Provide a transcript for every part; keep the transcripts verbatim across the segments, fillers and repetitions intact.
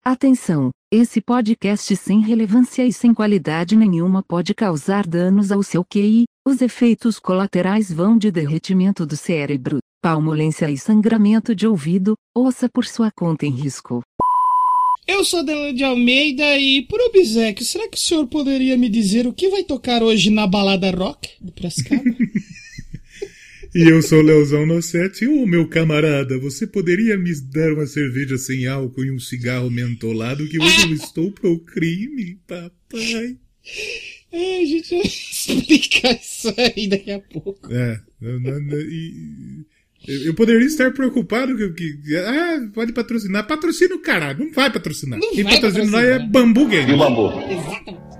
Atenção! Esse podcast sem relevância e sem qualidade nenhuma pode causar danos ao seu Q I. Os efeitos colaterais vão de derretimento do cérebro, palmolência e sangramento de ouvido. Ouça por sua conta em risco. Eu sou Danilo de Almeida e, por obséquio, será que o senhor poderia me dizer o que vai tocar hoje na balada rock de Piracicaba? E eu sou Leozão Nossetti. Ô, meu camarada, você poderia me dar uma cerveja sem álcool e um cigarro mentolado que hoje eu estou pro crime, papai? É, a gente vai explicar isso aí daqui a pouco. É, não, não, não, e, eu poderia estar preocupado que, que... Ah, pode patrocinar. Patrocina o caralho, não vai patrocinar. Não Quem vai patrocina patrocinar. nós é Bambu Game. E o bambu? Exatamente.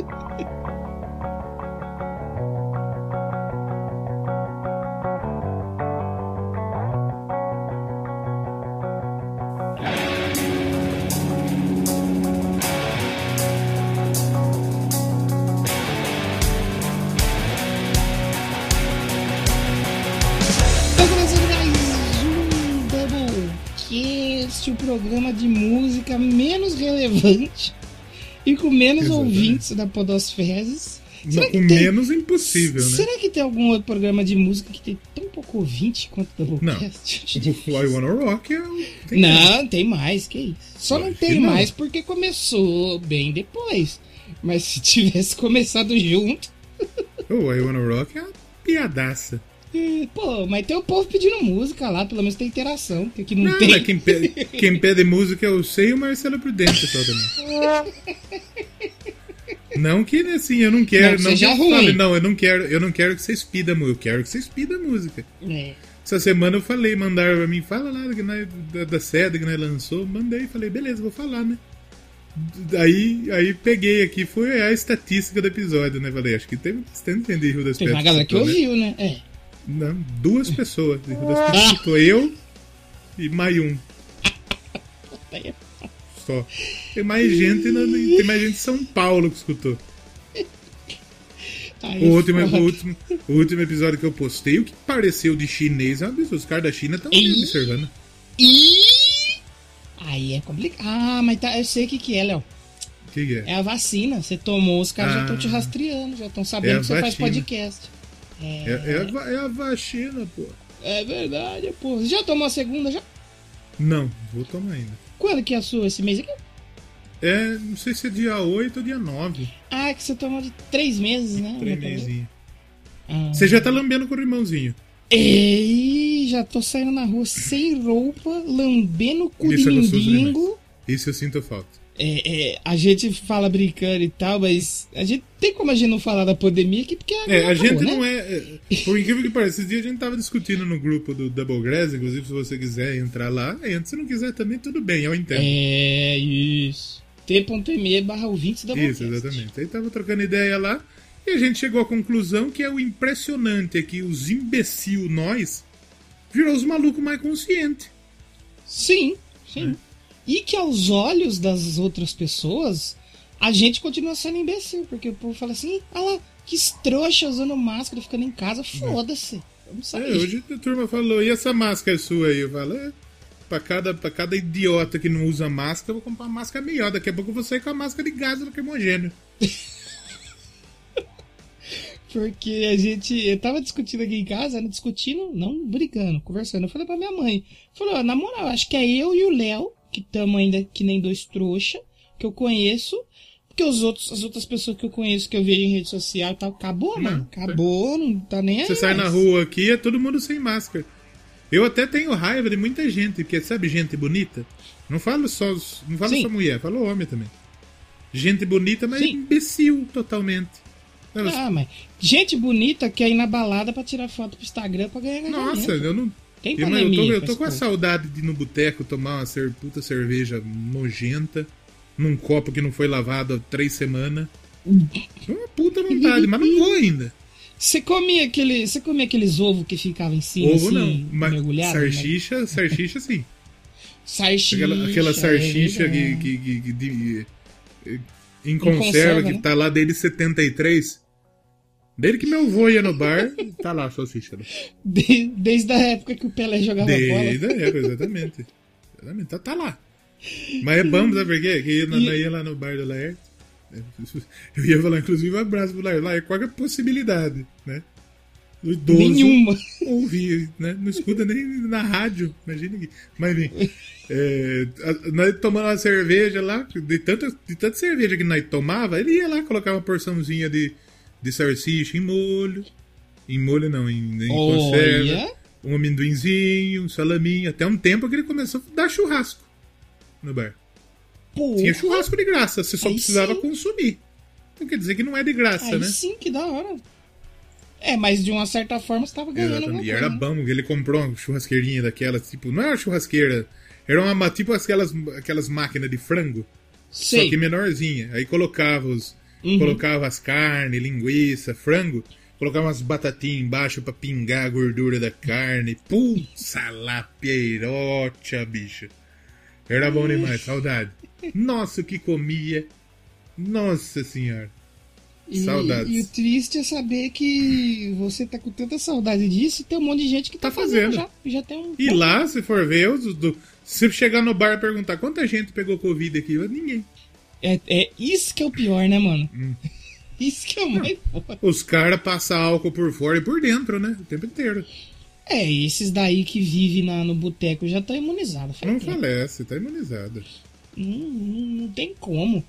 O programa de música menos relevante e com menos Exatamente. ouvintes da Podosfezes. Não, com menos impossível, né? Será que tem algum outro programa de música que tem tão pouco ouvinte quanto o Doublecast? Não. I Wanna Rock é um... tem Não, mais. tem mais, que isso. Só não Acho tem que não. mais porque começou bem depois. Mas se tivesse começado junto... O I Wanna Rock é uma piadaça. Pô, mas tem o povo pedindo música lá, pelo menos tem interação, porque aqui não, Não, tem. mas quem pede, quem pede música é o Sei e o Marcelo Prudente só também. Não que assim, eu não quero. Não, Não, seja que eu ruim. fale, não, eu não quero, eu não quero que vocês pidam música, eu quero que vocês pidam música. É. Essa semana eu falei, mandaram pra mim, fala lá que nós, da, da seda que nós lançou, mandei, falei, beleza, vou falar, né? Aí, aí peguei aqui, foi a estatística do episódio, né? Falei, acho que teve bastante gente de Rio das Teve uma Pedras. galera que escutou, né? ouviu, né? É. Não, duas pessoas de Rio das Pedras escutou, eu e mais um. Só. Tem mais gente, na, tem mais gente de São Paulo que escutou. Aí, O último, foda. o, último, o último episódio que eu postei, o que pareceu de chinês é uma absurdo. Os caras da China estão Ih. observando. Ih! Aí é complicado. Ah, mas tá, eu sei o que, que é, Léo. O que, que é? É a vacina. Você tomou, os caras já Ah. estão te rastreando, já estão É sabendo a que você faz vacina. podcast. É, é, a, va- é a vacina, pô. É verdade, pô. Você já tomou a segunda já? Não, vou tomar ainda. Quando que é a sua esse mês aqui? É, não sei se é dia oito ou dia nove. Ah, é que você tomou de três meses, né? Três Uma coisa. mesinhos. Ah. Você já tá lambendo com o irmãozinho. Ei, já tô saindo na rua sem roupa, lambendo o cu de Isso é gostoso mendigo. Isso eu sinto falta. É, é, a gente fala brincando e tal, mas a gente tem como a gente não falar da pandemia aqui, porque É, a gente acabou, não né? é, é. Por incrível que pareça, esses dias a gente tava discutindo no grupo do Double Grass, inclusive se você quiser entrar lá, entra. Se não quiser também, tudo bem, eu entendo. É, isso. T.me barra ouvintes da Isso, exatamente. Aí tava trocando ideia lá e a gente chegou à conclusão que é o impressionante é que os imbecil nós virou os malucos mais conscientes. Sim, sim. É. E que aos olhos das outras pessoas, a gente continua sendo imbecil, porque o povo fala assim, ah lá, que trouxa usando máscara, ficando em casa, foda-se. Vamos É, sair. hoje a turma falou, e essa máscara sua aí? Eu falo, é, pra cada, pra cada idiota que não usa máscara, eu vou comprar uma máscara melhor. Daqui a pouco eu vou sair com a máscara de gás lacrimogêneo. Porque a gente, eu tava discutindo aqui em casa, né, discutindo, não brigando, conversando. Eu falei pra minha mãe, falei, ó, na moral, acho que é eu e o Léo, que estamos ainda que nem dois trouxa, que eu conheço, porque os outros, as outras pessoas que eu conheço, que eu vejo em rede social e tal, acabou, Não, mano, acabou, não tá nem aí. Você sai na mais. rua aqui, é todo mundo sem máscara. Eu até tenho raiva de muita gente, porque sabe gente bonita? Não falo só, não falo Sim. só mulher, falo homem também. Gente bonita, mas Sim. imbecil totalmente. Elas- Ah, mas gente bonita quer ir na balada pra tirar foto pro Instagram pra ganhar engajamento. Nossa, eu não. Tem Eu, eu pandemia tô, eu com tô esse com a povo. saudade de ir no boteco tomar uma cer- puta cerveja nojenta, num copo que não foi lavado há três semanas. Uma puta vontade, mas não vou ainda. Você comia aquele, você comia aqueles ovos que ficavam em cima, Ovo assim, não, mas mergulhado? sarchicha, sarchicha sim. Sarchicha. Aquela, aquela sarchicha é que, verdade. que, que, que de- em conserva, conserva, que né? tá lá desde setenta e três. Desde que meu avô ia no bar, tá lá a salsicha. Né? De- desde a época que o Pelé jogava bola. Desde a época, exatamente. Exatamente, tá, tá lá. Mas é bom, sabe por quê? Que eu ia, ia lá no bar do Laerte. Eu ia falar, inclusive, um abraço pro Laerte. Laerte, qual é a possibilidade, né? O idoso Nenhuma. Ouvir, né? Não escuta nem na rádio, imagina aqui. Mas enfim, é, nós tomamos uma cerveja lá, de tanta, de tanta cerveja que nós tomava, ele ia lá colocar uma porçãozinha de, de salsicha em molho. Em molho não, em, em conserva. Um amendoinzinho, um salaminho. Até um tempo que ele começou a dar churrasco no bar. Porra. Tinha churrasco de graça, você só Aí precisava sim. consumir. Não quer dizer que não é de graça, Aí né? sim, que da hora. É, mas de uma certa forma você tava ganhando alguma Exatamente. E coisa, era né? bom, ele comprou uma churrasqueirinha daquelas, tipo, não era uma churrasqueira, era uma, tipo aquelas, aquelas máquinas de frango, Sei. só que menorzinha. Aí colocava os, Uhum. colocava as carnes, linguiça, frango, colocava umas batatinhas embaixo pra pingar a gordura da carne. Putz, lapeirocha, bicho. Era bom demais, saudade. Nossa, o que comia. Nossa senhora. E, Saudades. e o triste é saber que você tá com tanta saudade disso e tem um monte de gente que tá, Tá fazendo. já. Já tem um. E lá, se for ver, os, do, se chegar no bar e perguntar quanta gente pegou Covid aqui, ninguém. É, é isso que é o pior, né, mano? Hum. Isso que é o mais foda. Os caras passam álcool por fora e por dentro, né? O tempo inteiro. É, esses daí que vivem na, no boteco já estão imunizados. faz Não tempo. falece, tá imunizado. Não, não, não tem como.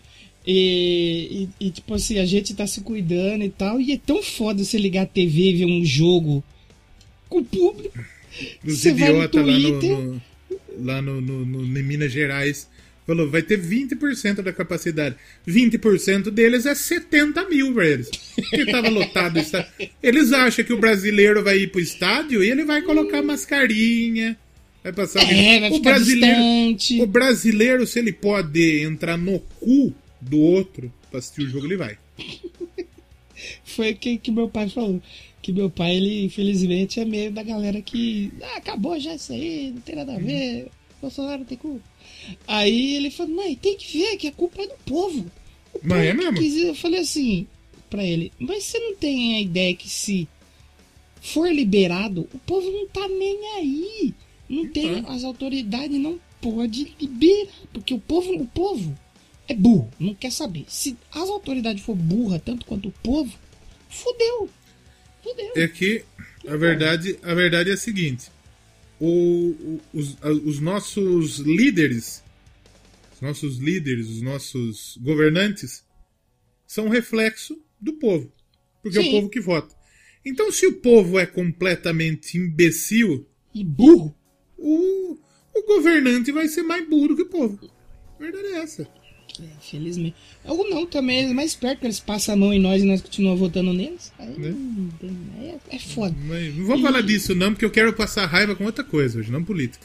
E, e, e, tipo assim, a gente tá se cuidando e tal. E é tão foda você ligar a T V e ver um jogo com o público. Os Você vai no idiotas lá, no, Twitter. no, lá no, no, no, em Minas Gerais falou, vai ter vinte por cento da capacidade. vinte por cento deles é setenta mil pra eles. Porque tava lotado o estádio. Eles acham que o brasileiro vai ir pro estádio e ele vai colocar mascarinha. Vai passar É, vai o ficar brasileiro, distante. o brasileiro, se ele pode entrar no cu do outro pra assistir o jogo, ele vai. Foi o que, que meu pai falou. Que meu pai, ele, infelizmente, é meio da galera que. Ah, acabou já isso aí, não tem nada a ver. Bolsonaro não tem culpa. Aí ele falou, mãe, tem que ver que a culpa é do povo. O Mas é povo que mesmo? quis- Eu falei assim pra ele, mas você não tem a ideia que se for liberado, o povo não tá nem aí. Não tem, tá. as autoridades não podem liberar, porque o povo, o povo é burro, não quer saber. Se as autoridades for burra tanto quanto o povo, fudeu. Fudeu. É que a verdade, a verdade é a seguinte: o, o- os, a- os nossos líderes, os nossos líderes, os nossos governantes são um reflexo do povo, porque é Sim. o povo que vota. Então, se o povo é completamente imbecil, E burro. o, o governante vai ser mais burro que o povo. A verdade é essa. É, felizmente. Ou não, também eles mais perto, que eles passam a mão em nós e nós continuamos votando neles. Aí, Né? não tem- aí é, é foda. Mas não vamos E- falar disso não, porque eu quero passar raiva com outra coisa hoje, não política.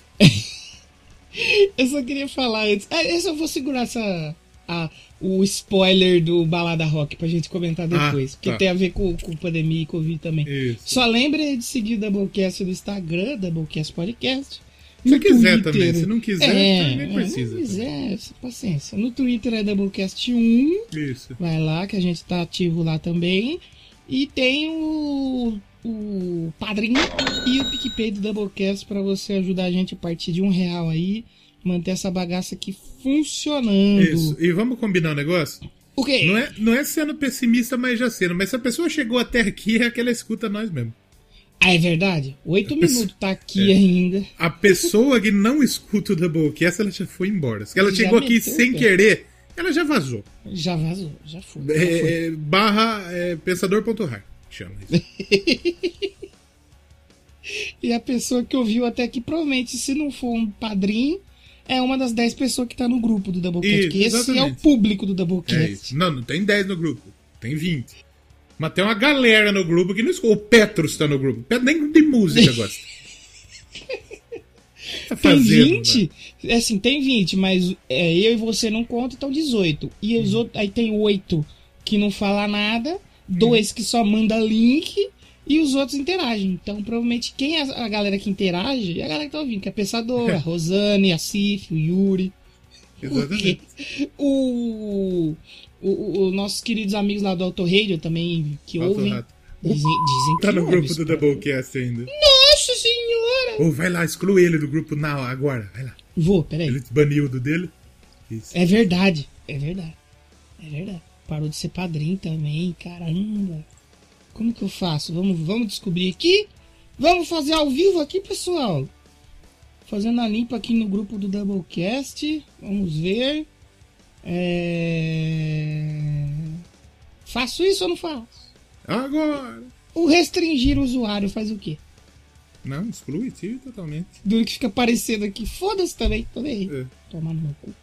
Eu só queria falar antes. Ah, eu só vou segurar essa, a, o spoiler do Balada Rock pra gente comentar depois. Ah, porque tá. tem a ver com, com pandemia e Covid também. Isso. Só lembre de seguir o Doublecast no Instagram, Doublecast Podcast. Se No quiser Twitter- também, se não quiser, é, também é, precisa. Se não quiser, paciência. No Twitter é Doublecast um. Isso. Vai lá, que a gente tá ativo lá também. E tem o, o Padrinho e o PicPay do Doublecast pra você ajudar a gente a partir de um real aí. Manter essa bagaça aqui funcionando. Isso. E vamos combinar um negócio? O quê? Não é, não é sendo pessimista, mas já sendo. Mas se a pessoa chegou até aqui, é que ela escuta nós mesmo. Ah, é verdade? Oito A pessoa- minutos tá aqui É. ainda. A pessoa que não escuta o Doublecast, ela já foi embora. Se ela Já chegou aqui meteu o sem pé. querer, ela já vazou. Já vazou, já foi. já foi. É, é, barra é, pensador.rar. Chama isso. E a pessoa que ouviu até aqui, provavelmente, se não for um padrinho, é uma das dez pessoas que tá no grupo do Doublecast. Isso, Que esse é o exatamente. público do É Doublecast. isso. Não, não tem dez no grupo. Tem vinte. Mas tem uma galera no grupo que não escuta. O Petros tá no grupo. O Petros nem de música gosta. Tá Tem fazendo, vinte? É assim, tem vinte, mas é, eu e você não contam, então dezoito. E os outros, aí tem oito que não fala nada, dois que só manda link e os outros interagem. Então, provavelmente, quem é a galera que interage é a galera que tá ouvindo, que é a Pensadora, a Rosane, a Cif, o Yuri. Exatamente. Porque o, o, o- os nossos queridos amigos lá do Auto Radio também, que Auto ouvem, Rato. dizem, dizem que Tá no ouvem grupo isso, do Doublecast ainda. Nossa senhora! Ô, vai lá, exclui ele do grupo now, agora. Vai lá. Vou, peraí. Ele te baniu do dele. difícil. É verdade, é verdade. É verdade. Parou de ser padrinho também, caramba. Como que eu faço? Vamos, vamos descobrir aqui. Vamos fazer ao vivo aqui, pessoal. Fazendo a limpa aqui no grupo do Doublecast. Vamos ver. É... Faço isso ou não faço? Agora! O restringir o usuário faz o quê? Não, exclui, tira totalmente. Do que fica aparecendo aqui. Foda-se também, tô nem aí. É. Tomar no meu cu.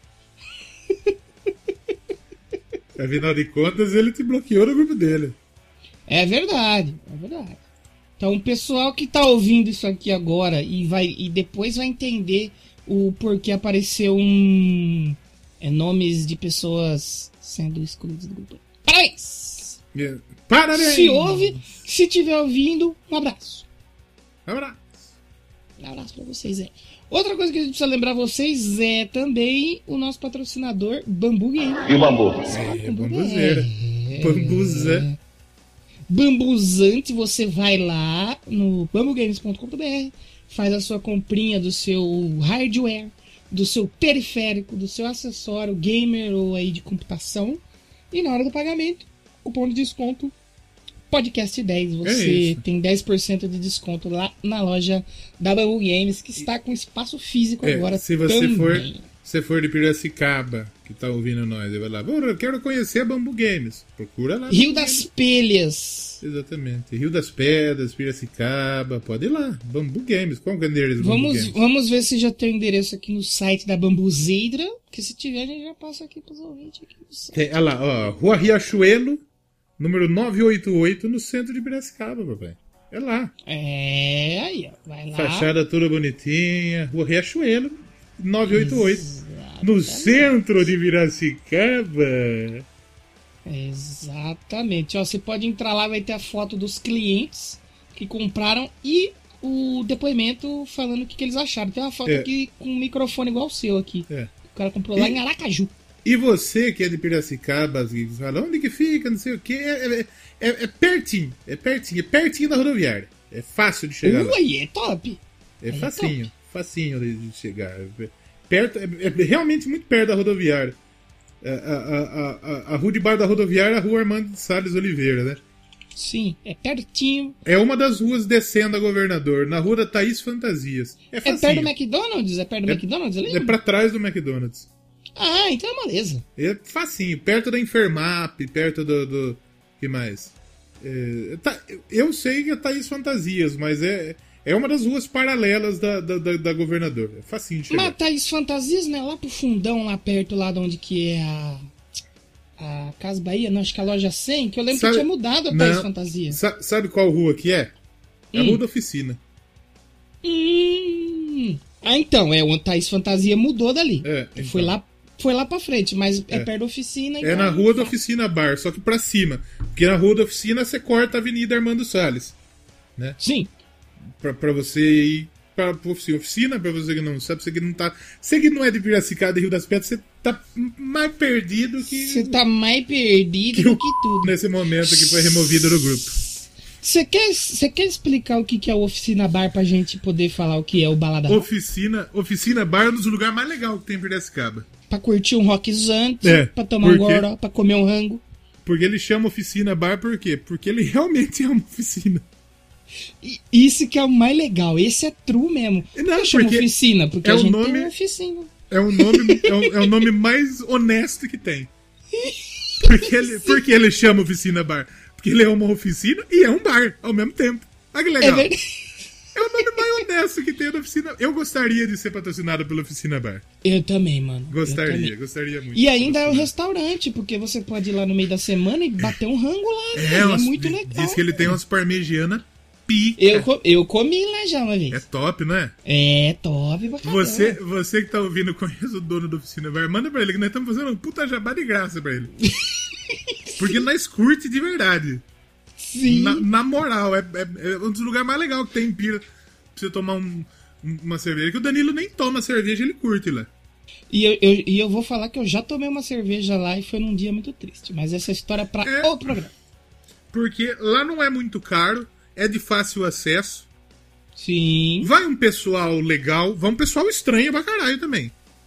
Afinal de contas, ele te bloqueou no grupo dele. É verdade, é verdade. Então o pessoal que tá ouvindo isso aqui agora e, vai, e depois vai entender o porquê apareceu um... É, nomes de pessoas sendo excluídas do grupo. Parabéns! É. Parabéns! Se ouve, se tiver ouvindo, um abraço. Abraço. Um abraço pra vocês aí. Outra coisa que a gente precisa lembrar vocês é também o nosso patrocinador Bambu Game. E o bambu? É, bambuzeira. É. Bambuzã. Bambuzante, você vai lá no bambu games ponto com ponto b r, faz a sua comprinha do seu hardware, do seu periférico, do seu acessório gamer ou aí de computação, e na hora do pagamento, cupom de desconto podcast dez, você É tem dez por cento de desconto lá na loja da Bambu Games, que está com espaço físico É, agora se você também. for, se for de Piracicaba, que tá ouvindo nós, eu vou lá, eu quero conhecer a Bambu Games. Procura lá. Rio Bambu das Games. Pelhas. Exatamente. Rio das Pedras, Piracicaba, pode ir lá. Bambu Games. Qual que é o endereço do Bambu Vamos, Games? vamos ver se já tem o endereço aqui no site da Bambuzeira, que se tiver a gente já passa aqui pros ouvintes aqui no site. É, olha lá, ó, Rua Riachuelo, número novecentos e oitenta e oito, no centro de Piracicaba, papai. É lá. É, aí, ó. Vai lá. Fachada toda bonitinha. Rua Riachuelo, novecentos e oitenta e oito. No centro de Piracicaba. Exatamente. Ó, você pode entrar lá, vai ter a foto dos clientes que compraram e o depoimento falando o que, que eles acharam. Tem uma foto É. aqui com um microfone igual o seu aqui. É. O cara comprou lá E- em Aracaju. E você que é de Piracicaba, que fala, onde que fica, não sei o que, é, é, é, é pertinho, é pertinho, é pertinho da rodoviária. É fácil de chegar lá. Ui, é top. É aí é facinho, facinho de de chegar. É, perto, é, é realmente muito perto da rodoviária. A, a, a, a, a rua de baixo da rodoviária é a rua Armando de Salles Oliveira, né? Sim, é pertinho. É uma das ruas descendo a Governador, na rua da Thaís Fantasias. É É facinho. perto do McDonald's? É perto do É- McDonald's ali? É pra trás do McDonald's. Ah, então é moleza. É facinho, perto da Enfermap, perto do. do que mais? É, tá, eu sei que é Thaís Fantasias, mas é, é uma das ruas paralelas da, da, da, da Governador. É facinho de chegar. Mas Thaís Fantasias, né? Lá pro fundão, lá perto, lá de onde que é a... A Casa Bahia, não, acho que a loja cem, que eu lembro Sabe- que tinha mudado a Thaís Não, Fantasias. sa- sabe qual rua que é? É a Hum. Rua da Oficina. Hum. Ah, então, é, o Thaís Fantasia mudou dali. É, então. Foi lá, foi lá pra frente, mas é, É. perto da oficina. É então na Rua da fácil. Oficina Bar, só que pra cima. Porque na Rua da Oficina você corta a Avenida Armando Salles. Sim. Pra, pra você ir pra, pra oficina. Oficina, pra você que não sabe, você que não tá. Você que não é de Piracicaba e Rio das Pedras, você tá mais perdido que. Você tá mais perdido que do o que tudo. nesse momento que foi removido do grupo. Você quer, você quer explicar o que que é o Oficina Bar pra gente poder falar o que é o Balada? Oficina, Oficina Bar é um dos lugares mais legais que tem em Piracicaba. Pra curtir um rockzante, É, pra tomar um por quê? goró, pra comer um rango. Porque ele chama Oficina Bar por quê? Porque ele realmente é uma oficina. E isso que é o mais legal. Esse é true mesmo. Não, Por que chama porque oficina? Porque é a o gente nome- tem uma oficina. É o nome, é o, é o nome mais honesto que tem. Porque ele, porque ele chama Oficina Bar? Porque ele é uma oficina e é um bar ao mesmo tempo. Olha que É legal. verdade. É o nome mais honesto que tem da oficina. Eu gostaria de ser patrocinado pela Oficina Bar. Eu também, mano. Eu Gostaria, também. gostaria muito. E ainda é um Patrocinar. restaurante, porque você pode ir lá no meio da semana e bater um rango lá. É, velho. É umas- muito diz- legal. Diz que ele tem umas parmegianas pica. Eu, co- eu comi lá já uma vez. É top, não é? É, top pra caramba. Você, você que tá ouvindo, conhece o dono da Oficina Bar, manda pra ele que nós estamos fazendo um puta jabá de graça pra ele. Porque nós curte de verdade. Sim. Na, na moral, é, é- é um dos lugares mais legais que tem em Pira pra você tomar um- um- uma cerveja. Que o Danilo nem toma cerveja, ele curte lá. E eu, eu- e eu vou falar que eu já tomei uma cerveja lá e foi num dia muito triste. Mas essa história é pra É. outro programa. Porque lá não é muito caro, é de fácil acesso. Sim. Vai um pessoal legal, vai um pessoal estranho pra caralho também.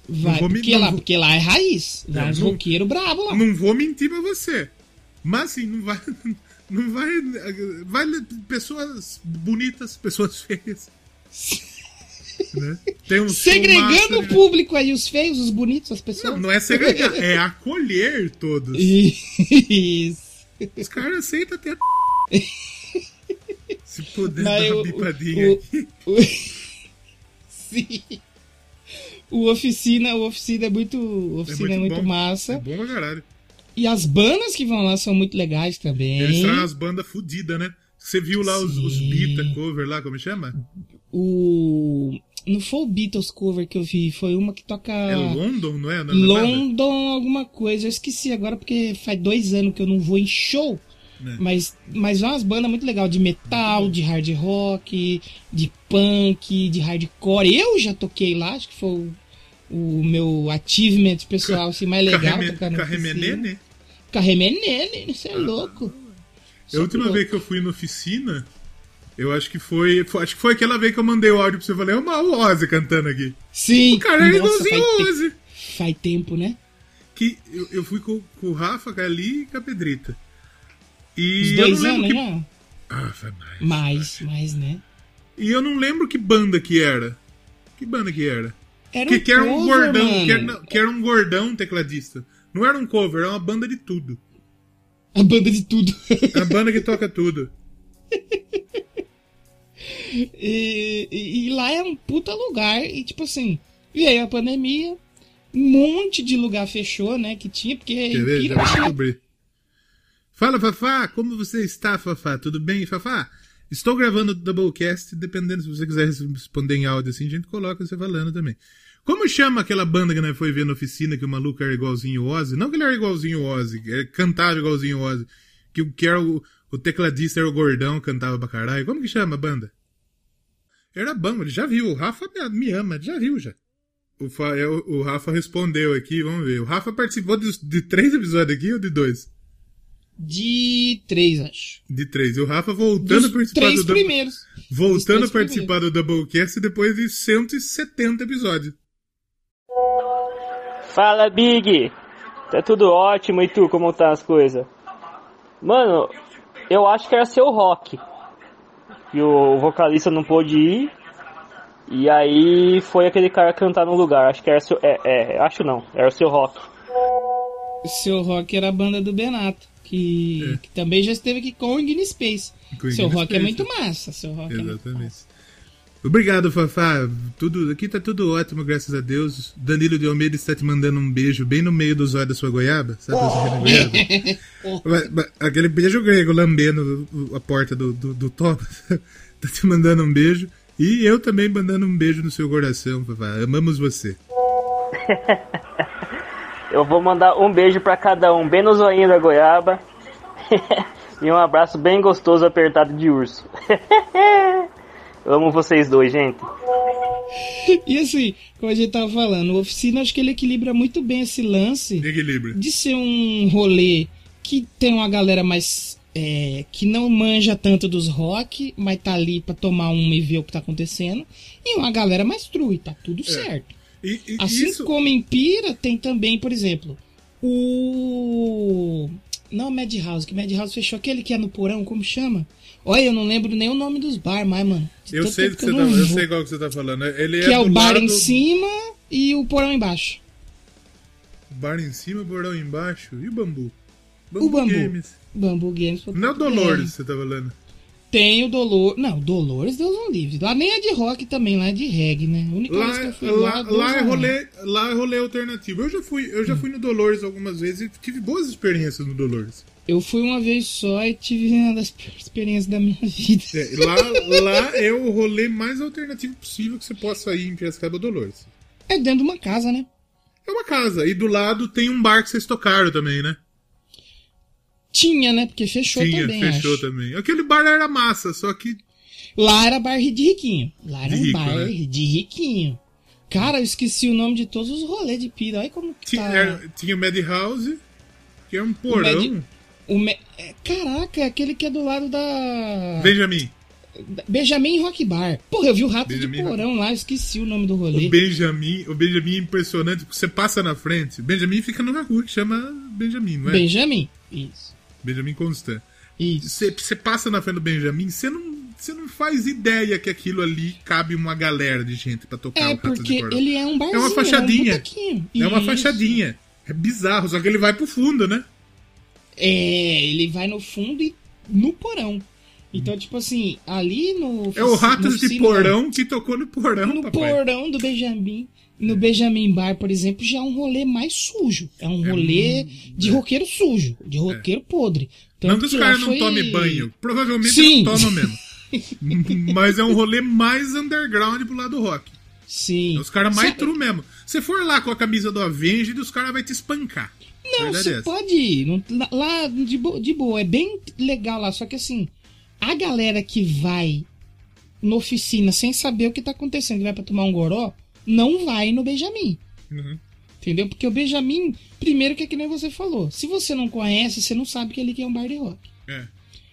Vai, vou porque, me- não lá, vou- porque lá é raiz. Lá É, é os não- roqueiros bravos lá. Não vou mentir pra você. Mas assim, não vai. Não vai. Vai pessoas bonitas, pessoas feias. Né? Tem um som Segregando massa, o né? público aí, os feios, os bonitos, as pessoas. Não, não é segregar, é acolher todos. Isso. Os caras aceitam até. Se puder Mas dar uma o- bipadinha o- aqui. o- Sim. O oficina, o oficina é muito, o oficina é muito, bom. massa. É bom pra caralho. E as bandas que vão lá são muito legais também. Eles trazem as bandas fodidas, né? Você viu lá os, os Sim. Bita cover lá, como chama? O não foi o Beatles cover que eu vi, foi uma que toca É London, não é? O nome da banda? London alguma coisa. Eu esqueci agora porque faz dois anos que eu não vou em show. É. Mas, mas é umas bandas muito legais, de metal, de hard rock, de punk, de hardcore. Eu já toquei lá, acho que foi o, o meu achievement pessoal assim, mais legal. Carreme- tocar no Carremenene? Carremenene, você é louco. A última vez que eu fui na oficina, eu acho que foi, foi- Acho que foi aquela vez que eu mandei o áudio pra você e falei, é uma o Ozzy cantando aqui. Sim, O cara é nossa, igualzinho faz, o te- Ozzy. faz tempo, né? Que eu, eu fui com, com o Rafa, com a Ali e com a Pedrita. E Os eu dois não lembro anos que... já? Ah, foi mais. Mais, mais, né? E eu não lembro que banda que era. Que banda que era? Era Que, um que era um cover, gordão, mano. que era, não, que era um gordão tecladista. Não era um cover, era uma banda de tudo. A banda de tudo. É uma banda que toca tudo. E, e- e lá é um puta lugar. E tipo assim, veio a pandemia, um monte de lugar fechou, né? Que tinha, porque Quer ver? Pira Já vou tinha- descobrir. Fala, Fafá, como você está, Fafá? Tudo bem, Fafá? Estou gravando o Doublecast, dependendo se você quiser responder em áudio assim, a gente coloca você falando também. Como chama aquela banda que nós foi ver na oficina que o maluco era igualzinho o Ozzy? Não que ele era igualzinho o Ozzy, ele cantava igualzinho o Ozzy. Que, o- que era o, o tecladista era o gordão, cantava pra caralho. Como que chama a banda? Era bom, ele já viu. O Rafa me, me ama, ele já viu já. O, Fa- é, o, o Rafa respondeu aqui, vamos ver. O Rafa participou de, de três episódios aqui ou de dois? de três, acho. De três. E o Rafa voltando Dos a participar três do Double- primeiros. voltando a Dos três participar do Doublecast depois de cento e setenta episódios. Fala, Big! Tá tudo ótimo, e tu, como tá as coisas? Mano, eu acho que era seu Rock. E o vocalista não pôde ir. E aí foi aquele cara cantar no lugar. Acho que era seu... É, é, acho não. Era o seu Rock. O Seu Rock era a banda do Benato, que, É. que também já esteve aqui com o Igni Space. Com Seu Igni Rock é Space. muito massa. Seu Rock é muito Exatamente. massa. Obrigado, Fafá. Tudo, aqui tá tudo ótimo, graças a Deus. Danilo de Almeida está te mandando um beijo bem no meio do zóio da sua goiaba. Sabe oh. você goiaba? Mas- mas aquele beijo grego lambendo o- a porta do, do, do top. Tá te mandando um beijo. E eu também mandando um beijo no seu coração, Fafá. Amamos você. Eu vou mandar um beijo pra cada um, bem no zoinho da goiaba. E um abraço bem gostoso, apertado de urso. Eu amo vocês dois, gente. E assim, como a gente tava falando, o Oficina, acho que ele equilibra muito bem esse lance Equilíbrio. de ser um rolê que tem uma galera mais... é, que não manja tanto dos rock, mas tá ali pra tomar um e ver o que tá acontecendo. E uma galera mais true, tá tudo certo. E, e Assim isso... como em Pira, tem também, por exemplo, o... Não, Madhouse, que Madhouse fechou aquele que é no porão, como chama? Olha, eu não lembro nem o nome dos bar, mais, mano. De Eu tanto sei, tempo que que você eu tá, não eu vou. sei qual que você tá falando. Ele Que é, é o do bar lado... em cima e o porão embaixo. Bar em cima, bordão embaixo. E o bambu? Bambu O bambu. Games. Bambu Games. Não é o Dolores que você tá falando. Tem o Dolor... Não, Dolores, Deus o livre. Lá nem é de rock também, lá é de reggae, né? A única vez que Lá, eu fui lá, lá... Deus lá, é o livre. rolê, lá é rolê alternativo. Eu já fui, eu já fui no Dolores algumas vezes e tive boas experiências no Dolores. Eu fui uma vez só e tive uma das piores experiências da minha vida. É, lá, lá é o rolê mais alternativo possível que você possa ir em Piracicaba Dolores. É dentro de uma casa, né? É uma casa. E do lado tem um bar que vocês tocaram também, né? Tinha, né? Porque fechou Tinha, também, fechou acho. também. Aquele bar era massa, só que... Lá era bar de riquinho. Lá era De um rico, bar né? de riquinho. Cara, eu esqueci o nome de todos os rolês de Pira. Olha como que Tinha, tá... era- tinha o Madhouse, que é um porão. Mad- O me... é, Caraca, é aquele que é do lado da... Benjamin. Benjamin Rock Bar. Porra, eu vi o Rato Benjamin de Porão lá, eu esqueci o nome do rolê. O Benjamin, o Benjamin é impressionante, porque você passa na frente, Benjamin fica numa rua que chama Benjamin, não é? Benjamin, isso. Benjamin Constant. Isso. Você, você passa na frente do Benjamin, você não, você não faz ideia que aquilo ali cabe uma galera de gente pra tocar É, o Rato de porque Porão. ele é um barzinho, É uma fachadinha. É, um botequinho. É uma Isso. fachadinha. É bizarro, só que ele vai pro fundo, né? É, ele vai no fundo e no porão. Então, tipo assim, ali no... É o Ratos de cinema, Porão que tocou no porão, no papai. porão do Benjamin. No Benjamin Bar, por exemplo, já é um rolê mais sujo. É um rolê É, de é. roqueiro sujo, de roqueiro podre. Tanto Não que os lá caras não foi- tomem banho. Provavelmente Sim. não tomam mesmo. Mas é um rolê mais underground pro lado do rock. Sim. É os caras mais Sabe- true mesmo. Se for lá com a camisa do Avenged, os caras vão te espancar. Não, Verdade é você essa. pode ir. Não- lá- lá, de, bo- de boa. É bem legal lá. Só que assim, a galera que vai na oficina sem saber o que tá acontecendo, que vai pra tomar um goró, não vai no Benjamin. Uhum. Entendeu? Porque o Benjamin, primeiro que é que nem você falou. Se você não conhece, você não sabe que ele que é um bar de rock. É.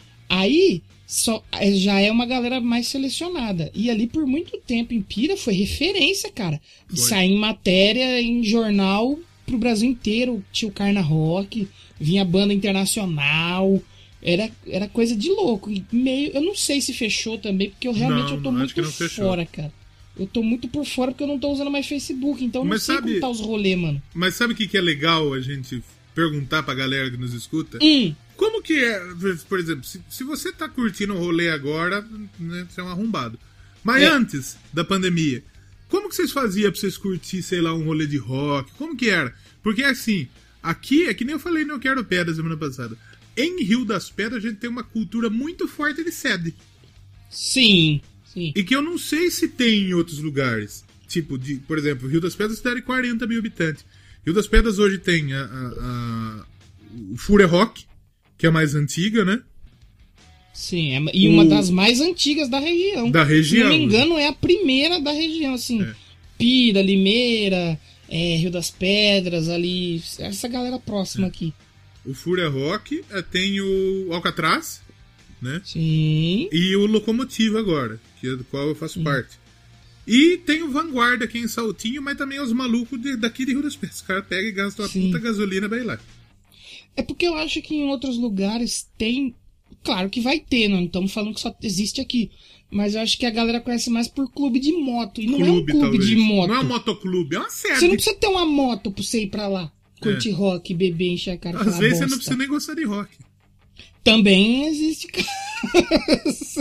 Aí só, é, já é uma galera mais selecionada. E ali por muito tempo em Pira foi referência, cara. De Foi. sair em matéria, em jornal pro Brasil inteiro. Tinha o Carna Rock, vinha banda internacional. Era, era coisa de louco. E meio, eu não sei se fechou também, porque eu realmente Não, eu tô não, acho muito que por não fechou. fora, cara. Eu tô muito por fora porque eu não tô usando mais Facebook. Então eu não Mas sei sabe- como tá os rolês, mano. Mas sabe o que, que é legal a gente perguntar pra galera que nos escuta? Hum, Como que é, por exemplo, se, se você tá curtindo o rolê agora, né, você é um arrombado. Mas É. antes da pandemia, como que vocês faziam pra vocês curtir, sei lá, um rolê de rock? Como que era? Porque assim, aqui, é que nem eu falei no Eu Quero Pedras semana passada. Em Rio das Pedras a gente tem uma cultura muito forte de sede. sim, sim. E que eu não sei se tem em outros lugares. Tipo, de, por exemplo, Rio das Pedras é uma cidade de quarenta mil habitantes. Rio das Pedras hoje tem a, a- a- o Fúria Rock, que é a mais antiga, né? Sim, é- e uma O- das mais antigas da região. Da região. Se não me engano, é a primeira da região, assim. É. Pira, Limeira, é, Rio das Pedras, ali. Essa galera próxima aqui. O Fúria Rock, eh, tem o Alcatraz, né? Sim. E o Locomotiva agora, que é do qual eu faço parte. E tem o Vanguarda aqui em Saltinho, mas também os malucos de- daqui de Rio das Pedras. Os caras pegam e gastam a Sim. puta gasolina pra ir lá. É porque eu acho que em outros lugares tem. Claro que vai ter, não estamos falando que só existe aqui. Mas eu acho que a galera conhece mais por clube de moto. E não é um clube talvez. de moto. Não é um motoclube, é uma sede. Você não precisa ter uma moto pra você ir pra lá. Curtir rock, beber, encher a cara. e Às falar vezes você bosta. não precisa nem gostar de rock. Também existe caso.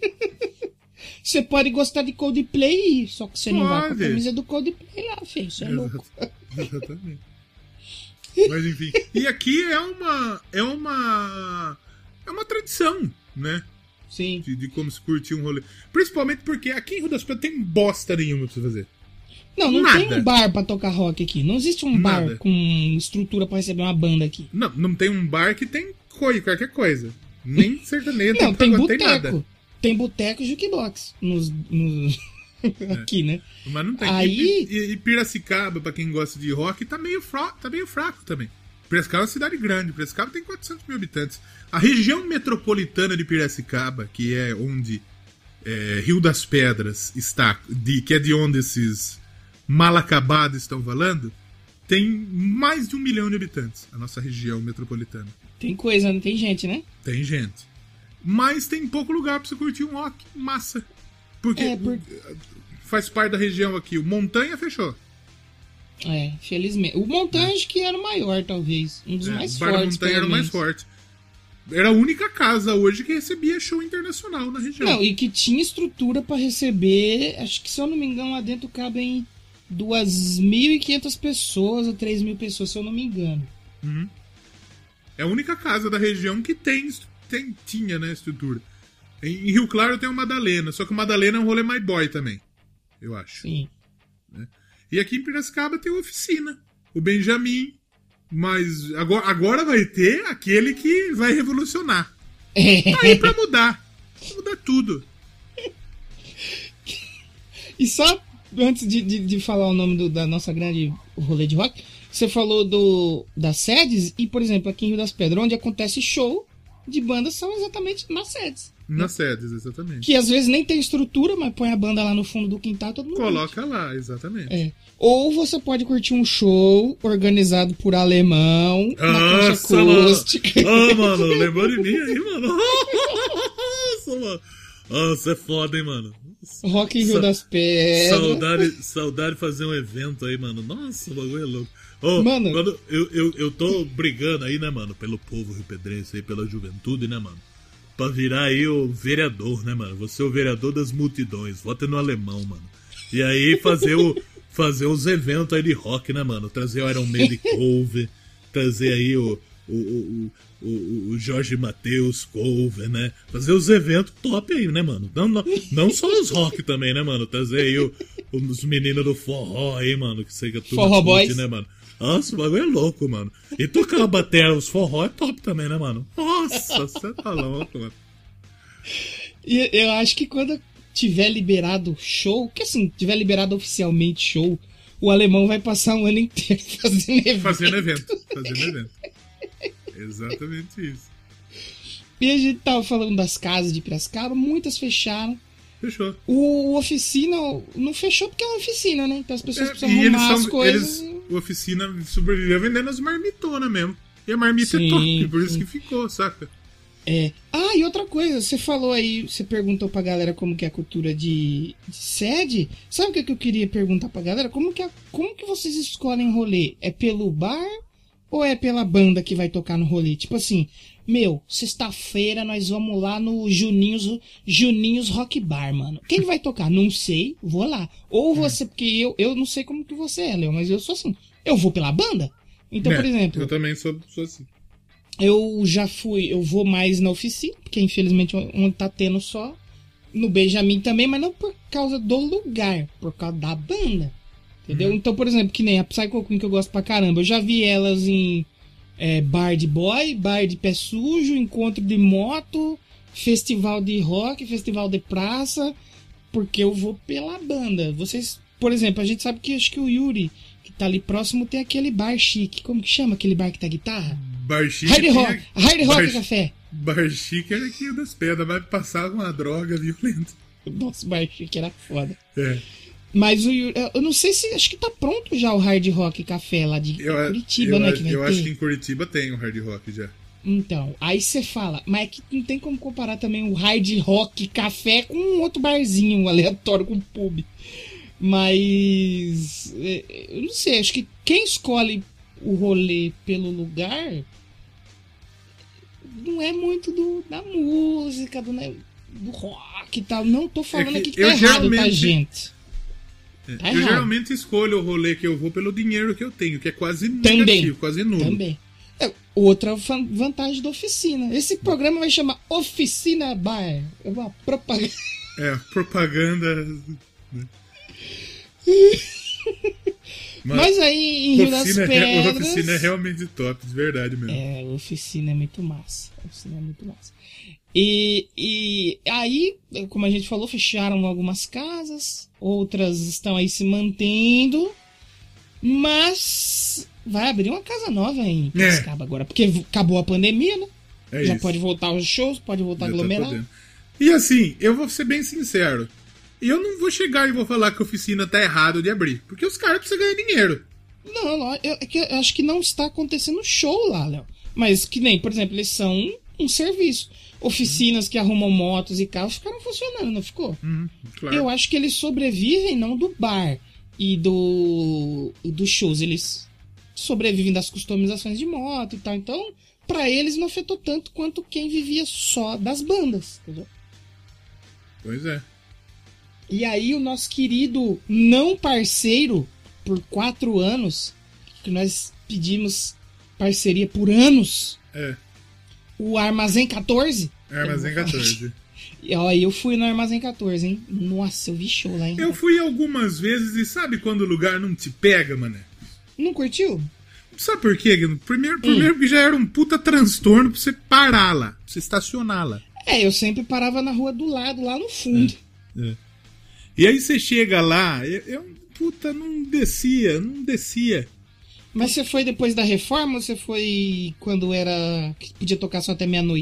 Você pode gostar de Coldplay e ir, só que você não vai com a Pode. camisa do Coldplay lá, feio. Isso é louco. Exato. Exatamente. Mas enfim. E aqui é uma. É uma. É uma tradição, né? Sim. De, de como se curtir um rolê. Principalmente porque aqui em Rio das Pedras tem bosta nenhuma pra você fazer. Não, não Nada. tem um bar pra tocar rock aqui. Não existe um bar Nada. com estrutura pra receber uma banda aqui. Não, não tem um bar que tem coi, qualquer coisa. Nem sertanejo, Não, tem pagode, tem nada. boteco. Tem boteco e jukebox nos, nos... aqui, né? Mas não tem. Aí- E, e- e Piracicaba, pra quem gosta de rock, tá meio, fra... tá meio fraco também. Piracicaba é uma cidade grande. Piracicaba tem quatrocentos mil habitantes. A região metropolitana de Piracicaba, que é onde é, Rio das Pedras está, de, que é de onde esses mal acabados estão falando, tem mais de um milhão de habitantes. A nossa região metropolitana. Tem coisa, não tem gente, né? Tem gente. Mas tem pouco lugar pra você curtir um rock massa. Porque É, por- faz parte da região aqui. O Montanha fechou. É, felizmente. O Montanha acho que era o maior, talvez. Um dos É, mais o Bar da fortes, Montanha pelo era o mais menos. forte. Era a única casa hoje que recebia show internacional na região. Não, e que tinha estrutura pra receber, acho que se eu não me engano, lá dentro cabem duas mil e quinhentas pessoas ou três mil pessoas, se eu não me engano. Uhum. É a única casa da região que tem, estru- tem tinha, né, estrutura. Em, em Rio Claro tem o Madalena, só que o Madalena é um rolê my boy também, eu acho. Sim. E aqui em Piracicaba tem a Oficina, o Benjamin, mas agora, agora vai ter aquele que vai revolucionar. É. Tá aí pra mudar. Pra mudar tudo. E só antes de, de, de falar o nome do- da nossa grande rolê de rock, você falou do, das sedes, e por exemplo, aqui em Rio das Pedras, onde acontece show de bandas, são exatamente nas sedes. Nas sedes, exatamente. Que às vezes nem tem estrutura, mas põe a banda lá no fundo do quintal, todo mundo Coloca curte. lá, exatamente. É. Ou você pode curtir um show organizado por alemão, na concha acústica. Ah, mano, lembrou de mim aí, mano. Nossa, mano. Nossa, é foda, hein, mano. Rock in Rio Sa- das Pedras. Saudade, saudade de fazer um evento aí, mano. Nossa, o bagulho é louco. Ô, Mano. mano, eu, eu, eu tô brigando aí, né, mano, pelo povo riopedrense aí, pela juventude, né, mano? Pra virar aí o vereador, né, mano? Você é o vereador das multidões. Vota no alemão, mano. E aí fazer o... Fazer os eventos aí de rock, né, mano? Trazer o Iron Maiden cover, trazer aí o, o, o, o, o Jorge Mateus cover, né? Fazer os eventos top aí, né, mano? Não, não, não só os rock também, né, mano? Trazer aí o, os meninos do forró aí, mano, que sei que a turma Forró curte, Boys. né, mano? Nossa, o bagulho é louco, mano. E tocar a bateria, os forró é top também, né, mano? Nossa, você tá louco, mano. E eu acho que quando tiver liberado show, que assim, tiver liberado oficialmente show, o alemão vai passar um ano inteiro fazendo evento. Fazendo evento, fazendo evento. Exatamente isso. E a gente tava falando das casas de Piracicaba, muitas fecharam. Fechou. O oficina não fechou porque é uma oficina, né? Então as pessoas É, precisam e eles arrumar as são, coisas. eles, a oficina sobreviveu vendendo as marmitonas mesmo. E a marmita Sim, é top, por isso sim. que ficou, saca? É. Ah, e outra coisa, você falou aí, você perguntou pra galera como que é a cultura de, de sede. Sabe o que, que eu queria perguntar pra galera? Como que, é, como que vocês escolhem rolê? É pelo bar ou é pela banda que vai tocar no rolê? Tipo assim, meu, sexta-feira nós vamos lá no Juninhos, Juninhos Rock Bar, mano. Quem vai tocar? Não sei, vou lá. Ou você, porque eu, eu não sei como que você é, Léo, mas eu sou assim. Eu vou pela banda? Então, É, por exemplo... Eu também sou, sou assim. Eu já fui, eu vou mais na oficina, porque infelizmente onde tá tendo só. No Benjamin também, mas não por causa do lugar, por causa da banda. Entendeu? Uhum. Então, por exemplo, que nem a Psycho Queen que eu gosto pra caramba. Eu já vi elas em é, bar de boy, bar de pé sujo, encontro de moto, festival de rock, festival de praça, porque eu vou pela banda. Vocês, por exemplo, a gente sabe que acho que o Yuri, que tá ali próximo, tem aquele bar chique. Como que chama aquele bar que tá guitarra? Bar chique. Hard tinha- Rock, Hard Rock Bar- Café. Bar chique era aqui das pedras, vai passar uma droga violenta. Nossa, o bar chique era foda. É. Mas o Yuri, eu não sei se, acho que tá pronto já o Hard Rock Café lá de Eu, Curitiba, eu, né, acho- que vai eu ter. acho que em Curitiba tem o hard rock já. Então, aí você fala, mas é que não tem como comparar também o Hard Rock Café com um outro barzinho um aleatório com pub. Mas é, eu não sei, acho que quem escolhe o rolê pelo lugar não é muito do, da música, do, né, do rock e tal. Não tô falando É que aqui que eu tá errado, tá, geralmente- gente? É. Tá eu errado. geralmente escolho o rolê que eu vou pelo dinheiro que eu tenho, que é quase Também. negativo, quase nulo. Também. É, outra van- vantagem da oficina. Esse programa vai chamar Oficina Bar. É uma propaganda. É, propaganda. né? Mas aí em Rio das oficina, é, a Pedras. oficina é realmente top, de verdade mesmo. É, a oficina é muito massa. A oficina é muito massa. E, e aí, como a gente falou, fecharam algumas casas, outras estão aí se mantendo, mas vai abrir uma casa nova em Piracicaba agora, porque acabou a pandemia, né? É Já isso. pode voltar aos shows, pode voltar a Já tá aglomerar. podendo. E assim, eu vou ser bem sincero. Eu não vou chegar e vou falar que a oficina tá errado de abrir. Porque os caras precisam ganhar dinheiro. Não, não, eu, é que eu acho que não está acontecendo show lá, Léo. Mas que nem, por exemplo, eles são um, um serviço. Oficinas que arrumam motos e carros ficaram funcionando, não ficou? Hum, claro. Eu acho que eles sobrevivem não do bar e do e dos shows. Eles sobrevivem das customizações de moto e tal. Então, pra eles não afetou tanto quanto quem vivia só das bandas, entendeu? Pois é. E aí o nosso querido não parceiro por quatro anos, que nós pedimos parceria por anos, É. o Armazém quatorze. Armazém quatorze. E ó, eu fui no Armazém quatorze, hein? Nossa, eu vi show lá, hein? Eu fui algumas vezes e sabe quando o lugar não te pega, mané? Não curtiu? Sabe por quê? Primeiro, primeiro que já era um puta transtorno pra você parar lá, pra você estacionar lá. É, eu sempre parava na rua do lado, lá no fundo. É. E aí você chega lá, eu, eu puta, não descia, não descia. Mas você foi depois da reforma ou você foi quando era. Que podia tocar só até meia-noite?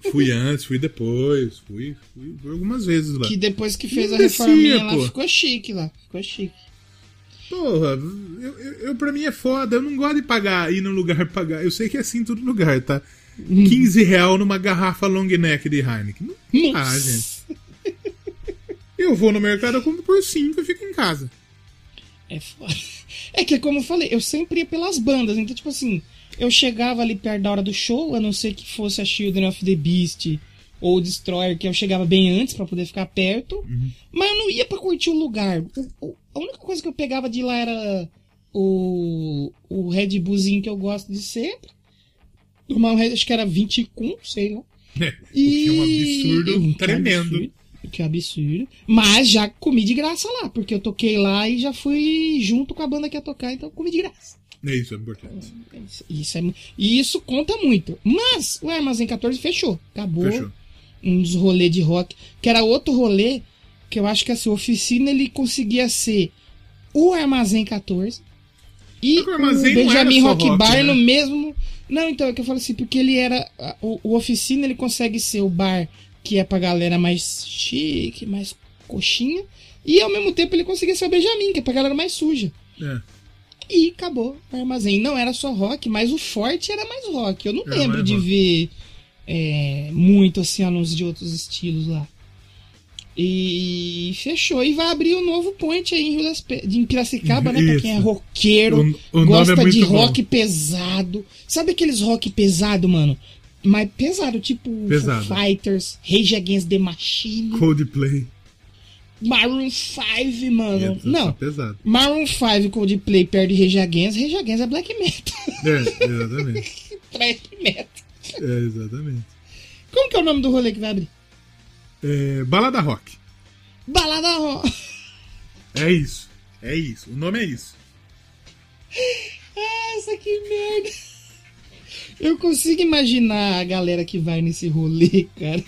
Fui antes, fui depois, fui, fui algumas vezes lá. Que depois que fez Não a descia, reforminha lá, pô. ficou chique lá. Ficou chique. Porra, eu, eu, eu, pra mim é foda, eu não gosto de pagar, ir num lugar pagar. Eu sei que é assim em todo lugar, tá? quinze reais numa garrafa long neck de Heineken. Não dá, gente. Eu vou no mercado, eu compro por cinco e fico em casa. É foda. É que, como eu falei, eu sempre ia pelas bandas. Então, tipo assim, eu chegava ali perto da hora do show, a não ser que fosse a Children of the Beast ou o Destroyer, que eu chegava bem antes pra poder ficar perto. Uhum. Mas eu não ia pra curtir o lugar. O, o, a única coisa que eu pegava de lá era o, o Red Bullzinho que eu gosto de sempre. Tomar um Red, acho que era vinte e um, sei lá. É, e... O que é um absurdo um tremendo. Absurdo, que absurdo. Mas já comi de graça lá, porque eu toquei lá e já fui junto com a banda que ia tocar, então comi de graça. Isso é importante. Isso, isso é, e isso conta muito. Mas o Armazém catorze fechou. Acabou. Fechou. Um dos rolês de rock, que era outro rolê, que eu acho que assim, a Oficina ele conseguia ser o Armazém catorze e o, o Benjamin Rock, rock Bar, né? No mesmo... Não, então, é que eu falo assim, porque ele era... O, o Oficina, ele consegue ser o bar que é pra galera mais chique, mais coxinha, e ao mesmo tempo ele conseguia ser o Benjamin, que é pra galera mais suja. É. E acabou o Armazém. Não era só rock, mas o forte era mais rock. Eu não é, lembro de rock. ver é, muito assim, anúncios de outros estilos lá. E fechou. E vai abrir o novo point aí em, Rio das Pe... em Piracicaba, né? Pra quem é roqueiro, o, o gosta é de rock bom. pesado. Sabe aqueles rock pesado, mano? Mas pesado, tipo pesado. Foo Fighters, Rage Against the Machine, Coldplay, Maroon five, mano. É, não, pesado. Maroon five, Coldplay perto de Rage Against, Rage Against é black metal. É, exatamente. Black metal. É, exatamente. Como que é o nome do rolê que vai abrir? É, Balada Rock. Balada Rock. É isso. É isso. O nome é isso. Nossa, que merda. Eu consigo imaginar a galera que vai nesse rolê, cara.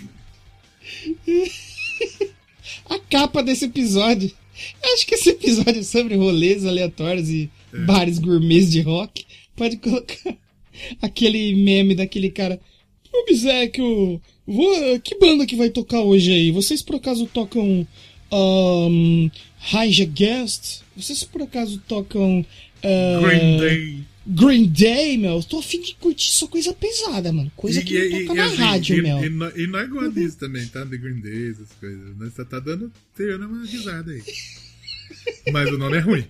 A capa desse episódio. Acho que esse episódio é sobre rolês aleatórios e é. bares gourmets de rock. Pode colocar aquele meme daquele cara. Ô, Bizeco, que banda que vai tocar hoje aí? Vocês por acaso tocam um, Rage Against? Vocês por acaso tocam uh, Green Day? Green Day, meu? Tô a fim de curtir só coisa pesada, mano. Coisa e, que não e, toca e, na assim, rádio, e, meu. E, e, e nós gostamos disso também, tá? De Green Day, essas coisas. Nós tá, tá dando, tirando uma risada aí. Mas o nome é ruim.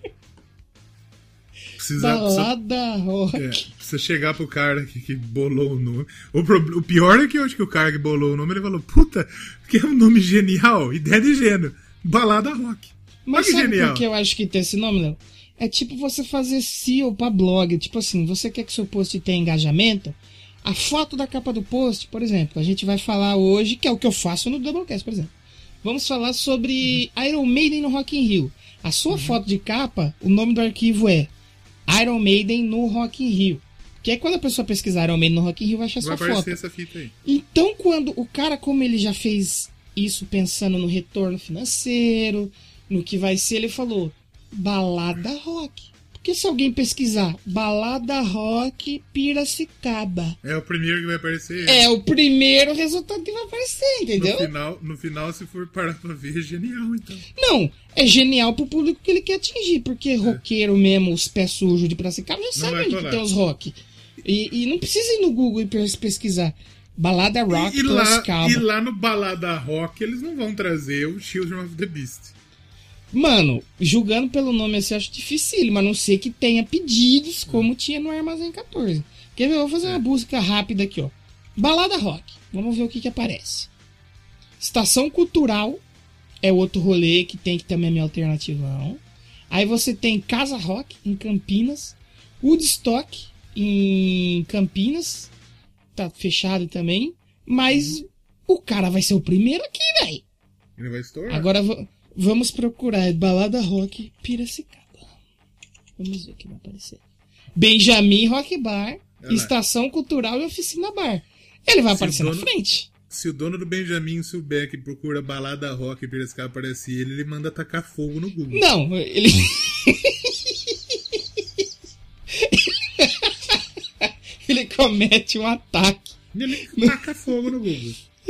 Precisa, Balada Rock. É, precisa chegar pro cara que, que bolou o nome. O, pro, o pior é que eu acho que o cara que bolou o nome, ele falou, puta, que é um nome genial, ideia de gênio. Balada Rock. Mas que sabe genial. por que eu acho que tem esse nome, Léo? É tipo você fazer S E O pra blog. Tipo assim, você quer que seu post tenha engajamento? A foto da capa do post, por exemplo, a gente vai falar hoje, que é o que eu faço no Doublecast, por exemplo. Vamos falar sobre uhum. Iron Maiden no Rock in Rio. A sua uhum. foto de capa, o nome do arquivo é Iron Maiden no Rock in Rio. Que é quando a pessoa pesquisar Iron Maiden no Rock in Rio, vai achar vai sua foto. Essa fita aí. Então, quando o cara, como ele já fez isso pensando no retorno financeiro, no que vai ser, ele falou Balada Rock. Porque se alguém pesquisar Balada Rock Piracicaba, é o primeiro que vai aparecer. É o primeiro resultado que vai aparecer, entendeu? No final, no final se for parar pra ver, é genial, então. Não, é genial pro público que ele quer atingir, porque é. roqueiro mesmo, os pés sujos de Piracicaba, já sabe onde que tem os rock. E, e não precisa ir no Google e pesquisar Balada Rock e, e Piracicaba. Lá, e lá no Balada Rock eles não vão trazer o Children of the Beast. Mano, julgando pelo nome assim, eu acho difícil, mas não sei que tenha pedidos como hum. tinha no Armazém catorze. Quer ver? Eu vou fazer é. uma busca rápida aqui, ó. Balada Rock. Vamos ver o que que aparece. Estação Cultural é outro rolê que tem que também é minha alternativão. Aí você tem Casa Rock em Campinas. Woodstock em Campinas. Tá fechado também. Mas hum. o cara vai ser o primeiro aqui, velho. Ele vai estourar. Agora vou... Vamos procurar Balada Rock Piracicaba. Vamos ver o que vai aparecer. Benjamin Rock Bar, é Estação Cultural e Oficina Bar. Ele vai se aparecer dono, na frente. Se o dono do Benjamin souber que procura Balada Rock Piracicaba aparece ele, ele manda tacar fogo no Google. Não, ele... ele comete um ataque E ele taca fogo no Google.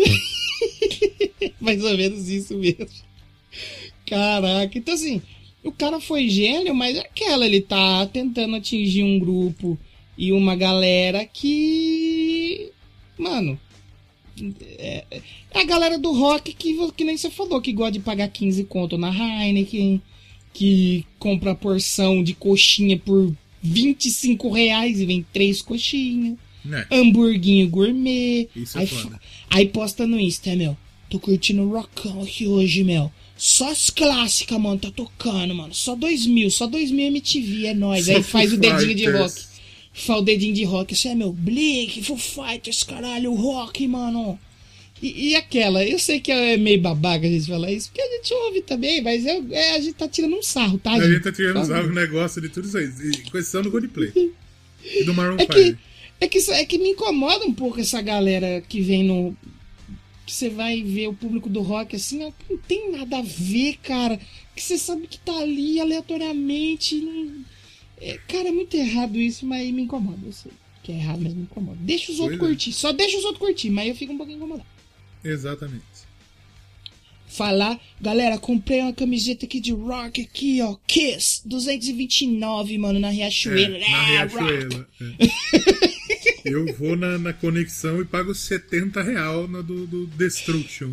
Mais ou menos isso mesmo. Caraca, então assim, o cara foi gênio, mas é aquela, ele tá tentando atingir um grupo e uma galera que... Mano, é, é a galera do rock que, que nem você falou, que gosta de pagar quinze conto na Heineken, que compra a porção de coxinha por vinte e cinco reais e vem três coxinhas. É. Hamburguinho gourmet. Isso é aí, foda. aí posta no Insta, meu. Tô curtindo o rockão aqui hoje, meu. Só as clássicas, mano, tá tocando, mano. Só dois mil, só dois mil M T V, é nóis. Só Aí faz Foo o dedinho de Fighters. rock. Faz o dedinho de rock. Isso é, meu, Blink, Foo Fighters, caralho, rock, mano. E, e aquela, eu sei que é meio babaca a gente falar isso, porque a gente ouve também, mas eu, é, a gente tá tirando um sarro, tá, A gente? gente tá tirando os algo negócio de tudo isso aí. E com exceção do Coldplay. E do Maroon É cinco. que, é, que, é que me incomoda um pouco essa galera que vem no... Que você vai ver o público do rock assim, ó, não tem nada a ver, cara. Que você sabe que tá ali aleatoriamente. Não... É, cara, é muito errado isso, mas me incomoda. Eu sei que é errado, mas me incomoda. Deixa os outros Pois é. curtir, só deixa os outros curtir, mas eu fico um pouquinho incomodado. Exatamente. Falar, galera, comprei uma camiseta aqui de rock aqui, ó, Kiss, duzentos e vinte e nove, mano, na Riachuelo. É, na Ah, Riachuelo. É. Eu vou na, na conexão e pago setenta reais no do, do Destruction.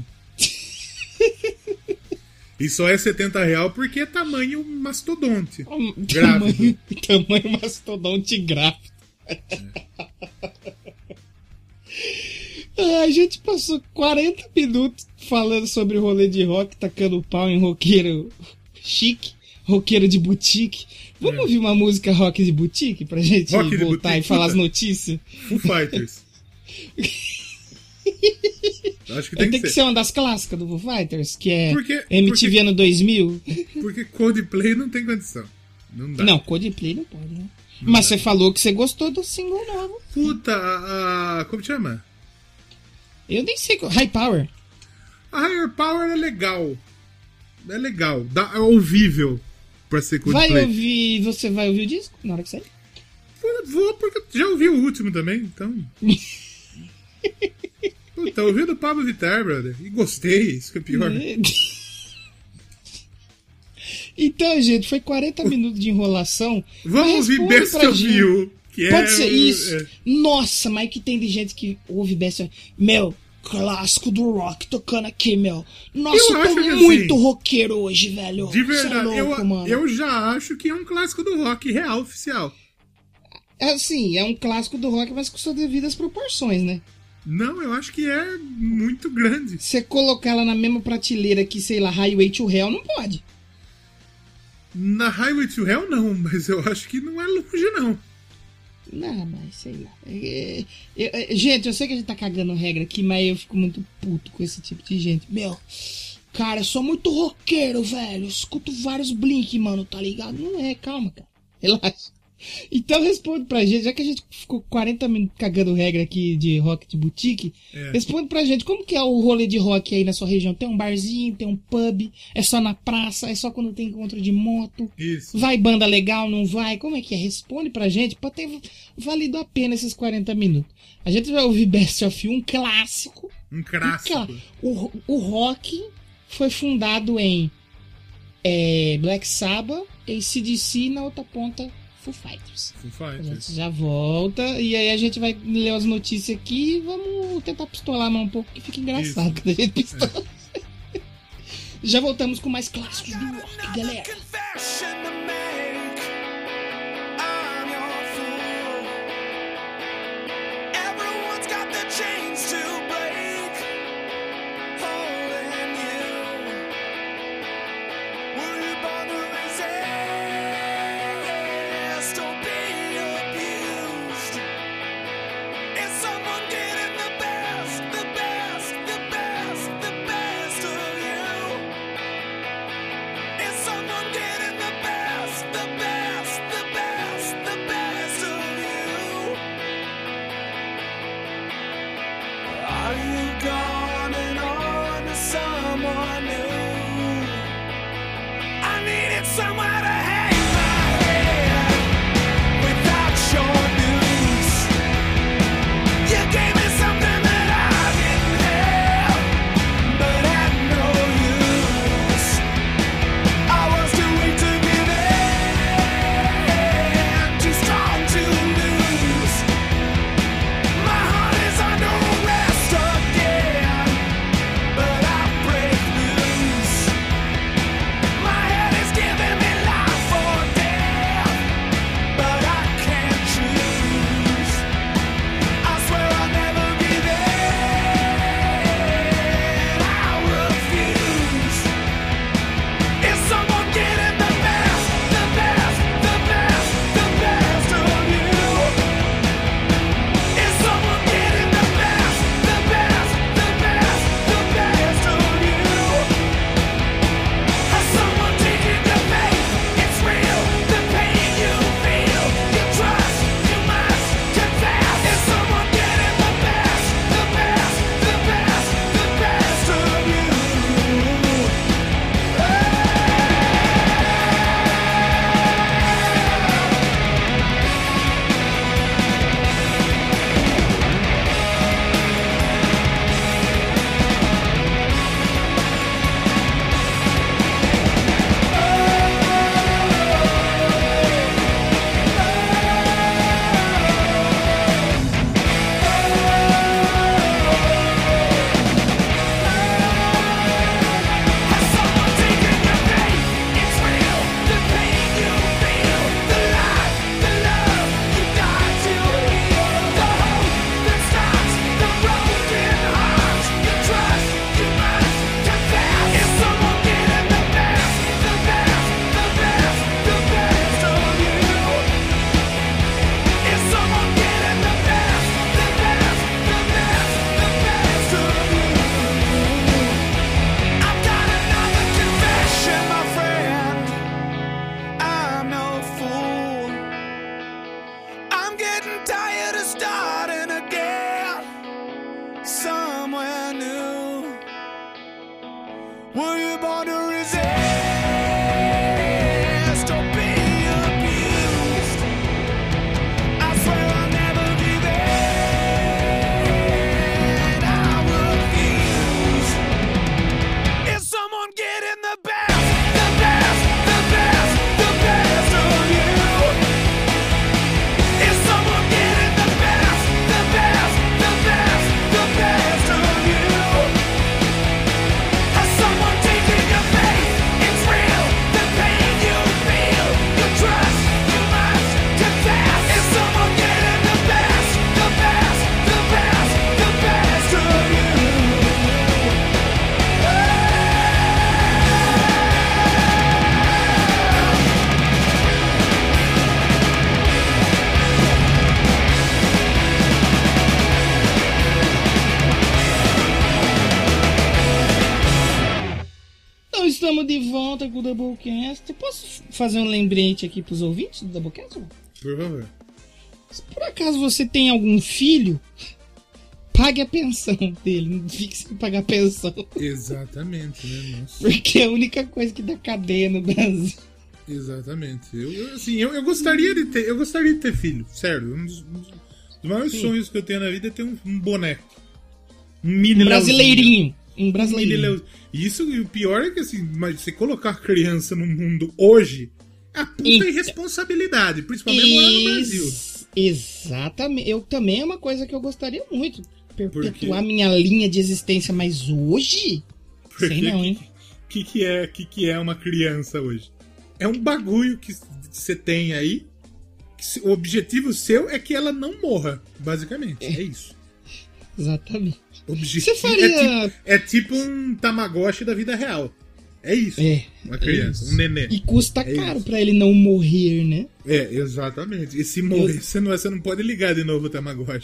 E só é setenta reais porque é tamanho mastodonte. Rock. Grávido. Tamanho, tamanho mastodonte grávido. É. Ah, a gente passou quarenta minutos falando sobre o rolê de rock, tacando pau em roqueiro chique, roqueiro de boutique. Vamos É. ouvir uma música rock de boutique pra gente Rock de voltar boutique, e falar puta. as notícias? Foo Fighters. Acho que Tem, tem tem que que ser. ser uma das clássicas do Foo Fighters, que é Porque- M T V porque- ano dois mil. Porque Coldplay não tem condição. Não dá. Não, Coldplay não pode, né? Mas você falou que você gostou do single novo. Puta, a, a- como chama? Eu nem sei. qual- High Power. A Higher Power é legal. É legal. Dá, é ouvível pra ser Vai Coldplay. ouvir. Você vai ouvir o disco na hora que sair? Vou, vou, porque eu já ouvi o último também, então. Puta, ouvi do Pablo Vittar, brother. E gostei, isso que é pior. Então, gente, foi quarenta minutos de enrolação. Vamos Mas ouvir responde Best pra of gente. You. Que Pode é, ser isso. é. Nossa, mas que tem de gente que ouve Best of... Meu, clássico do rock tocando aqui, meu. Nossa, Eu eu, acho tô que muito assim, roqueiro hoje, velho. De Cê é verdade, louco, eu, mano. eu já acho que é um clássico do rock real, oficial. É assim, é um clássico do rock, mas com suas devidas proporções, né? Não, eu acho que é muito grande. Você colocar ela na mesma prateleira que, sei lá, Highway to Hell, não pode. Na Highway to Hell, não, mas eu acho que não é longe, não. Não, mas sei lá. É, é, é, gente, eu sei que a gente tá cagando regra aqui, mas eu fico muito puto com esse tipo de gente. Meu, cara, eu sou muito roqueiro, velho. Eu escuto vários Blink, mano, tá ligado? Não é, calma, cara. Relaxa. Então responde pra gente, já que a gente ficou quarenta minutos cagando regra aqui de rock de boutique, É. responde pra gente, como que é o rolê de rock aí na sua região? Tem um barzinho, tem um pub, é só na praça, é só quando tem encontro de moto? Isso. Vai banda legal, não vai? Como é que é? Responde pra gente pra ter valido a pena esses quarenta minutos. A gente vai ouvir Best of You, um clássico. Um clássico. Aquela- O, o rock foi fundado em é, Black Sabbath, A C D C, na outra ponta Foo Fighters. Foo A Fighters. gente já volta e aí a gente vai ler as notícias aqui e vamos tentar pistolar mais um pouco, que fica engraçado Isso. quando a gente pistola. Já voltamos com mais clássicos do rock, galera. Confession to make. I'm your fool. Everyone's got the chains to break. Holding you. Were you born to resist? Don't be abused. Is someone getting the best, the best, the best, the best of you? Is someone getting the best, the best, the best, the best of you? Estamos de volta com o Doublecast. Posso fazer um lembrete aqui pros ouvintes do Doublecast? Por favor. Se por acaso você tem algum filho, pague a pensão dele. Não fique sem pagar a pensão. Exatamente, né? Nossa. Porque é a única coisa que dá cadeia no Brasil. Exatamente. Eu, eu, assim, eu, eu gostaria de ter, eu gostaria de ter filho, sério. Um dos, um dos maiores Sim. sonhos que eu tenho na vida é ter um, um boneco. Um mini um brasileirinho. Um Um brasileirinho. mini Isso, e o pior é que assim, mas você colocar criança no mundo hoje é a puta E- irresponsabilidade, principalmente morando no Brasil. Ex- Exatamente. Eu também é uma coisa que eu gostaria muito. Perpetuar quê? minha linha de existência, mas hoje? Porque Sei não, hein? O que, que, é, que, que é uma criança hoje? É um bagulho que você tem aí. Que se- o objetivo seu é que ela não morra, basicamente. É isso. Exatamente. O objetivo Você faria- é, tipo, é tipo um Tamagotchi da vida real. É isso. É. Uma criança, isso. um nenê. E custa É caro isso. pra ele não morrer, né? É, exatamente. E se morrer, você, não, você não pode ligar de novo o Tamagotchi.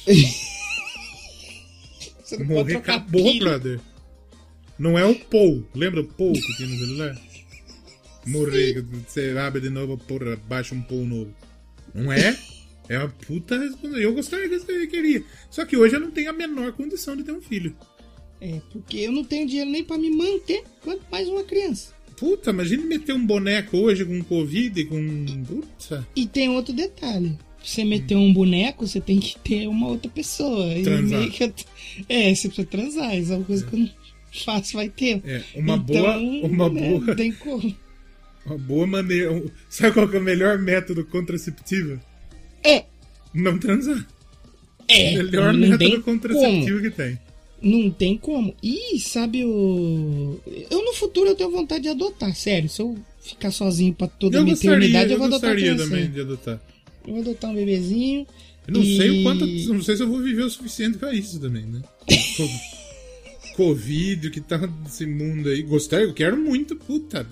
Você não pode Morrer, trocar acabou, pilha. brother. Não é o Paul. Lembra o Paul que tinha no celular? Morrer, você abre de novo, porra, baixa um Paul novo. Não é? É uma puta responsabilidade. Eu gostaria que eu queria. Só que hoje eu não tenho a menor condição de ter um filho. É, porque eu não tenho dinheiro nem pra me manter, quanto mais uma criança. Puta, imagina meter um boneco hoje com Covid, com... Puta. E tem outro detalhe. Pra você meter um boneco, você tem que ter uma outra pessoa. E Transar. meio que eu- É, você precisa transar. Isso é uma coisa que eu não faço faz tempo. É, uma Então, boa... Uma né, boa... Não tem como. Uma boa maneira... um- Sabe qual que é o melhor método contraceptivo? É, Não transar. é. Melhor não método tem contraceptivo como. que tem. Não tem como. E sabe o. Eu no futuro eu tenho vontade de adotar, sério. Se eu ficar sozinho pra toda a Eu minha gostaria, eternidade, eu eu vou adotar gostaria uma também criancinha. de adotar. Eu vou adotar um bebezinho. Eu não E- sei o quanto. Não sei se eu vou viver o suficiente pra isso também, né? Co- Covid, o que tá nesse mundo aí. Gostei, eu quero muito, puta.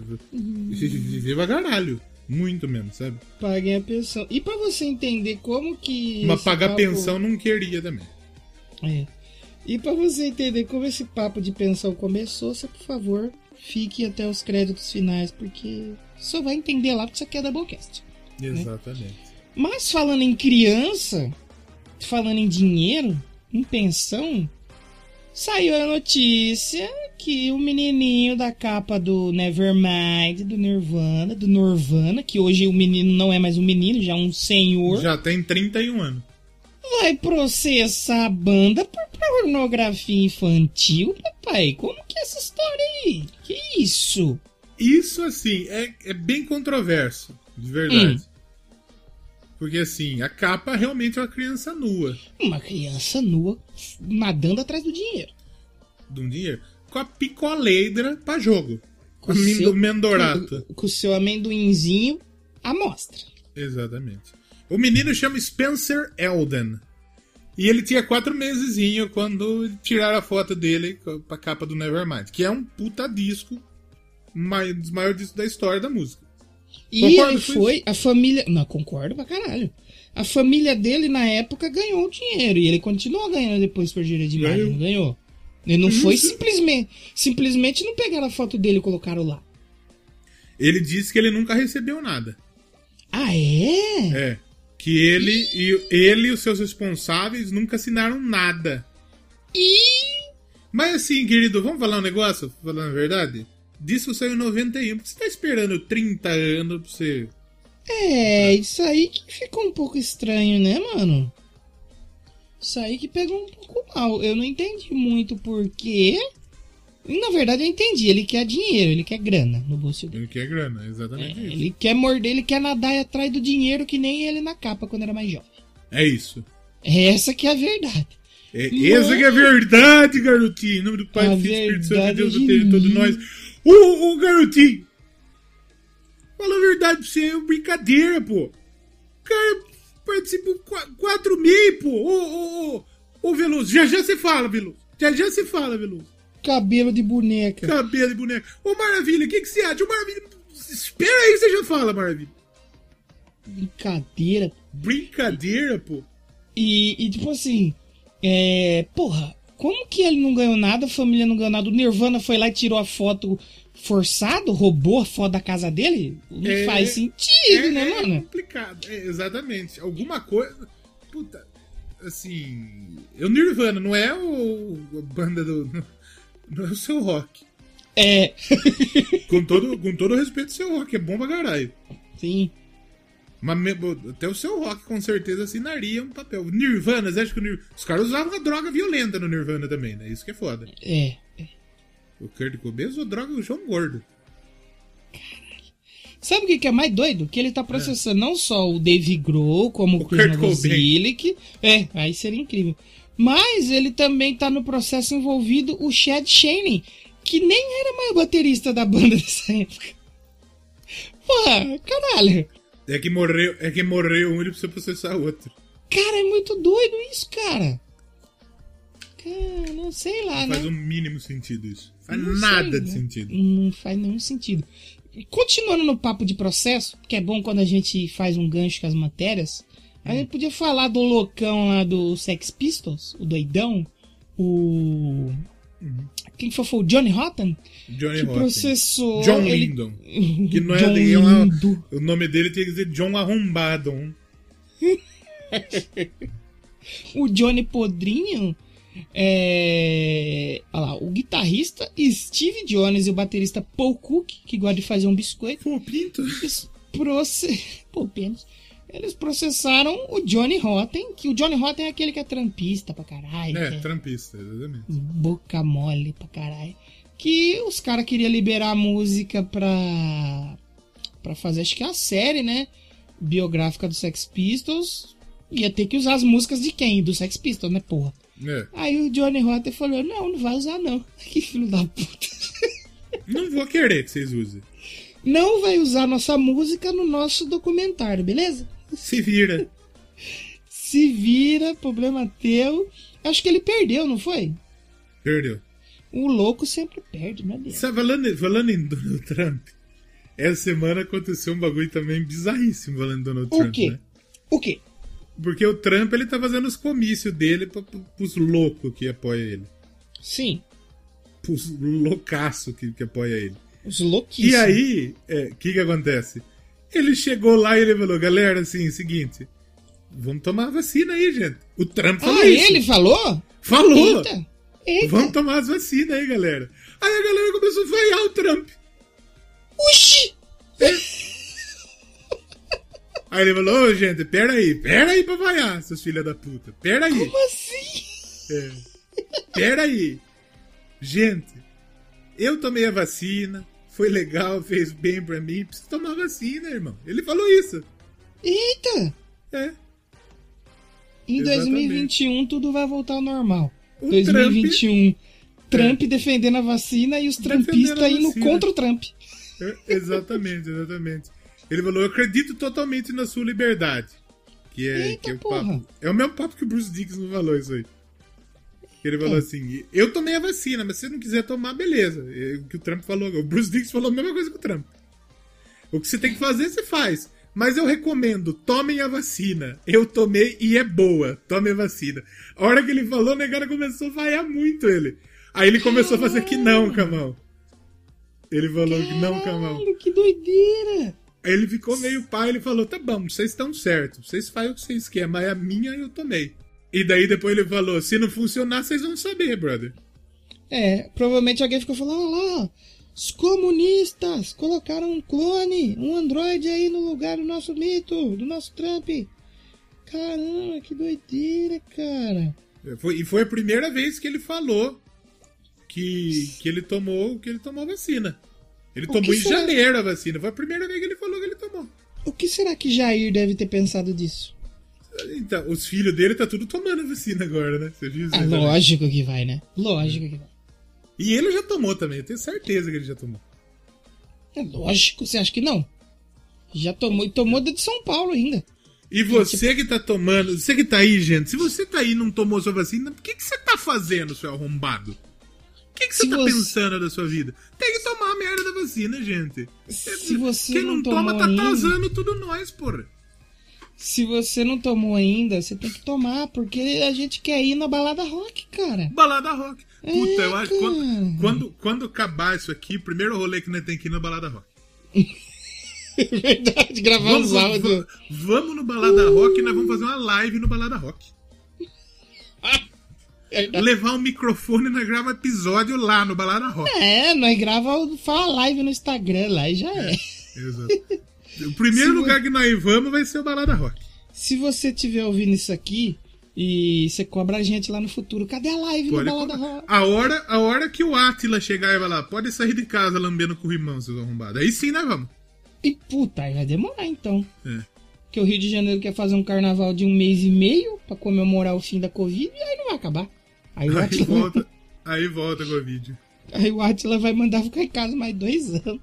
Viver pra caralho. Muito mesmo, sabe? Paguem a pensão. E pra você entender como que. Mas esse pagar papo- pensão não queria também. É. E pra você entender como esse papo de pensão começou, você, por favor, fique até os créditos finais, porque só vai entender lá porque isso aqui é Doublecast. Exatamente. Mas falando em criança, falando em dinheiro, em pensão, saiu a notícia que o menininho da capa do Nevermind, do Nirvana, do Nirvana, que hoje o menino não é mais um menino, já é um senhor, Já tem trinta e um anos. vai processar a banda por pornografia infantil, papai. Como que é essa história aí? Que isso? Isso, assim, é, é bem controverso, de verdade. Hum. Porque, assim, a capa realmente é uma criança nua. Uma criança nua nadando atrás do dinheiro. De um dia, com a picoleidra pra jogo. Com a o min- seu- do Mendorato. Com, com o seu amendoinzinho à mostra. Exatamente. O menino chama Spencer Elden. E ele tinha quatro mesezinho quando tiraram a foto dele pra capa do Nevermind. Que é um puta disco, um dos maiores discos da história da música. E Concordo ele com foi, a família... Não, concordo pra caralho. A família dele, na época, ganhou o dinheiro. E ele continuou ganhando depois por direito de imagem, Ganhou. não ganhou? Ele não foi simplesmente... Simplesmente não pegaram a foto dele e colocaram lá. Ele disse que ele nunca recebeu nada. Ah, é? É. Que ele e, ele e os seus responsáveis nunca assinaram nada. E... Mas assim, querido, vamos falar um negócio? Falando a verdade? Disso saiu em noventa e um. Por que você tá esperando trinta anos pra você... É, isso aí que ficou um pouco estranho, né, mano? Isso aí que pegou um pouco mal. Eu não entendi muito porquê. Na verdade, eu entendi. Ele quer dinheiro, ele quer grana no bolso dele. Ele quer grana, é É, exatamente isso. ele quer morder, ele quer nadar e atrás do dinheiro que nem ele na capa quando era mais jovem. É isso. Essa que é a verdade. É, Mas- essa que é a verdade, garotinho. Em nome do Pai, A do Filho e do Espírito Santo, verdade Deus de do Deus, todos mim. nós. Ô, ô, garotinho. Fala a verdade pra você, é brincadeira, pô. O cara participou qu- quatro mil, pô. Ô, ô, ô. Ô, Veloso, já já você fala, Veloso. Já já você fala, Veloso. Cabelo de boneca. Cabelo de boneca. Ô, Maravilha, o que, que você acha? Ô, Maravilha, espera aí que você já fala, Maravilha. Brincadeira. Brincadeira, pô. E, e tipo assim, é. Porra, Como que ele não ganhou nada, a família não ganhou nada? O Nirvana foi lá e tirou a foto forçado, roubou a foto da casa dele? Não É, faz sentido, é, né, é mano? complicado, é, exatamente. Alguma coisa. Puta, assim. O Nirvana não é o, a banda do. Não é o seu rock. É, Com todo, com todo respeito, o seu rock é bom pra caralho. sim. Mas mesmo- até o seu rock com certeza assinaria um papel. Nirvana, você acha que o Nirvana. Os caras usavam uma droga violenta no Nirvana também, né? Isso que é foda. É. O Kurt Cobain usou droga do João Gordo. Sabe o que que é mais doido? Que ele tá processando não só o Dave Grohl, como o, O Chris Kurt Cobain. Novoselic. É, aí seria incrível. Mas ele também tá no processo envolvido o Chad Channing, que nem era mais baterista da banda nessa época. Porra, caralho. É que morreu, é que morreu um e ele precisa processar outro. Cara, é muito doido isso, cara. Cara, não sei lá, Não faz né? um mínimo sentido isso. Faz Não nada sei, de né? sentido. Não faz nenhum sentido. Continuando no papo de processo, que é bom quando a gente faz um gancho com as matérias, a gente podia falar do loucão lá do Sex Pistols, o doidão, o... Quem foi? Foi o Johnny Rotten? Johnny Que Rotten. processou... John ele- Lindon. Que não é, John é uma- Lindo. o nome dele tem que dizer John Arrombado. O Johnny Podrinho, é... olha lá, o guitarrista Steve Jones e o baterista Paul Cook, que gosta de fazer um biscoito, Pô, Pinto. eles, proce... Pô, pênis. Eles processaram o Johnny Rotten, que o Johnny Rotten é aquele que é trampista pra caralho, É, que é trampista, exatamente. boca mole pra caralho, que os caras queriam liberar a música pra... pra fazer, acho que é a série, né, biográfica do Sex Pistols. Ia ter que usar as músicas de quem? Do Sex Pistols, né, porra? É. Aí o Johnny Rotten falou, não, não vai usar não. Que filho da puta. Não vou querer que vocês usem. Não vai usar nossa música no nosso documentário, beleza? Se vira. Se vira, problema teu. Acho que ele perdeu, não foi? Perdeu. O louco sempre perde, meu Deus. Sabe, falando, falando em Donald Trump, essa semana aconteceu um bagulho também bizarríssimo falando em Donald O Trump, quê? né? O quê? Porque o Trump, ele tá fazendo os comícios dele pra, pra, pros loucos que apoiam ele. Sim, Pros loucaços que, que apoiam ele. os louquíssimos. E aí, o é, que que acontece? Ele chegou lá e ele falou, galera, assim, seguinte, vamos tomar a vacina aí, gente. O Trump falou Ah, isso. ele falou? Falou! Eita, eita. Vamos tomar as vacinas aí, galera. Aí a galera começou a vaiar o Trump. Oxi! Aí ele falou, ô gente, pera aí, pera aí pra vaiar, seus filha da puta. Pera aí, Como assim? é. Pera aí. Gente, eu tomei a vacina, foi legal, fez bem pra mim, preciso tomar a vacina, irmão. Ele falou isso. Eita! É. Em Exatamente. dois mil e vinte e um tudo vai voltar ao normal. O dois mil e vinte e um, Trump defendendo a vacina e os Defendendo trumpistas a indo vacina. contra o Trump. É, exatamente, exatamente. Ele falou, eu acredito totalmente na sua liberdade. Que é, Eita, que é o porra. papo. É o mesmo papo que o Bruce Dickinson falou isso aí. Ele falou É. assim, eu tomei a vacina, mas se você não quiser tomar, beleza. É o que o Trump falou. O Bruce Dickinson falou a mesma coisa que o Trump. O que você tem que fazer, você faz. Mas eu recomendo, tomem a vacina. Eu tomei e é boa. Tomem a vacina. A hora que ele falou, o negócio começou a vaiar muito ele. Aí ele começou a fazer que não, Camão. Ele falou que não, Camão. Caralho, que doideira! Aí ele ficou meio pai, ele falou, tá bom, vocês estão certos, vocês fazem o que vocês querem, mas a minha eu tomei. E daí depois ele falou, se não funcionar, vocês vão saber, brother. É, provavelmente alguém ficou falando, olha lá, os comunistas colocaram um clone, um androide aí no lugar do nosso mito, do nosso Trump. Caramba, que doideira, cara. Foi, e foi a primeira vez que ele falou que, que ele tomou que ele tomou vacina. Ele O tomou que em será? janeiro a vacina. Foi a primeira vez que ele falou que ele tomou. O que será que Jair deve ter pensado disso? Então, os filhos dele tá tudo tomando a vacina agora, né? Você viu isso? Ah, lógico que vai, né? Lógico que vai. E ele já tomou também, eu tenho certeza que ele já tomou. É lógico, você acha que não? Já tomou, e tomou da de São Paulo ainda. E você que tá tomando, você que tá aí, gente, se você tá aí e não tomou sua vacina, o que, que você tá fazendo, seu arrombado? O que, que você Se tá você- pensando da sua vida? Tem que tomar a merda da vacina, gente. Se você Quem não não toma tomou tá ainda- atrasando tudo nós, porra. Se você não tomou ainda, você tem que tomar, porque a gente quer ir na balada rock, cara. Balada rock. Puta, É, eu acho que cara. quando, quando, quando acabar isso aqui, o primeiro rolê que nós temos que ir na balada rock. É verdade, gravar Vamos, os vamos, áudios. vamos, vamos no balada rock e nós vamos fazer uma live no balada rock. Verdade. Levar um microfone e nós grava episódio lá no balada rock. É, nós gravamos, faz a live no Instagram lá e já é. Exato. O primeiro Se lugar vo- que nós vamos vai ser o balada rock. Se você estiver ouvindo isso aqui e você cobra a gente lá no futuro, cadê a live Pode no balada cobrar. rock? a hora, a hora que o Átila chegar e falar, pode sair de casa lambendo com o irmão, seus arrombados. Aí sim nós vamos. E puta, aí vai demorar então. É. Porque o Rio de Janeiro quer fazer um carnaval de um mês e meio pra comemorar o fim da Covid e aí não vai acabar. Aí o Aí Atila, volta, aí volta com o vídeo. aí o Atila vai mandar ficar em casa mais dois anos.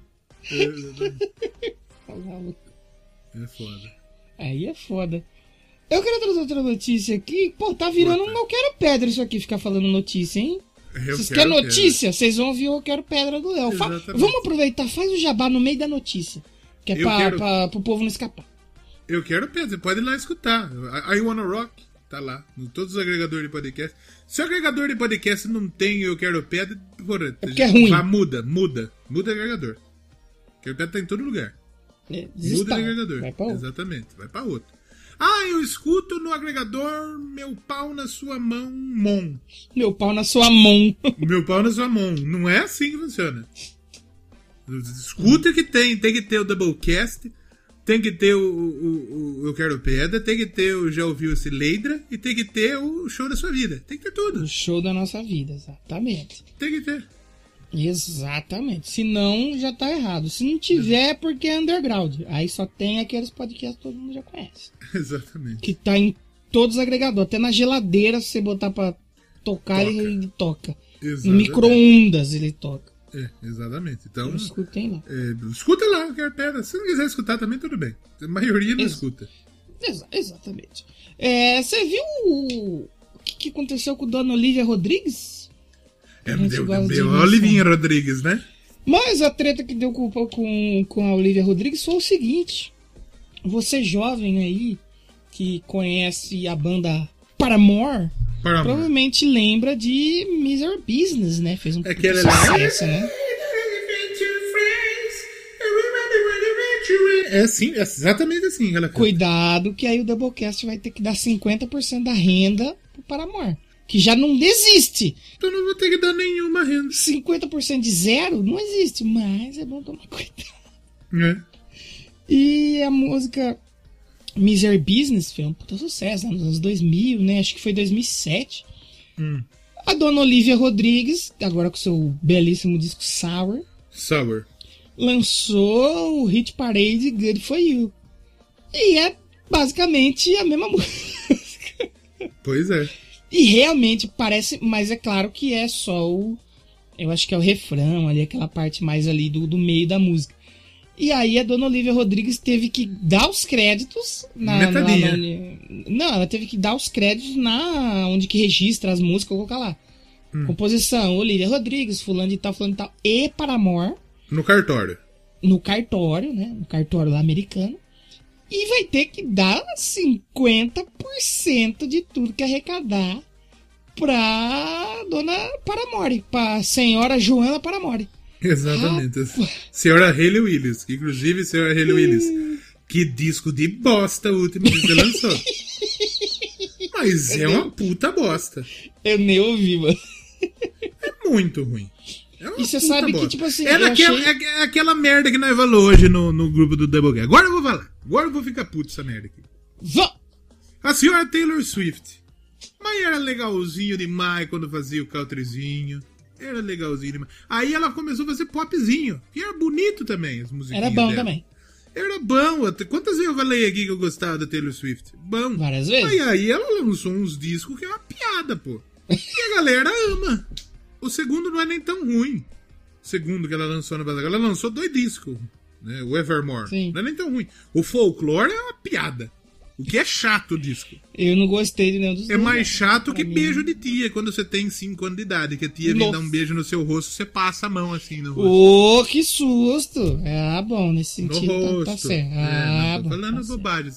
É, Tá maluco. é foda. Aí é foda. Eu quero trazer outra notícia aqui. Pô, tá virando um Eu Quero Pedra isso aqui, ficar falando notícia, hein? Eu Vocês quero querem notícia? Vocês vão ouvir o Eu Quero Pedra do Léo. Fa- Exatamente. Vamos aproveitar, faz o jabá no meio da notícia. Que é Eu pra, quero- pra, pro povo não escapar. Eu quero pedra, você pode ir lá escutar. I, I Wanna Rock, tá lá. Em todos os agregadores de podcast. Se o agregador de podcast não tem Eu Quero Pedra, porra, porque é ruim. Vá, muda, muda. Muda o agregador. Quero Pedra tá em todo lugar. É, Muda o desinstala. agregador. Vai pra outro. Exatamente, vai pra outro. Ah, eu escuto no agregador Meu Pau na Sua Mão, Mon. Meu pau na sua mão. Meu Pau na Sua Mão. Não é assim que funciona. Escuta que tem. Tem que ter o Doublecast, tem que ter o, o, o Eu Quero Pedra, tem que ter o Já Ouviu Esse Leidra e tem que ter o Show da Sua Vida. Tem que ter tudo. O show da nossa vida, exatamente. Tem que ter. Exatamente. Se não, já tá errado. Se não tiver, é porque é underground. Aí só tem aqueles podcasts que todo mundo já conhece. Exatamente. Que tá em todos os agregadores. Até na geladeira, se você botar pra tocar, Toca. ele, ele toca. No Exatamente. micro-ondas ele toca. É, exatamente. Então, Escutem lá. é, escuta lá, Eu Quero Pedra. Se não quiser escutar também, tudo bem. A maioria não Ex- escuta. Exa- exatamente. É, você viu o... o que, que aconteceu com Dona Olivia Rodrigues? É, A gente deu, gosta de deu a emoção. Olivinha Rodrigues, né? Mas a treta que deu com, com, com a Olivia Rodrigues foi o seguinte. Você jovem aí, que conhece a banda Paramore, Para amor. provavelmente lembra de Misery Business, né? Fez um É puta que ela sucesso, né? É assim, é exatamente assim que ela canta. Cuidado que aí o Doublecast vai ter que dar cinquenta por cento da renda pro Paramore. Que já não desiste. Então não vou ter que dar nenhuma renda. cinquenta por cento de zero não existe, mas é bom tomar cuidado. Né? E a música Misery Business foi um puta sucesso né, nos anos dois mil, né? Acho que foi dois mil e sete. Hum. A dona Olivia Rodrigues, agora com seu belíssimo disco Sour, Sour. lançou o hit parade Good For You. E é basicamente a mesma música. Pois é. E realmente parece, mas é claro que é só o... Eu acho que é o refrão ali, aquela parte mais ali do, do meio da música. E aí a dona Olivia Rodrigues teve que dar os créditos na, na, Metadinha. na- não, ela teve que dar os créditos na onde que registra as músicas, colocar lá. Hum. Composição, Olivia Rodrigues, fulano de tal, fulano de tal, e Paramore, No cartório. no cartório, né? No cartório lá americano. E vai ter que dar cinquenta por cento de tudo que arrecadar pra dona Paramore, pra senhora Joana Paramore. Exatamente. Senhora Hayley Williams. Que, inclusive, senhora Hayley Williams. Que disco de bosta o último que você lançou. Mas é uma puta bosta. Eu nem ouvi, mano. É muito ruim. É uma E você puta sabe que, bosta. tipo assim, É, eu daquela, achei- é, é aquela merda que nós falou hoje no, no grupo do Doublecast. Agora eu vou falar. Agora eu vou ficar puto essa merda aqui. Vá! A senhora Taylor Swift. Mas era legalzinho demais quando fazia o countryzinho. Era legalzinho demais. Aí ela começou a fazer popzinho. Que era bonito também, as musiquinhas Era bom dela. também. Era bom. Até- Quantas vezes eu falei aqui que eu gostava da Taylor Swift? Bom. Várias vezes. Aí, aí ela lançou uns discos que é uma piada, pô. E a galera ama. O segundo não é nem tão ruim. O segundo que ela lançou no passado. Ela lançou dois discos. Né? O Evermore. Sim. Não é nem tão ruim. O Folklore é uma piada. O que é chato o disco. Eu não gostei de nenhum dos É dois, mais não. chato Pra que mim- beijo de tia quando você tem cinco anos de idade. Que a tia vem Nossa. dar um beijo no seu rosto, você passa a mão assim no rosto. Ô, que susto! Ah, bom, nesse No sentido tá- rosto. tá, certo. É, Ah, não tô bom, falando tá certo. bobagem assim.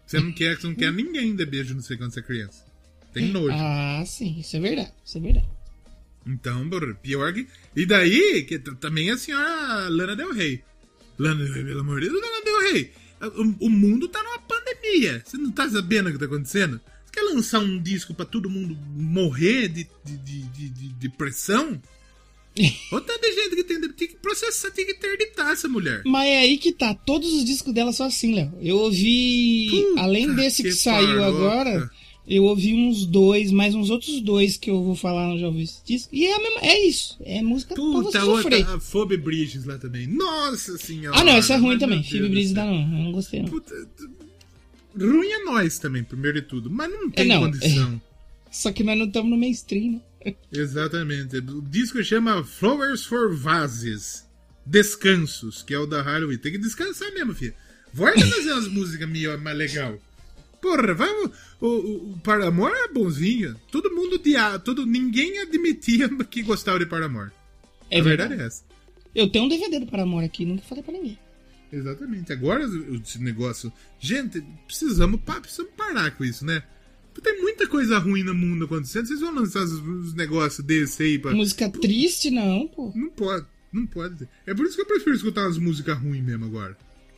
Você não quer, você não quer ninguém dar beijo no você quando você é criança. Tem nojo. Ah, sim, isso é verdade, isso é verdade. Então, brother, pior que... E daí, que t- também a senhora Lana Del Rey. Lana Del Rey, pelo amor de Deus, Lana Del Rey. O, o mundo tá numa pandemia. Você não tá sabendo o que tá acontecendo? Você quer lançar um disco pra todo mundo morrer de, de, de, de, de depressão? Ou tanta gente que tem, tem que processar, tem que interditar essa mulher. Mas é aí que tá, todos os discos dela são assim, Léo. Eu ouvi, Puta além desse que, que saiu paroca. agora, eu ouvi uns dois, mais uns outros dois que eu vou falar, não já ouvi esse disco. E é, a mesma, é isso, é música pra você Puta, sofrer. outra, a Phoebe Bridges lá também. Nossa senhora. Ah não, essa é ruim Meu também, Deus Phoebe do Bridges céu. dá não, eu não gostei não. Puta, ruim é nós também, primeiro de tudo. Mas não tem não, condição. Só que nós não estamos no mainstream, né? Exatamente. O disco chama Flowers for Vases. Descansos, que é o da Halloween. Tem que descansar mesmo, filho. Volta a fazer umas músicas meio mais legal. Porra, vai, o, o, o Paramore é bonzinho. Todo mundo odiava, todo, ninguém admitia que gostava de Paramore. É a verdade. verdade. é essa. Eu tenho um D V D do Paramore aqui, nunca falei pra ninguém. Exatamente. Agora esse negócio... Gente, precisamos, pa- precisamos parar com isso, né? Tem muita coisa ruim no mundo acontecendo. Vocês vão lançar os, os negócios desse aí pra... Música triste, não, pô. Não pode, não pode. É por isso que eu prefiro escutar umas músicas ruins mesmo agora.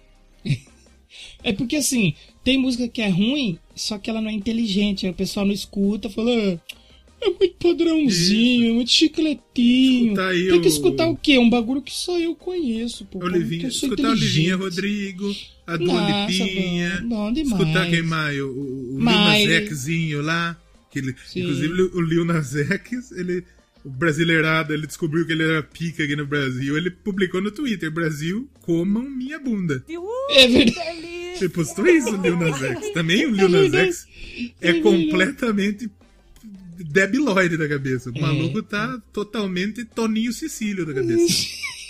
É porque assim, tem música que é ruim, só que ela não é inteligente. Aí o pessoal não escuta, fala, ah, é muito padrãozinho, é muito chicletinho. Escuta aí tem que o- escutar o quê? Um bagulho que só eu conheço, pô. Olivinha, que eu sou escutar a Olivinha inteligente. Rodrigo, a Dua Nossa, Lipinha. bom, bom demais. Escutar quem mais? O, o, o Lil Miley. Nas Xzinho lá. Que ele, Sim. inclusive o Lil Nas X, ele... O brasileirado, ele descobriu que ele era pica aqui no Brasil. Ele publicou no Twitter: Brasil, comam minha bunda. É verdade. Ele postou isso, o Lil Nas X. Também o Lil É Nas verdade. X é É verdade. completamente debilóide da cabeça. O É. maluco tá totalmente Toninho Cecílio da cabeça.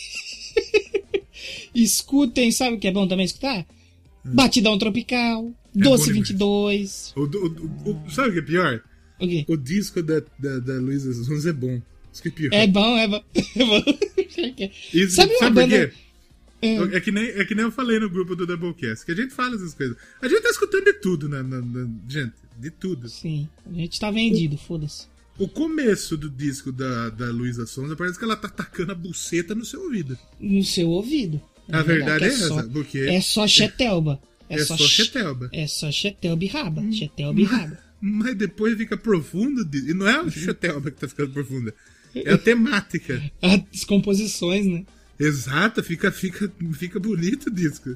Escutem, sabe o que é bom também escutar? Batidão Tropical, Doce bom vinte e dois. O, o, o, o- sabe o que é pior? O quê? O disco da, da, da Luísa Sons é bom. Isso que é pior. É bom, é bom. É bom. Isso, Sabe sabe, uma por banda- quê? É. É que, nem, é que nem eu falei no grupo do Doublecast, que a gente fala essas coisas. A gente tá escutando de tudo, né? na- na- gente, de tudo. Sim, a gente tá vendido, foda-se. O começo do disco da, da Luísa Sonza parece que ela tá tacando a buceta no seu ouvido. No seu ouvido. A verdade é só- essa, porque É só chetelba. é só che- chetelba. É só chetelba e raba. Chetelba e raba. Mas depois fica profundo. de- E não é o chetelba que tá ficando profunda. É a temática. As composições, né? Exato, fica, fica, fica bonito o disco.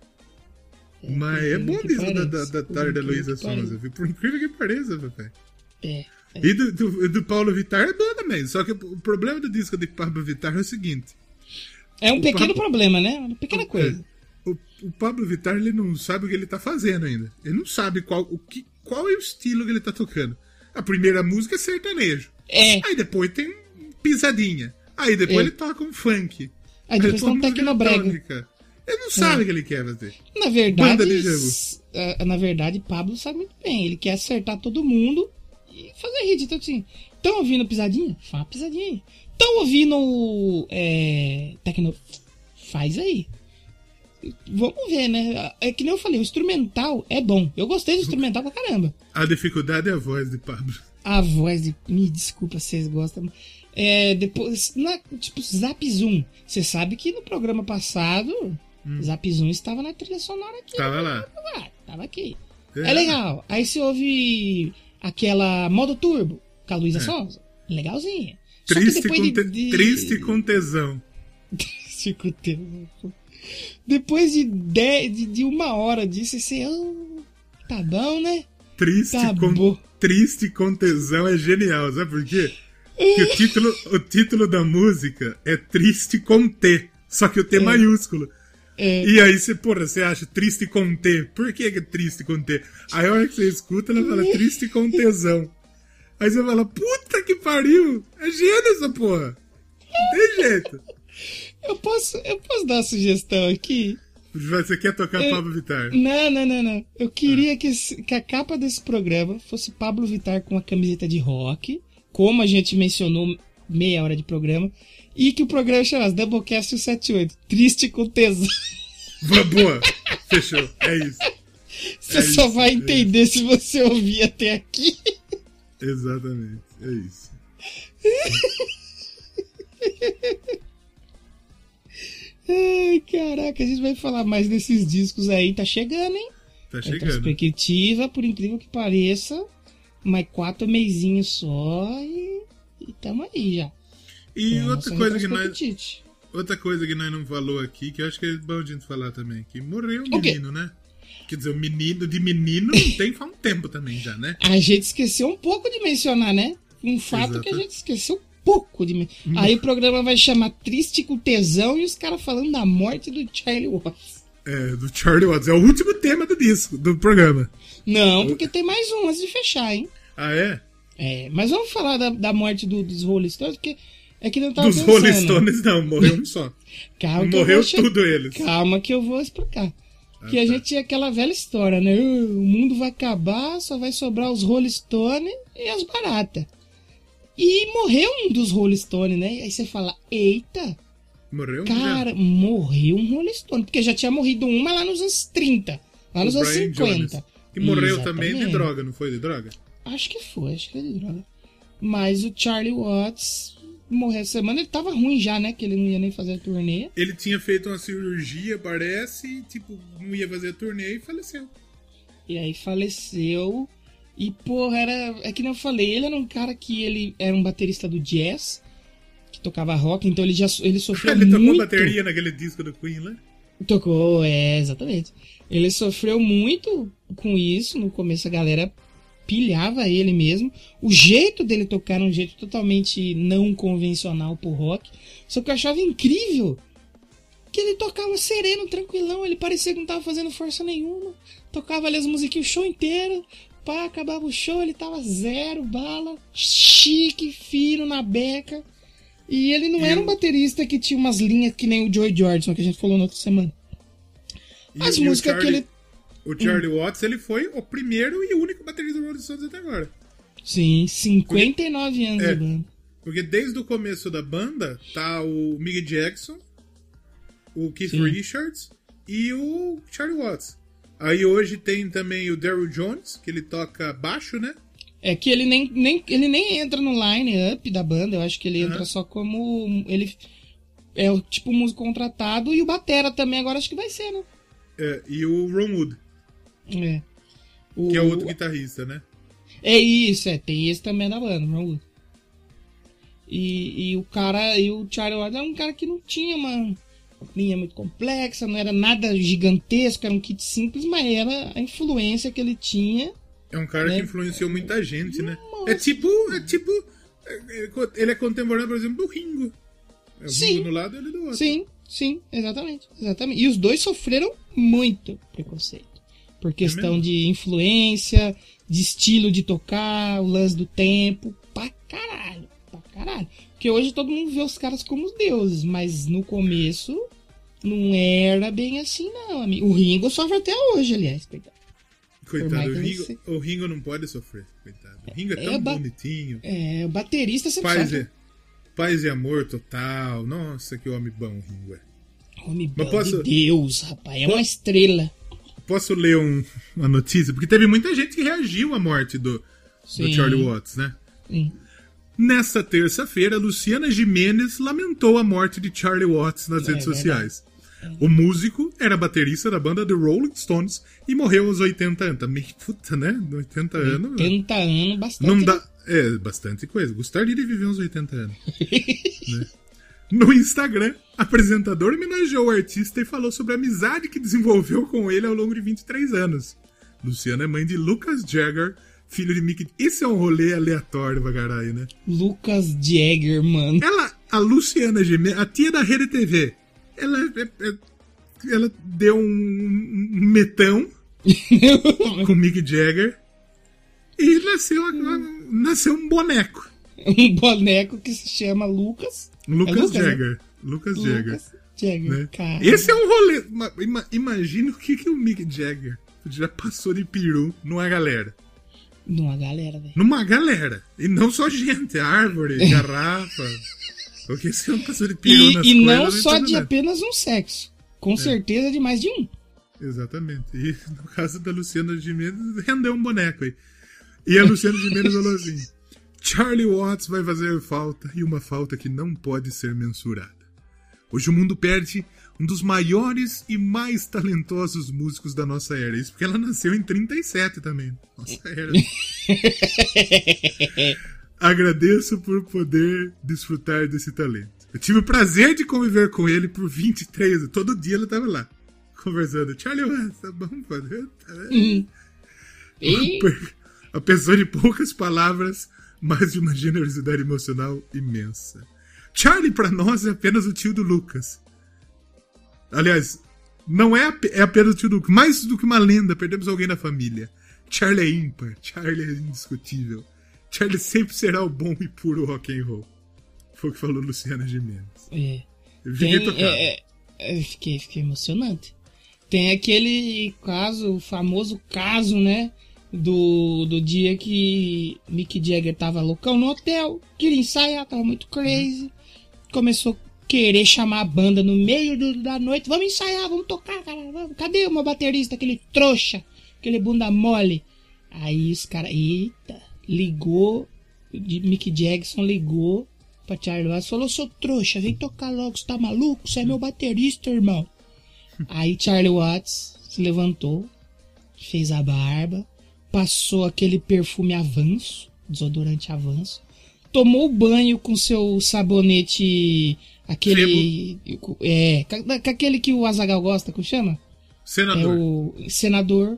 Mas é por bom o incrível disco que da, da, pareça, da por tarde da incrível Luísa que pareça. Sonza. Por incrível que pareça, papai. É. é. E do, do, do Paulo Vittar é bom também. Só que o problema do disco de Pablo Vittar é o seguinte. É um O pequeno Pablo- problema, né? Uma pequena coisa. O, o Pablo Vittar, ele não sabe o que ele tá fazendo ainda. Ele não sabe qual, o que, qual é o estilo que ele tá tocando. A primeira música é sertanejo. É. Aí depois tem pisadinha. Aí depois É. ele toca um funk. Aí depois tem um música tecnobrega. eletrônica. Ele não sabe o que ele quer fazer. Na Banda verdade, de Jabu. s- ah, na verdade, Pablo sabe muito bem. Ele quer acertar todo mundo e fazer hit. Então, assim, estão ouvindo pisadinha? Faz pisadinha aí. Estão ouvindo é, tecno? Faz aí. Vamos ver, né? É que nem eu falei, o instrumental é bom. Eu gostei do instrumental pra caramba. A dificuldade é a voz de Pablo. A voz de... Me desculpa se vocês gostam. É, depois, na, tipo, Zap Zoom. Você sabe que no programa passado, Zap Zoom estava na trilha sonora aqui. Tava lá. Ah, tava aqui. É. É. legal. Aí você ouve aquela Modo Turbo com a Luísa Sonza. Legalzinha. Só que Triste, depois com de- te- de- triste com tesão. Triste com tesão. Depois de, de, de, de uma hora disso, você... Oh, tá bom, né? Triste, Tá com, bom. triste com tesão é genial, sabe por quê? Porque o título, o título da música é Triste com T, só que o T maiúsculo. É. E aí você, porra, você acha triste com T. Por que que é triste com T? Aí a hora que você escuta, ela fala triste com tesão. Aí você fala, puta que pariu! É gênio essa porra! Não tem jeito. Eu posso, eu posso dar uma sugestão aqui? Você quer tocar Eu- Pablo Vittar? Não, não, não, não. Eu queria que, esse- que a capa desse programa fosse Pablo Vittar com uma camiseta de rock, como a gente mencionou meia hora de programa, e que o programa chamasse Doublecast cento e setenta e oito. Triste com tesão. Boa, boa. Fechou, é isso. Você É só isso, vai é entender se você ouvir até aqui. Exatamente, é isso. Ai, caraca, a gente vai falar mais desses discos aí. Tá chegando, hein? Tá chegando. Retrospectiva, por incrível que pareça. Mais quatro meizinhos só e, e tamo aí já. E É, outra nossa coisa que nós. retrospectite. Outra coisa que nós não falou aqui, que eu acho que é bom a gente falar também, que morreu um O quê? menino, né? Quer dizer, o menino de menino não tem faz um tempo também já, né? A gente esqueceu um pouco de mencionar, né? Um fato Exato. que a gente esqueceu um pouco de mencionar. Aí o programa vai chamar Triste com Tesão e os caras falando da morte do Charlie Watts. É, do Charlie Watts. É o último tema do disco, do programa. Não, porque tem mais um antes de fechar, hein? Ah, é? É, mas vamos falar da, da morte do- dos Rolling Stones, porque é que não tava Dos pensando. Rolling Stones, não, morreu um só. Calma que eu Morreu vou che- tudo eles. Calma que eu vou explicar. Que Ah, a tá. gente tinha aquela velha história, né? Uh, O mundo vai acabar, só vai sobrar os Rolling Stones e as baratas. E morreu um dos Rolling Stones, né? E aí você fala, eita, Morreu um cara, morreu um Rolling Stone. Porque já tinha morrido uma lá nos anos trinta, lá nos O anos Brian cinquenta. Jones, que morreu também de Exatamente. droga, não foi de droga? Acho que foi, acho que foi de droga. Mas o Charlie Watts morreu essa semana, ele tava ruim já, né? Que ele não ia nem fazer a turnê. Ele tinha feito uma cirurgia, parece, e tipo, não ia fazer a turnê e faleceu. E aí faleceu. E, porra, era. É que nem eu falei, ele era um cara que ele era um baterista do jazz, que tocava rock, então ele já ele sofreu Ele tocou muito. bateria naquele disco do Queen, né? Tocou, é, exatamente. Ele sofreu muito com isso. No começo a galera pilhava ele mesmo. O jeito dele tocar era um jeito totalmente não convencional pro rock. Só que eu achava incrível que ele tocava sereno, tranquilão. Ele parecia que não tava fazendo força nenhuma. Tocava ali as musiquinhas o show inteiro. Pá, acabava o show, ele tava zero bala, chique, fino na beca. E ele não E era o- um baterista que tinha umas linhas que nem o Joey Jordison, que a gente falou na outra semana. E, As e o músicas que Charlie- ele. O Charlie Watts, ele foi o primeiro e único baterista do Rolling Stones até agora. Sim, cinquenta e nove anos É. de banda. Porque desde o começo da banda, tá o Mick Jackson, o Keith Sim. Richards e o Charlie Watts. Aí hoje tem também o Daryl Jones, que ele toca baixo, né? É que ele nem, nem, ele nem entra no line-up da banda, eu acho que ele Aham. entra só como. Ele é o tipo músico contratado e o Batera também, agora acho que vai ser, né? É, e o Ron Wood, É. que é o outro guitarrista, né? É isso, é, tem esse também da banda, Ron Wood. E, e o cara, e o Charlie Watts era um cara que não tinha uma linha muito complexa, não era nada gigantesco, era um kit simples, mas era a influência que ele tinha. É um cara Né? que influenciou muita gente, né? Nossa. É tipo, é tipo, é- é- ele é contemporâneo, por exemplo, do Ringo. É o Sim. Ringo no lado e ele do outro. Sim, sim, exatamente, exatamente. E os dois sofreram muito preconceito. Por questão mesmo? de influência, de estilo de tocar, o lance do tempo, pra caralho, pra caralho. Porque hoje todo mundo vê os caras como os deuses, mas no começo não era bem assim não, amigo. O Ringo sofre até hoje, aliás, coitado. Por mais Coitado, o que ele Ringo, se- o Ringo não pode sofrer, coitado. O Ringo é É, tão ba- bonitinho. É, o baterista sempre Paz sofre. e, paz e amor total. Nossa, que homem bom o Ringo é. Homem Mas bom posso- de Deus, rapaz, é Po- uma estrela. Posso ler um- uma notícia? Porque teve muita gente que reagiu à morte do, do Sim. Charlie Watts, né? Sim. Nessa terça-feira, Luciana Gimenez lamentou a morte de Charlie Watts nas É redes verdade. sociais. O músico era baterista da banda The Rolling Stones e morreu aos oitenta anos. Também, puta, né? oitenta anos. oitenta anos, bastante. Não dá. É, bastante coisa. Gostaria de viver uns oitenta anos. né? No Instagram, a apresentadora homenageou o artista e falou sobre a amizade que desenvolveu com ele ao longo de vinte e três anos. Luciana é mãe de Lucas Jagger, filho de Mick. Isso é um rolê aleatório pra caralho, né? Lucas Jagger, mano. Ela, a Luciana Gimenez, a tia da Rede T V, ela, é- é- ela deu um, um metão com Mick Jagger e nasceu, a- nasceu um boneco. Um boneco que se chama Lucas. Lucas, É Lucas, né? Jagger. Lucas Jagger. Lucas Jagger. Né? Cara. Esse é um rolê. ma- ima- Imagina o que, que o Mick Jagger já passou de peru numa galera. Numa galera, velho. Numa galera. E não só gente, árvore, garrafa. Porque se não passou de peru E, nas e coisas, não não só entendo de nada. apenas um sexo. Com certeza de mais de um. Exatamente. E no caso da Luciana Gimenez, rendeu um boneco aí. E a Luciana Gimenez falou assim: Charlie Watts vai fazer falta, e uma falta que não pode ser mensurada. Hoje o mundo perde um dos maiores e mais talentosos músicos da nossa era. Isso porque ela nasceu em trinta e sete também. Nossa era. Agradeço por poder desfrutar desse talento. Eu tive o prazer de conviver com ele por vinte e três anos. Todo dia ela estava lá, conversando. Charlie Watts, tá bom, pode? Hum. E... A pessoa de poucas palavras, mas de uma generosidade emocional imensa. Charlie, pra nós, é apenas o tio do Lucas. Aliás, não é, é apenas o tio do Lucas. Mais do que uma lenda, perdemos alguém na família. Charlie é ímpar. Charlie é indiscutível. Charlie sempre será o bom e puro rock and roll. Foi o que falou Luciana Gimenez. É. Eu fiquei Tem, tocado. é, é, fiquei, fiquei emocionante. Tem aquele caso, o famoso caso, né? Do, do dia que Mick Jagger tava loucão no hotel, queria ensaiar, tava muito crazy. Começou a querer chamar a banda no meio do, da noite. Vamos ensaiar, vamos tocar, cara. Vamos. Cadê o meu baterista, aquele trouxa, aquele bunda mole? Aí os caras, eita, ligou, Mick Jackson ligou pra Charlie Watts e falou: seu trouxa, vem tocar logo, você tá maluco? Você é meu baterista, irmão. Aí Charlie Watts se levantou, fez a barba, passou aquele perfume Avanço, desodorante Avanço, tomou banho com seu sabonete, aquele, é, com aquele que o Azaghal gosta, como chama? Senador. É o senador,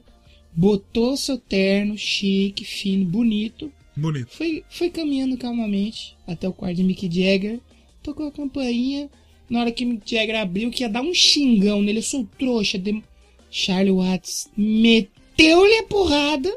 botou seu terno, chique, fino, bonito, Bonito. foi, foi caminhando calmamente até o quarto de Mick Jagger, tocou a campainha, na hora que Mick Jagger abriu, que ia dar um xingão nele, eu sou trouxa, de... Charlie Watts meteu-lhe a porrada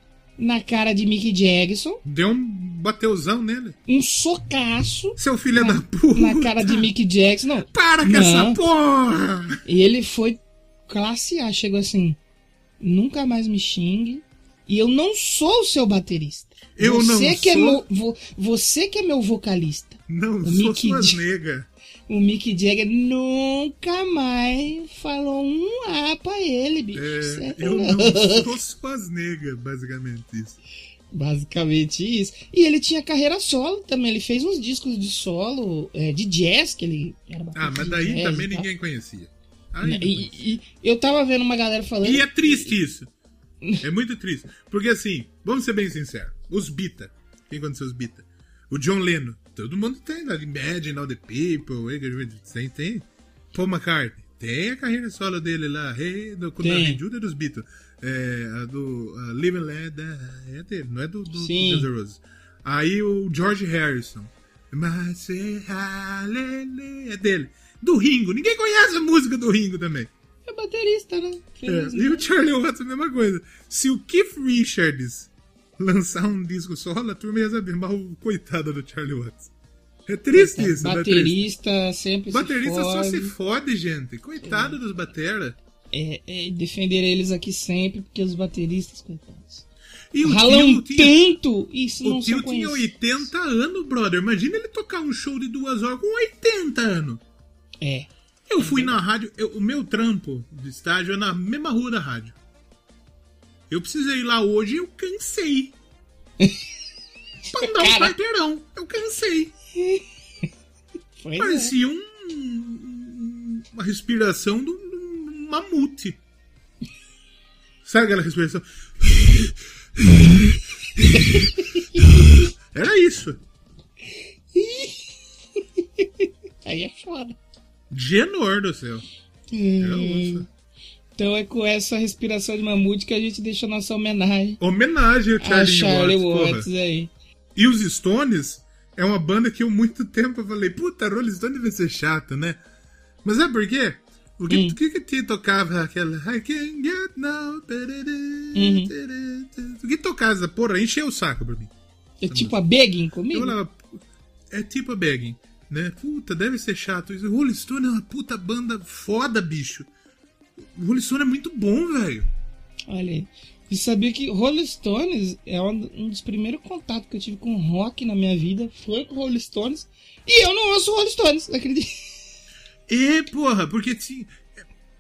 na cara de Mick Jackson. Deu um bateuzão nele. Um socaço. Seu filho na, da puta. Na cara de Mick Jackson. Não. Para com Não. essa porra! E ele foi classe A. Chegou assim: nunca mais me xingue. E eu não sou o seu baterista. Eu você não que sou. É meu, vo, você que é meu vocalista. Não O sou Mick suas Ja- negas. O Mick Jagger nunca mais falou um A pra ele, bicho. É, Certo? eu não sou suas negas, basicamente isso. Basicamente isso. E ele tinha carreira solo também. Ele fez uns discos de solo, é, de jazz, que ele era Ah, bastante mas de daí jazz também e tal. ninguém conhecia. Aí não E, conhecia. e- e eu tava vendo uma galera falando. E é triste isso. É muito triste. Porque assim, vamos ser bem sinceros. Os Bita. Quem conheceu os Bita? O John Lennon. Todo mundo tem. Né? Imagine All the People. Tem, tem. Paul McCartney. Tem a carreira solo dele lá. Hey, do, quando Tem. a Judas dos Beatles. É, a do a Living Let Die. É dele. Não é do, do, do Sim. Guns N' Roses. Aí o George Harrison. Mas say hallelujah. É dele. Do Ringo. Ninguém conhece a música do Ringo também. É baterista, né? É, Feliz, e né? o Charlie Watts a mesma coisa. Se o Keith Richards lançar um disco solo, a turma ia saber, mas o coitado do Charlie Watts. É triste isso, né? Baterista sempre Baterista se só fode. se fode, gente. Coitado dos batera. É, é defender eles aqui sempre, porque os bateristas, coitados, E o ralam tio, tinha, tanto, isso o não tio são tinha conhecidos. oitenta anos, brother. Imagina ele tocar um show de duas horas com oitenta anos. É. Eu fui na rádio, eu- o meu trampo de estágio é na mesma rua da rádio. Eu precisei ir lá hoje e eu cansei. Pra andar um Cara. quarteirão. Eu cansei. Pois é. Parecia um, um- uma respiração de um, de um mamute. Sabe aquela respiração? Era isso. Aí é foda. Genor do céu. Era osso. Então é com essa respiração de mamute que a gente deixa a nossa homenagem Homenagem ao a Charlie, Charlie Watts, porra. Watts aí. E os Stones é uma banda que eu muito tempo eu falei, puta, Rolling Stone deve ser chato, né? Mas sabe por quê? O que, Hum. que, que te tocava aquela I can't get now. Uhum. O que tocava essa porra? Encheu o saco pra mim. É tipo a Begging Eu comigo? falava, é tipo a Begging, né? Puta, deve ser chato. O Rolling Stone é uma puta banda foda, bicho. O Rolling Stone é muito bom, velho. Olha aí. E sabia que Rolling Stones é um, um dos primeiros contatos que eu tive com rock na minha vida. Foi com Rolling Stones. E eu não ouço Rolling Stones, acredita? E, porra, porque tinha,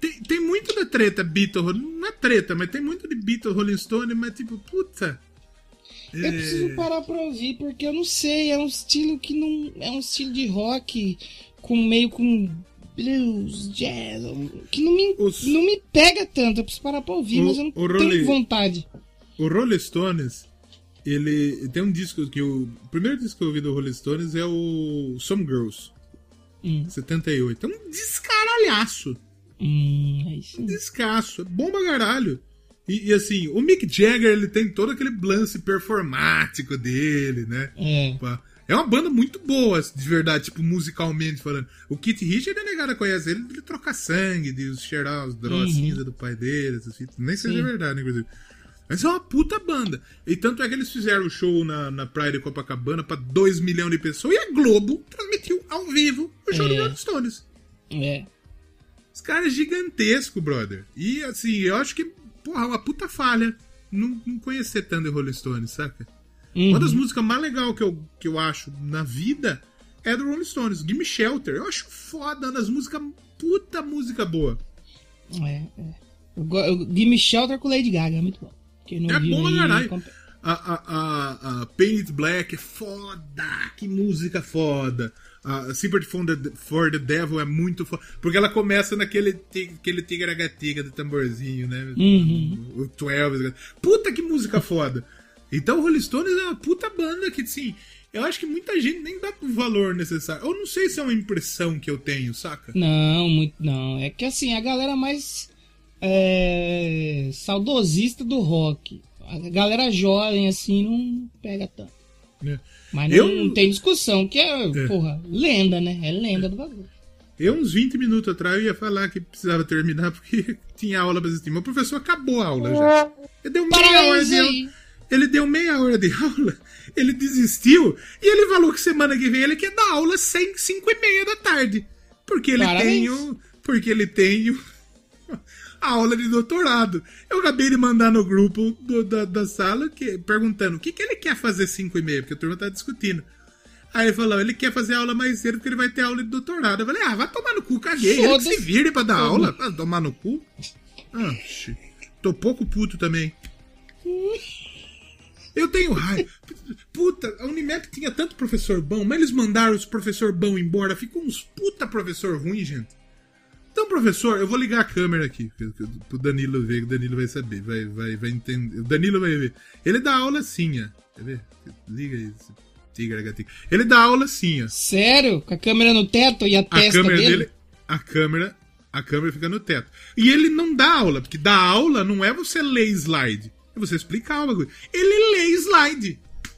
tem, tem muito da treta Beatles, não é treta, mas tem muito de Beatles, Rolling Stone, mas tipo, puta. Eu preciso parar pra ouvir, porque eu não sei, é um estilo que não. É um estilo de rock com meio com blues, jazz, que não me, Os- não me pega tanto. Eu preciso parar pra ouvir, O- mas eu não o tenho Rolling- vontade. O Rolling Stones, ele tem um disco que o, o primeiro disco que eu ouvi do Rolling Stones é o Some Girls, Hum, setenta e oito. É um descaralhaço. hum, é isso. Um descasso. É bom pra caralho. E, e, assim, o Mick Jagger, ele tem todo aquele lance performático dele, né? É. Pá. É uma banda muito boa, de verdade, tipo, musicalmente falando. O Keith Richards, a negada conhece ele, ele troca sangue, de cheirar os drogas Uhum. cinza do pai dele, essas fitas. Nem sei se é Sim. verdade, inclusive. Mas é uma puta banda. E tanto é que eles fizeram o show na, na praia de Copacabana pra dois milhões de pessoas e a Globo transmitiu ao vivo o show É. do Rolling Stones. É. Os caras é gigantesco, brother. E assim, eu acho que, porra, é uma puta falha não, não conhecer tanto de Rolling Stones, saca? Uhum. Uma das músicas mais legais que eu, que eu acho na vida é do Rolling Stones, Gimme Shelter. Eu acho foda, uma das músicas, puta música boa. É, é. Eu, go- eu, Gimme Shelter com Lady Gaga, é muito bom. Quem não É viu bom pra aí, caralho. compre- A, a, a, a Paint Black é foda, que música foda. A Sympathy for the, for the Devil é muito foda. Porque ela começa naquele ti- aquele tigaragatiga do tamborzinho, né? Uhum. O doze. Puta que música foda. Então o Rolling Stones é uma puta banda que, assim, eu acho que muita gente nem dá o valor necessário. Eu não sei se é uma impressão que eu tenho, saca? Não, muito não. É que assim, a galera mais é, saudosista do rock. A galera jovem, assim, não pega tanto. É. Mas não, Eu- não tem discussão, que é, É. porra, lenda, né? É lenda do bagulho. Eu, uns vinte minutos atrás, eu ia falar que precisava terminar porque tinha aula pra assistir. Mas o professor acabou a aula já. Ele deu meia hora Parabéns de aula. aí. Ele deu meia hora de aula, ele desistiu e ele falou que semana que vem ele quer dar aula às cinco e meia da tarde. Porque ele Parabéns. tem o, porque ele tem o, a aula de doutorado. Eu acabei de mandar no grupo do- da, da sala que, perguntando o que, que ele quer fazer às cinco e meia, porque a turma tá discutindo. Aí ele falou, ele quer fazer aula mais cedo porque ele vai ter aula de doutorado. Eu falei, ah, vai tomar no cu, caguei. Ele que Foda-se. se vire pra dar Foda-se. aula, vai tomar no cu. Ah, xi. Tô pouco puto também. Eu tenho raiva. Puta, a Unimap tinha tanto professor bom, mas eles mandaram os professor bom embora. Ficou uns puta professor ruim, gente. Então, professor, eu vou ligar a câmera aqui, que- que- pro Danilo ver, que o Danilo vai saber, vai, vai, vai entender. O Danilo vai ver. Ele dá aula assim, ó. Quer ver? Liga aí. esse Tigra, gatinho. Ele dá aula assim, ó. Sério? Com a câmera no teto e a, A testa câmera dele? dele, a câmera, a câmera fica no teto. E ele não dá aula, porque dar aula não é você ler slide, é você explicar o bagulho. Ele lê slide.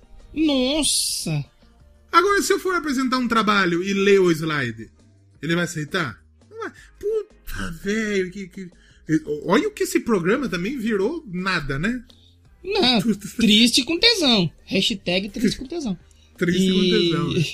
Nossa! Agora, se eu for apresentar um trabalho e ler o slide, ele vai aceitar? Não vai. Puta, velho, que, que... Olha o que esse programa também virou nada, né? Não, triste com tesão. Hashtag triste com tesão. Triste com tesão. né?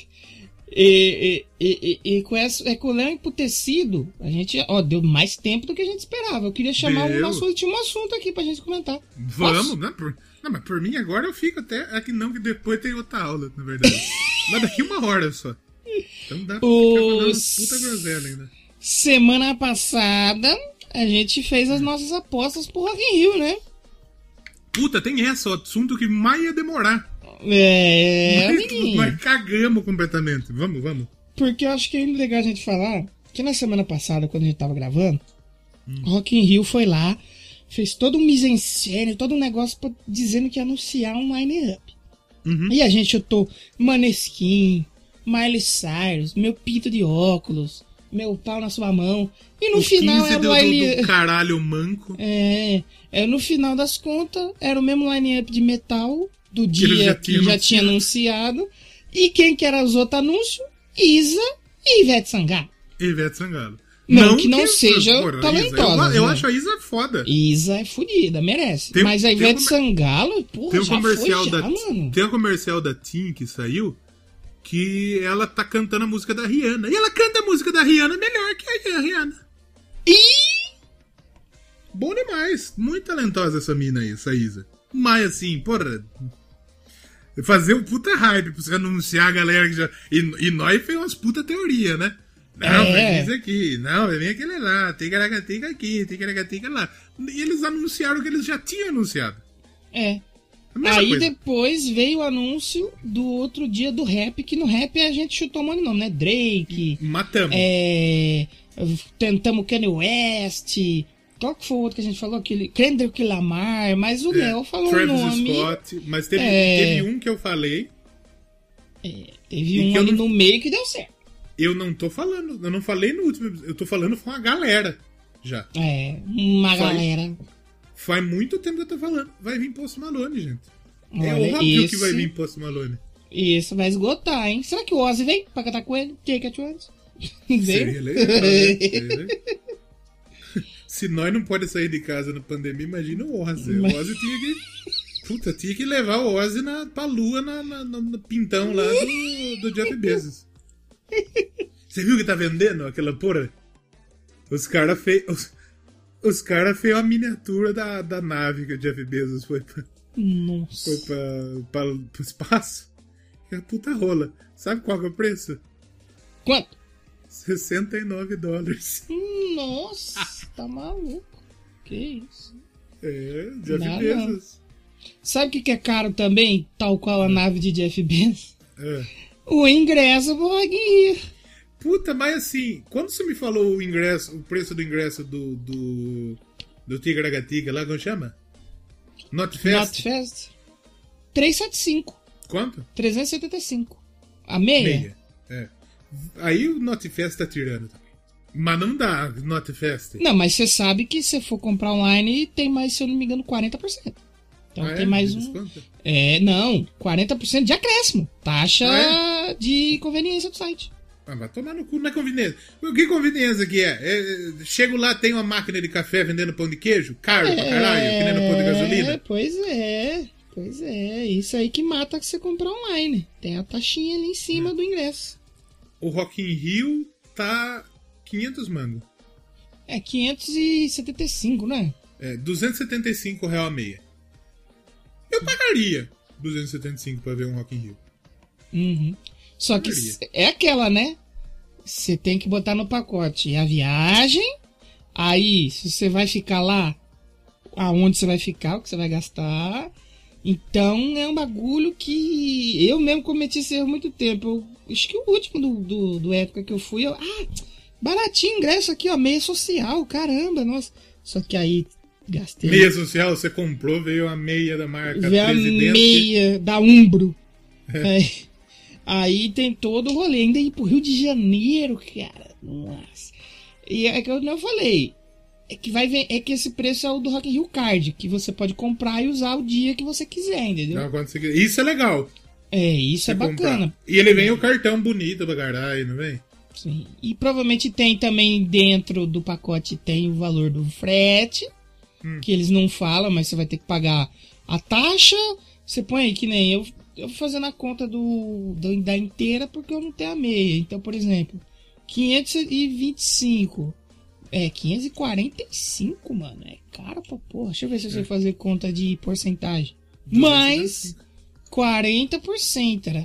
E, e, e, e, e com, essa, é, com o Léo emputecido, a gente, ó, deu mais tempo do que a gente esperava. Eu queria chamar Deu. o nosso último assunto aqui pra gente comentar. Vamos, Posso? né? Por, não, mas por mim agora eu fico até. É que não, que depois tem outra aula, na verdade. Mas daqui uma hora só. Então dá pra ficar fazendo Os- uma puta groselha ainda. Semana passada, a gente fez as nossas apostas pro Rock in Rio, né? Puta, tem essa, o assunto que mais ia demorar. É, Mas, amiguinho. nós cagamos completamente. Vamos, vamos. Porque eu acho que é legal a gente falar que na semana passada, quando a gente tava gravando, Hum. Rock in Rio foi lá, fez todo um mise-en-scène, todo um negócio pra, dizendo que ia anunciar um line-up. Uhum. E a gente chutou Maneskin, Miley Cyrus, meu pinto de óculos, meu pau na sua mão. E no O final quinze era do, o line... do, do caralho manco. É, é, no final das contas, era o mesmo line-up de metal do eles dia já que tinham já tinha anunciado. E quem que era os outros anúncios? Isa e Ivete Sangalo. Ivete Sangalo. Não que não seja porra, talentosa, Isa, eu, eu né? acho a Isa foda. Isa é fodida, merece. Tem- Mas a tem Ivete um comer- Sangalo, porra, Tem um já comercial foi já, da mano. Tem um comercial da Tim que saiu que ela tá cantando a música da Rihanna. E ela canta a música da Rihanna melhor que a Rihanna. E... Bom demais. Muito talentosa essa mina aí, essa Isa. Mas assim, porra. Fazer um puta hype pra você anunciar a galera que já. E, e nós fez umas puta teoria, né? Não, É. vai vir isso aqui. Não, vai vir aquele lá. Ticaracatica aqui, ticaracatica lá. E eles anunciaram que eles já tinham anunciado. É. A mesma Aí coisa. depois veio o anúncio do outro dia do rap, que no rap a gente chutou um monte de nome, né? Drake, Matamos. é, tentamos Kanye West, qual que foi o outro que a gente falou? Aquele Kendrick Lamar, mas o É, Léo falou o Travis nome. Scott. Mas teve, É. teve um que eu falei. Teve E um que eu ali não- no meio que deu certo. Eu não tô falando. Eu não falei no último episódio. Eu tô falando com a galera. Já. É, uma Faz- galera. Faz muito tempo que eu tô falando. Vai vir Post Malone, gente. é Olha, óbvio esse, que vai vir Post Malone. esse vai esgotar, hein? Será que o Ozzy vem pra cantar com ele? Take it once. Seria Veio? legal, né? Seria legal. Se nós não podemos sair de casa na pandemia, imagina o Ozzy. O Ozzy tinha que. Puta, tinha que levar o Ozzy na, pra lua na, na- na- no pintão lá do, do Jeff Bezos. Você viu que tá vendendo aquela porra? Os caras fez. Os, os cara fez uma miniatura da, da nave que o Jeff Bezos foi pra, Nossa. foi pra, pra, pro espaço. Que é a puta rola. Sabe qual que é o preço? Quanto? sessenta e nove dólares. Hum, Nossa, tá maluco. Que isso? É, Jeff Não, Bezos. Sabe o que, que é caro também, tal qual a nave de Jeff Bezos? É. O ingresso pro Rock in Rio. Puta, mas assim, quando você me falou o ingresso, o preço do ingresso do. do. do Tigragatiga lá, como chama? Not Fest? Not Fest. trezentos e setenta e cinco. Quanto? trezentos e setenta e cinco. A meia? Meia. É. Aí o Not Fest tá tirando também. Mas não dá Not Fest. Não, mas você sabe que se for comprar online tem mais, se eu não me engano, quarenta por cento. Então Ah, tem é? mais De um. desconto? É, não, quarenta por cento de acréscimo. Taxa Ah, de conveniência do site. Ah, vai tomar no cu, não é conveniência. O que conveniência que é? É, chego lá, tem uma máquina de café vendendo pão de queijo? Caro pra caralho, que nem no pão de É, gasolina? pois é. Pois é, isso aí que mata que você comprar online. Tem a taxinha ali em cima do ingresso. O Rock in Rio tá quinhentos mangos. É quinhentos e setenta e cinco, né? É, duzentos e setenta e cinco reais a meia. Eu pagaria duzentos e setenta e cinco pra ver um Rock in Rio. Uhum. Só que Maria. é aquela, né? Você tem que botar no pacote a viagem. Aí, se você vai ficar lá, aonde você vai ficar, o que você vai gastar. Então, é um bagulho que eu mesmo cometi esse erro há muito tempo. Eu, acho que o último do, do, do época que eu fui, eu... Ah, baratinho ingresso aqui, ó, meia social, caramba, nossa. Só que aí, gastei. Meia social, você comprou, veio a meia da marca Vê a Presidente. meia da Umbro. É. Aí tem todo o rolê. Ainda ir pro Rio de Janeiro, cara. Nossa. E é que eu não falei. É que, vai ver, é que esse preço é o do Rock in Rio Card, que você pode comprar e usar o dia que você quiser, entendeu? Não, quando você quiser. Isso é legal. É, isso você é bacana. comprar. E ele vem o cartão bonito pra caralho, não vem? Sim. E provavelmente tem também dentro do pacote tem o valor do frete, Hum. que eles não falam, mas você vai ter que pagar a taxa. Você põe aí que nem eu, eu vou fazendo a conta do, do da inteira porque eu não tenho a meia. Então, por exemplo, quinhentos e vinte e cinco. É, quinhentos e quarenta e cinco, mano. É caro pra porra. Deixa eu ver se eu sei fazer conta de porcentagem. Mais quarenta por cento, era.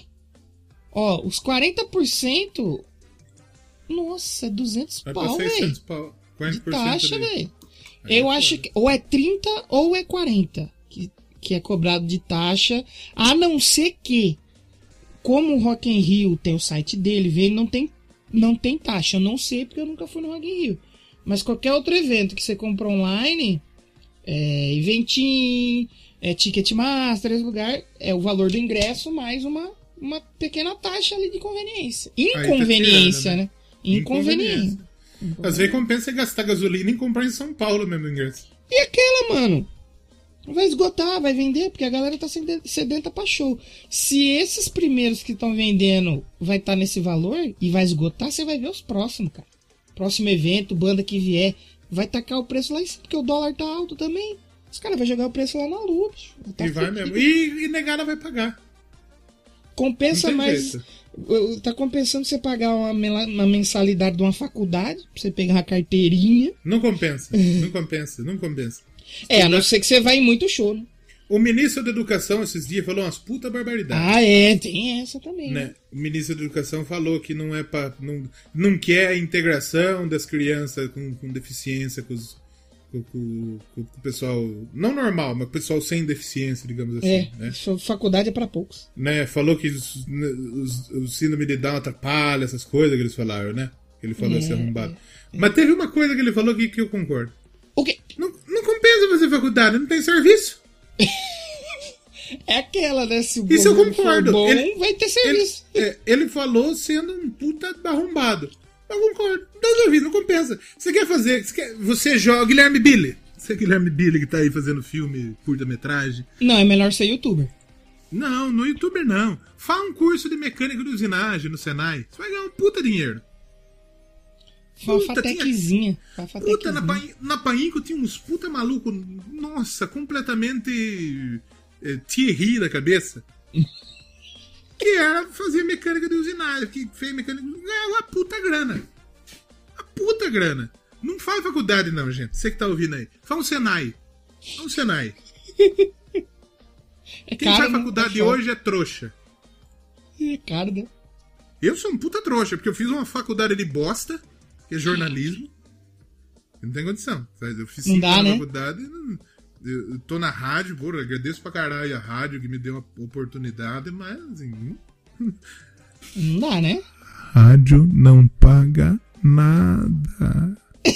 Ó, os quarenta por cento. Nossa, duzentos Vai pra pau, velho. seiscentos pau. De quarenta por cento taxa, ali. velho. Aí Eu é acho foda. que ou é trinta ou é quarenta que, que é cobrado de taxa. A não ser que, como o Rock in Rio tem o site dele, vê, ele não tem, não tem taxa. Eu não sei porque eu nunca fui no Rock in Rio. Mas qualquer outro evento que você compra online, é, Eventim, é, Ticketmaster, esse lugar, é o valor do ingresso mais uma, uma pequena taxa ali de conveniência. tá Inconveniência, tirando, né? né? Inconveniência. Inconveniência. Às vezes compensa você gastar gasolina e comprar em São Paulo mesmo o ingresso. E aquela, mano? Vai esgotar, vai vender, porque a galera tá sede- sedenta pra show. Se esses primeiros que estão vendendo vai estar nesse valor e vai esgotar, você vai ver os próximos, cara. Próximo evento, banda que vier, vai tacar o preço lá em cima, porque o dólar tá alto também. Os caras vão jogar o preço lá na lua, bicho. Tá E vai fudido. mesmo. E, e negada vai pagar. Compensa Não tem mais. jeito. uh, Tá compensando você pagar uma, mela- uma mensalidade de uma faculdade, pra você pegar uma carteirinha. Não compensa. Não compensa. Não compensa. É, a não ser que você vá em muito show, né? O ministro da Educação esses dias falou umas puta barbaridades. Ah, é, tem essa também. Né? Né? O ministro da Educação falou que não é para não, não quer a integração das crianças com, com deficiência com, os, com, com, com o pessoal não normal, mas o pessoal sem deficiência, digamos assim. É, né? isso, faculdade é pra poucos. Né? Falou que os, os, o síndrome de Down atrapalha, essas coisas que eles falaram, né? Que ele falou É, esse arrombado. é, é. Mas teve uma coisa que ele falou que, que eu concordo. O quê? Não, não compensa fazer faculdade, não tem serviço. É aquela, né? Se o Isso eu governo for concordo. bom, Ele- vai ter Ele, serviço. é, ele falou sendo um puta arrombado. Eu concordo. Não tem serviço, não compensa. Você quer fazer. Você, quer, você joga. Guilherme Billy. Você é Guilherme Billy que tá aí fazendo filme, curta-metragem. Não, é melhor ser youtuber. Não, no YouTube não. Faz um curso de mecânica de usinagem no Senai. Você vai ganhar um puta dinheiro. Puta, Fafatequezinha. Puta, na, Fafatequezinha. Pain- na Painco tinha uns puta maluco, nossa, completamente eh, Thierry da cabeça. Que era, fazia mecânica de usinagem, que fez mecânica, ganhava uma puta grana. Uma puta grana. Não faz faculdade não, gente. Você que tá ouvindo aí. Faz um Senai. Faz um Senai. É Quem caro, faz né? faculdade É hoje é trouxa. É caro, né? Eu sou um puta trouxa, porque eu fiz uma faculdade de bosta, que é jornalismo. Não tem condição. Eu fiz Não cinco dá, anos de né? faculdade. não- Eu eu tô na rádio, porra, agradeço pra caralho a rádio que me deu uma oportunidade, mas assim. Não dá, né? Rádio não paga nada.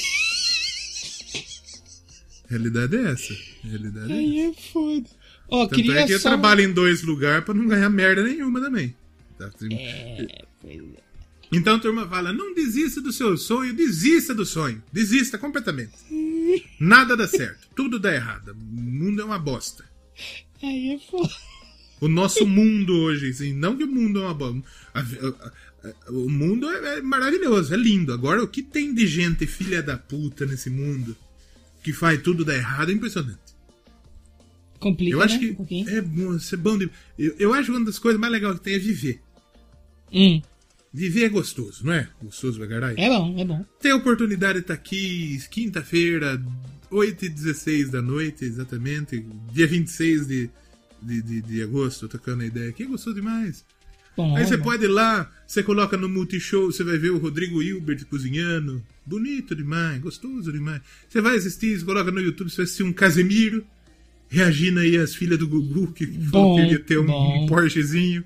Realidade é essa. Realidade é Aí essa. é foda. Ó, Tanto queria é que eu só... trabalho em dois lugares pra não ganhar merda nenhuma também. Tá? É, pois é. Então a turma fala, não desista do seu sonho, desista do sonho. Desista completamente. Nada dá certo, tudo dá errado. O mundo é uma bosta. Aí é foda. O nosso mundo hoje, assim, não que o mundo é uma bosta. a- a- a- O mundo é, é maravilhoso, é lindo. Agora, o que tem de gente filha da puta nesse mundo que faz tudo dar errado é impressionante. Complica, Eu acho né? que Um pouquinho. é bom, isso é bom de... eu, eu acho que uma das coisas mais legais que tem é viver. Hum, Viver é gostoso, não é? Gostoso pra caralho. é bom, é bom. Tem a oportunidade de estar aqui quinta-feira, oito e dezesseis da noite, exatamente. Dia vinte e seis de, de, de, de agosto, tocando a ideia aqui. Gostou demais. Bom, Aí você bom. pode ir lá, você coloca no Multishow, você vai ver o Rodrigo Hilbert cozinhando. Bonito demais, gostoso demais. Você vai assistir, você coloca no YouTube, você vai assistir um Casemiro reagindo aí às filhas do Gugu, que falou Bom, que queria ter um, bom. um Porschezinho.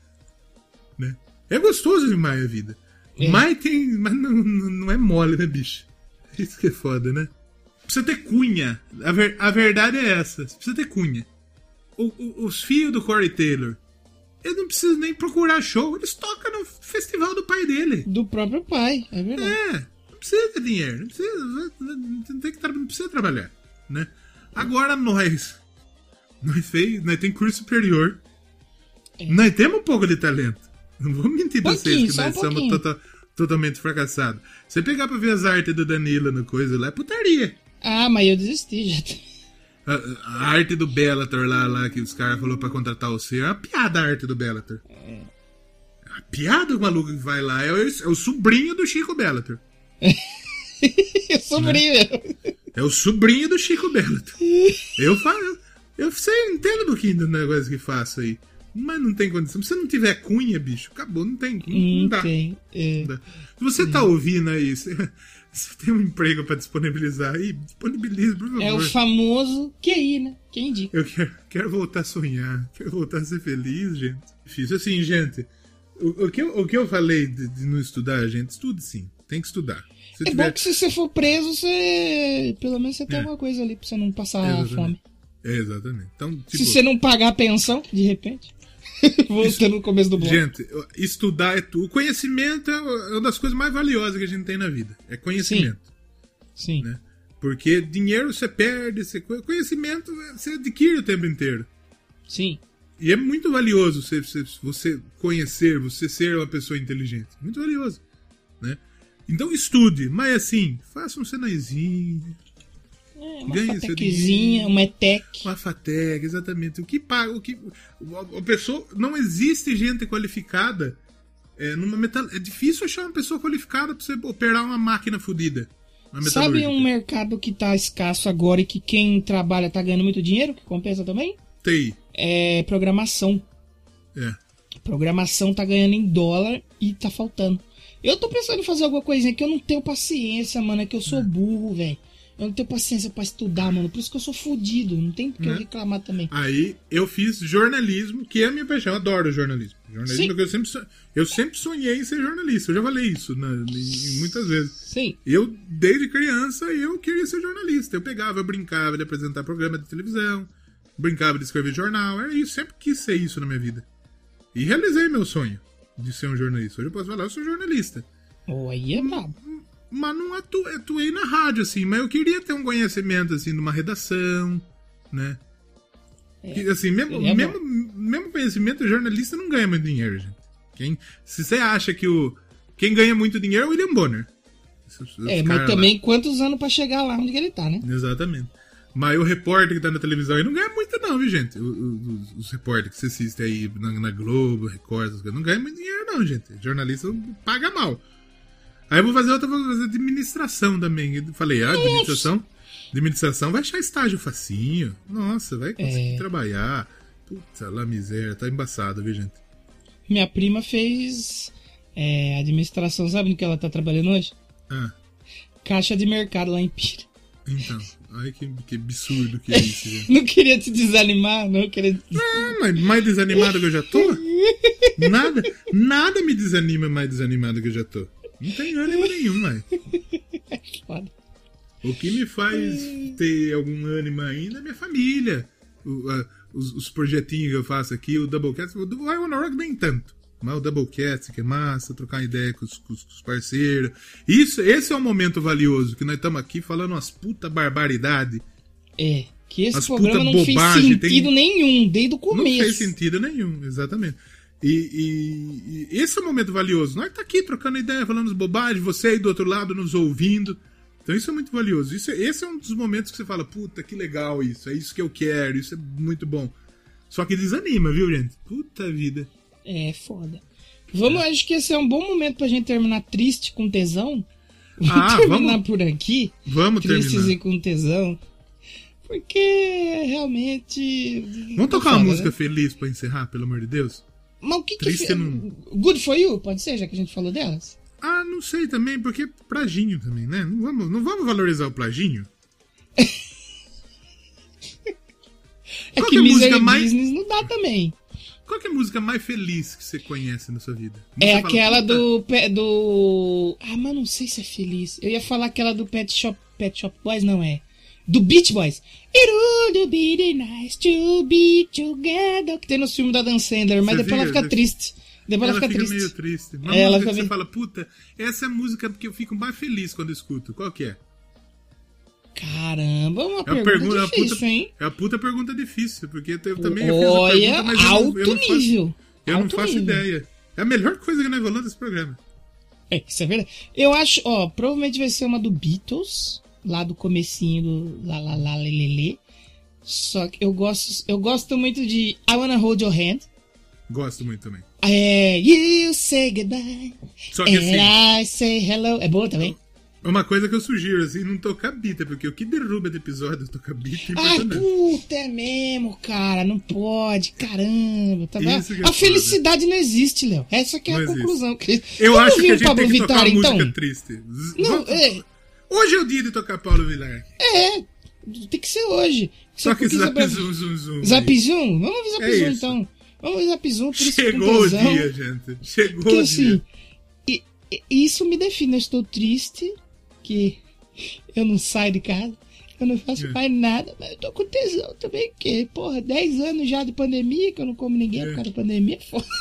Né? É gostoso demais a vida. É. Mas, tem, mas não, não não é mole, né, bicho? Isso que é foda, né? Precisa ter cunha. A, ver- a verdade é essa. Você precisa ter cunha. O- o- os filhos do Corey Taylor, eles não precisam nem procurar show. Eles tocam no festival do pai dele. Do próprio pai, é verdade. É, não precisa ter dinheiro. Não precisa, não tem que tra- não precisa trabalhar, né? Agora nós, nós fez, nós tem curso superior. É. Nós temos um pouco de talento. Não vou mentir pra vocês Pouquinho, que só nós um somos pouquinho. tota- totalmente fracassados. Você pegar pra ver as artes do Danilo no coisa lá, é putaria. Ah, mas eu desisti já. A, a arte do Bellator lá, lá que os caras falaram pra contratar você, é uma piada a arte do Bellator. É uma piada o maluco que vai lá. É o, é o sobrinho do Chico Bellator. Eu sobrinho mesmo. É o sobrinho do Chico Bellator. Eu falo, eu sei, entendo um pouquinho do negócio que faço aí. Mas não tem condição. Se você não tiver cunha, bicho, acabou, não tem. Não, não Hum, dá. tem. É. Não dá. Se você tá ouvindo aí, você, você tem um emprego pra disponibilizar aí, disponibilize, por favor. É o famoso Q I, né? Quem indica? Eu quero, quero voltar a sonhar, quero voltar a ser feliz, gente. Difícil assim, gente. O, o, que, eu, o que eu falei de, de não estudar, gente, estude sim. Tem que estudar. Se É tiver- bom que se você for preso, você. Pelo menos você tem É. alguma coisa ali pra você não passar Exatamente. fome. É, exatamente. Então, tipo, Se você não pagar a pensão, de repente. Voltando no começo do bloco. gente, estudar é tudo. O conhecimento é uma das coisas mais valiosas que a gente tem na vida. É conhecimento. Sim. Né? Porque dinheiro você perde, você... conhecimento você adquire o tempo inteiro. Sim. E é muito valioso você, você, você conhecer, você ser uma pessoa inteligente. Muito valioso. Né? Então estude, mas assim, faça um senaizinho, É, uma Ganhe seu fatequezinha, dinheiro. uma etec. uma fatega, exatamente. O que paga, o que. A pessoa. Não existe gente qualificada. É, numa metal, é difícil achar uma pessoa qualificada pra você operar uma máquina fodida. Uma Sabe metalúrgica. um mercado que tá escasso agora e que quem trabalha tá ganhando muito dinheiro, que compensa também? T I. É programação. É. Programação tá ganhando em dólar e tá faltando. Eu tô pensando em fazer alguma coisinha que eu não tenho paciência, mano. É que eu sou É. burro, velho. Eu não tenho paciência pra estudar, mano. Por isso que eu sou fodido. Não tem porque eu Né? reclamar também. Aí eu fiz jornalismo, que é a minha paixão. Eu adoro jornalismo. Jornalismo Sim. porque eu sempre, so- eu sempre sonhei em ser jornalista. Eu já falei isso né, em- muitas vezes. Sim. Eu, desde criança, eu queria ser jornalista. Eu pegava, eu brincava de apresentar programa de televisão, brincava de escrever jornal. Era isso, sempre quis ser isso na minha vida. E realizei meu sonho de ser um jornalista. Hoje eu posso falar, eu sou jornalista. Oh, aí é brabo. Mas não atu, atuei na rádio, assim. Mas eu queria ter um conhecimento, assim, de uma redação, né? Que, assim, mesmo, seria mesmo, mesmo conhecimento, jornalista não ganha muito dinheiro, gente. Quem, se você acha que o... Quem ganha muito dinheiro é o William Bonner. Os- os É, caras mas também quantos anos pra chegar lá onde que ele tá, né? lá. Exatamente. Mas o repórter que tá na televisão aí não ganha muito não, viu, gente? O- o- Os, os repórteres que você assiste aí na, na Globo, Record, essas coisas, não ganha muito dinheiro não, gente. Jornalista paga mal. Aí eu vou fazer outra, vou fazer administração também. Eu falei, ah, administração... Administração vai achar estágio facinho. Nossa, vai conseguir É. trabalhar. Puta lá, miséria. Tá embaçado, viu, gente? Minha prima fez é, administração. Sabe no que ela tá trabalhando hoje? Ah, Caixa de mercado lá em Pira. então. Ai, que, que absurdo que é isso, gente. Não queria te desanimar, não queria... Ah, mas mais desanimado que eu já tô? Nada, nada me desanima mais desanimado que eu já tô. Não tem ânimo nenhum, mais. Foda. O que me faz ter algum ânimo ainda é minha família. O- a- os, os projetinhos que eu faço aqui, o Doublecast. O do I Wanna Rock nem tanto. Mas o Doublecast, que é massa, trocar ideia com os, com os- com os parceiros. Isso, esse é um momento valioso, que nós estamos aqui falando umas puta barbaridade. É, que esse As programa puta não fez bobagem, sentido tem- nenhum, desde o Não começo. fez sentido nenhum, exatamente. E, e- e esse é o momento valioso. Nós tá aqui trocando ideia, falando bobagem, você aí do outro lado nos ouvindo. Então isso é muito valioso. Isso é- esse é um dos momentos que você fala, puta, que legal isso, é isso que eu quero, isso é muito bom. Só que desanima, viu, gente? Puta vida. É, foda. Vamos, acho que esse é um bom momento pra gente terminar triste com tesão. Ah, terminar vamos- por aqui. Vamos Tristes terminar. e com tesão. Porque realmente. Vamos tocar Foda, uma música né? feliz pra encerrar, pelo amor de Deus? Mas o que que Triste fe- não- Good for You? Pode ser, já que a gente falou delas? Ah, não sei também, porque plaginho também, né? Não vamos, não vamos valorizar o plaginho? É Qual que que é a música Misery mais- Business não dá também. Qual que é a música mais feliz que você conhece na sua vida? É Você fala, aquela puta, do, pe- do. Ah, mas não sei se é feliz. Eu ia falar aquela do Pet Shop, Pet Shop Boys, não é. Do Beach Boys. It would be nice to be together. Que tem no filme da Dan Sandler, mas Você depois ela viu? fica triste. Depois ela, Ela fica, fica triste. meio triste. Uma É, ela música fica que você meio- fala, puta, essa é a música que eu fico mais feliz quando eu escuto. Qual que é? Caramba, uma É uma pergunta, pergunta, é uma difícil, puta, hein? é uma puta pergunta difícil, porque eu também eu fiz a Olha, pergunta, mas eu não, alto eu não faço, nível. eu não alto faço nível. ideia. É a melhor coisa que nós falamos desse programa. É, isso é verdade. Eu acho, ó, provavelmente vai ser uma do Beatles, lá do comecinho do lá lá lá lelele. Só que eu gosto, eu gosto muito de I Wanna Hold Your Hand. Gosto muito também. É, you say goodbye Só que assim, and I say hello. É boa também? uma coisa que eu sugiro, assim, não tocar bita, porque o que derruba do episódio é tocar bita é Ai, impressionante. puta, é mesmo, cara. Não pode, caramba. Tá vendo? Isso que é A foda. felicidade não existe, Léo. Essa que é Não a existe. conclusão. Eu Vamos acho ouvir que a o gente Pablo tem que tocar Vittar, uma então? música triste. Z- Não, vamos- é, Hoje é o dia de tocar Paulo Vilar. é, tem que ser hoje. Só que porque zap Zap- zoom, zoom, zoom. aí. Zap Zoom? Vamos ouvir Zap É Zoom, isso. então. Vamos ouvir Zap Zoom, triste com Chegou o tesão. dia, gente. Chegou Porque o assim, dia. e- e- isso me define. Eu estou triste, que eu não saio de casa, eu não faço É. mais nada, mas eu tô com tesão também, porque, porra, dez anos já de pandemia, que eu não como ninguém É. por causa da pandemia, é foda.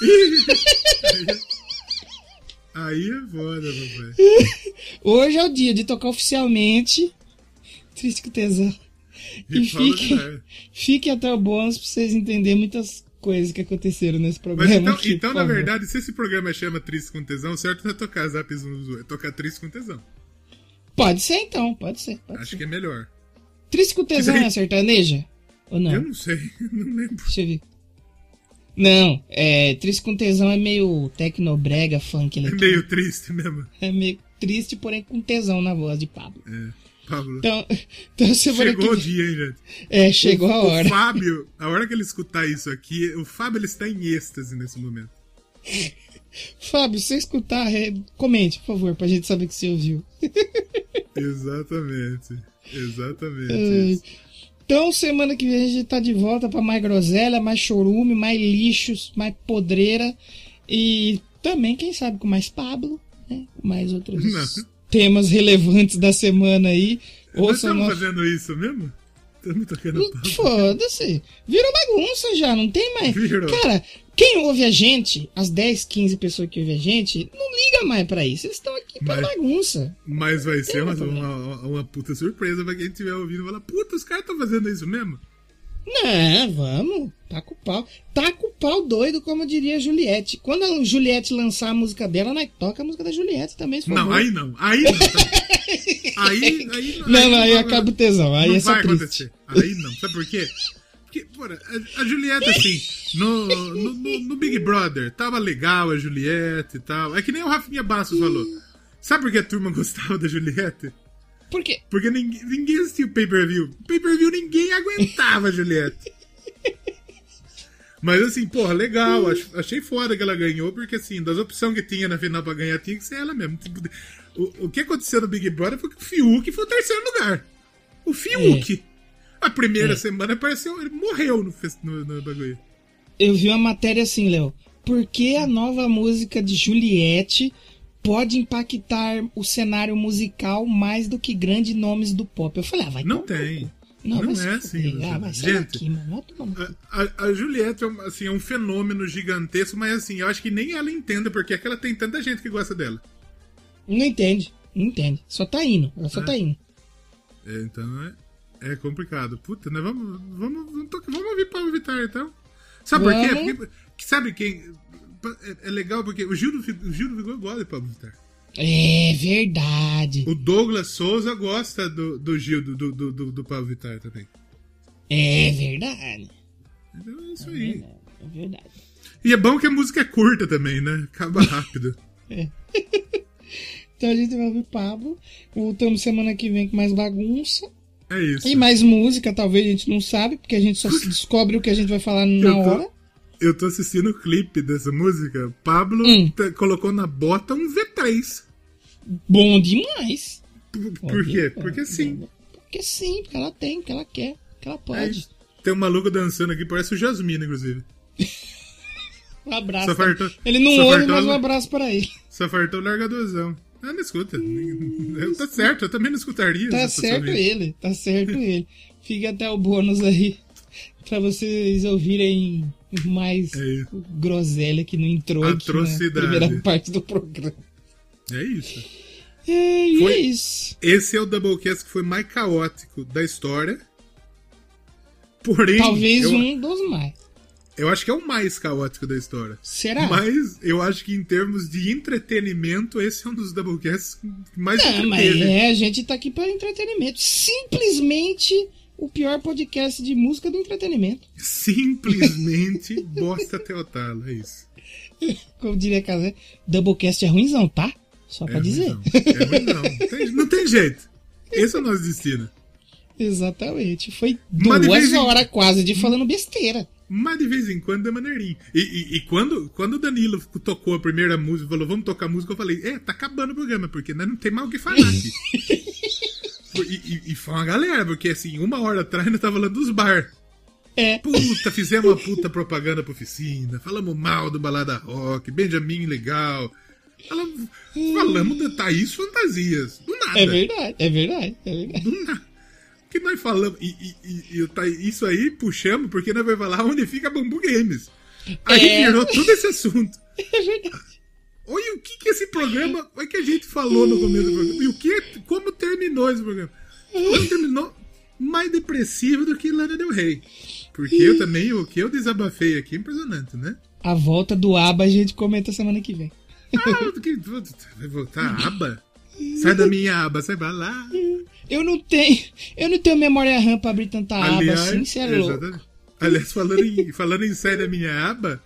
Aí é foda, papai. Hoje é o dia de tocar oficialmente Triste com Tesão. E E Paulo fiquem, Vilar. fiquem até o bônus pra vocês entenderem muitas coisas que aconteceram nesse Mas programa. então, aqui, então por na favor. verdade, se esse programa chama Triste com Tesão, o certo não é tocar Zap Zoom, zoom, é tocar Triste com Tesão. Pode ser então, pode ser. Pode Acho ser. que é melhor. Triste com Tesão daí- é sertaneja? Ou não? Eu não sei, não lembro. Deixa eu ver. Não, é. Triste com Tesão é meio tecnobrega, funk É eletrônico. meio triste mesmo. É meio triste, porém com tesão na voz de Pablo. É. Pablo. Então, então semana Chegou que o dia, hein, gente? É, chegou o, a hora. O Fábio, a hora que ele escutar isso aqui, o Fábio ele está em êxtase nesse momento. Fábio, se você escutar, é, comente, por favor, pra gente saber que você ouviu. Exatamente. Exatamente. É, isso. então, semana que vem a gente tá de volta pra mais groselha, mais chorume, mais lixos, mais podreira. E também, quem sabe, com mais Pablo, né? Com mais outros Não. temas relevantes da semana aí. Nós Ouçam estamos nosso... fazendo isso mesmo? Estamos tocando papo. Foda-se. Virou bagunça já, não tem mais. Virou. Cara, quem ouve a gente, as dez, quinze pessoas que ouvem a gente, não liga mais pra isso. Eles estão aqui pra Mas- bagunça. Mas vai ser uma, Tem um uma, uma puta surpresa pra quem estiver ouvindo e falar, puta, os caras estão fazendo isso mesmo? Não, vamos. Taca o pau. Taca o pau doido, como diria a Juliette. Quando a Juliette lançar a música dela, nós toca a música da Juliette também, se for Não, boa. aí não. Aí não. aí, aí não. Não, não, aí vai- acaba o tesão. Aí não é só vai triste. acontecer. Aí não. Sabe por quê? Porque, porra, a, a Juliette, assim, no, no, no- no Big Brother, tava legal a Juliette e tal. É que nem o Rafinha Bastos falou. Sabe por que a turma gostava da Juliette? Por quê? Porque ninguém, ninguém assistiu o pay-per-view. Pay-per-view ninguém aguentava a Juliette. Mas assim, porra, legal. ach- Achei foda que ela ganhou, porque assim, das opções que tinha na final pra ganhar, tinha que ser ela mesmo. Tipo, O, o que aconteceu no Big Brother foi que o Fiuk foi o terceiro lugar. O Fiuk. A primeira É. semana apareceu, ele morreu no, fes- no, no bagulho. Eu vi uma matéria assim, Léo. Por que a nova música de Juliette pode impactar o cenário musical mais do que grandes nomes do pop? Eu falei, ah, vai Não tomar no tem. cu. Não, Não vai se é fuder. assim, Ah, Luciano. vai sair Gente, daqui, mano. Vai tomar no cu. A, a, a Juliette é, um- assim, é um fenômeno gigantesco, mas assim, eu acho que nem ela entenda porque é que ela tem tanta gente que gosta dela. Não entende. Não entende. Só tá indo. Ela só É. tá indo. É, então é, é complicado. Puta, né? Vamos, vamos, vamos, tocar- vamos ouvir Pablo Vittar então. Sabe por quê? Vamos. Porque, sabe quem. É, é legal porque o Gil do, Fi- o Gil do Vigor gosta de Pablo Vittar. É verdade. O Douglas Souza gosta do, do Gil, do, do, do, do Pablo Vittar também. É verdade. Então é isso É aí. verdade. É verdade. E é bom que a música é curta também, né? Acaba rápido. Então a gente vai ouvir Pablo. Voltamos semana que vem com mais bagunça. É isso. E mais música, talvez a gente não sabe, porque a gente só descobre o que a gente vai falar na Eu tô- hora. Eu tô assistindo o clipe dessa música. Pablo Hum. tá- colocou na bota um V três. Bom demais. Por, por quê? Porque sim. Porque sim, porque ela tem, porque ela quer, porque ela É pode. isso. Tem um maluco dançando aqui, parece o Jasmine, inclusive. Um abraço. Só fartou- Ele não só ouve, fartou mas um a- abraço para ele. Só fartou o largadorzão. Ah, não escuta. Eu, tá certo, eu também não escutaria. Tá essa pessoa certo vindo. ele, tá certo ele. Fica até o bônus aí pra vocês ouvirem mais É isso. groselha que não entrou aqui na Atrocidade. primeira parte do programa. É isso. É, e Foi- é isso. Esse é o Doublecast que foi mais caótico da história. Porém, Talvez eu, um dos mais. eu acho que é o mais caótico da história. Será? Mas eu acho que em termos de entretenimento, esse é um dos Doublecasts que mais Não, mas entreteve. é, a gente tá aqui para entretenimento. Simplesmente o pior podcast de música do entretenimento. Simplesmente bosta até o talo, é isso. Como diria Casé, Doublecast é ruimzão, tá? Só pra É dizer. ruim, não. É ruim, não. Não tem, não tem jeito. Esse é o nosso destino. Exatamente. Foi Mas de duas vez em- horas quase de falando besteira. Mas de vez em quando é maneirinho. E, e, e quando, quando o Danilo tocou a primeira música, falou, vamos tocar música, eu falei, é, tá acabando o programa, porque nós não tem mais o que falar aqui. e, e, e foi uma galera, porque assim, uma hora atrás nós tava falando dos bar. É. Puta, fizemos uma puta propaganda pra oficina, falamos mal do Balada Rock, Benjamin legal. Falamos, falamos de Thaís Fantasias. Do nada. É verdade, é verdade, é verdade. Do nada. Que nós falamos. E, e, e, e o Thaís- isso aí puxamos porque nós vamos falar onde fica Bambu Games. Aí É. virou todo esse assunto. É verdade. Olha o que, que esse programa. Olha o que a gente falou no começo do programa. E o que, como terminou esse programa. Como terminou mais depressivo do que Lana Del Rey. Porque eu também, o que eu desabafei aqui é impressionante, né? A volta do Aba a gente comenta semana que vem. Ah, que, vai voltar a aba? Sai da minha aba, sai pra lá. Eu não tenho, eu não tenho memória RAM pra abrir tanta aba assim, cê é louco. exatamente. Aliás, falando em, falando em sai da minha aba,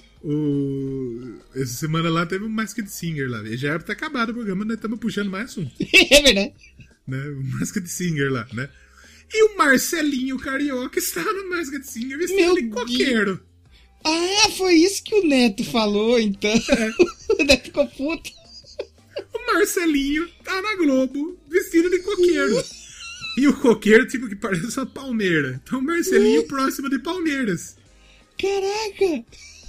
o, essa semana lá teve um Masked Singer lá. E já era pra ter acabado o programa, nós estamos puxando mais assunto. É verdade. né? O Masked Singer lá, né? E o Marcelinho Carioca estava no Masked Singer vestido Meu de coqueiro. Ah, foi isso que o Neto falou, então. É. O Neto ficou puto. O Marcelinho tá na Globo vestido de coqueiro. E o coqueiro, tipo, que parece uma palmeira. Então o Marcelinho próximo de Palmeiras. Caraca!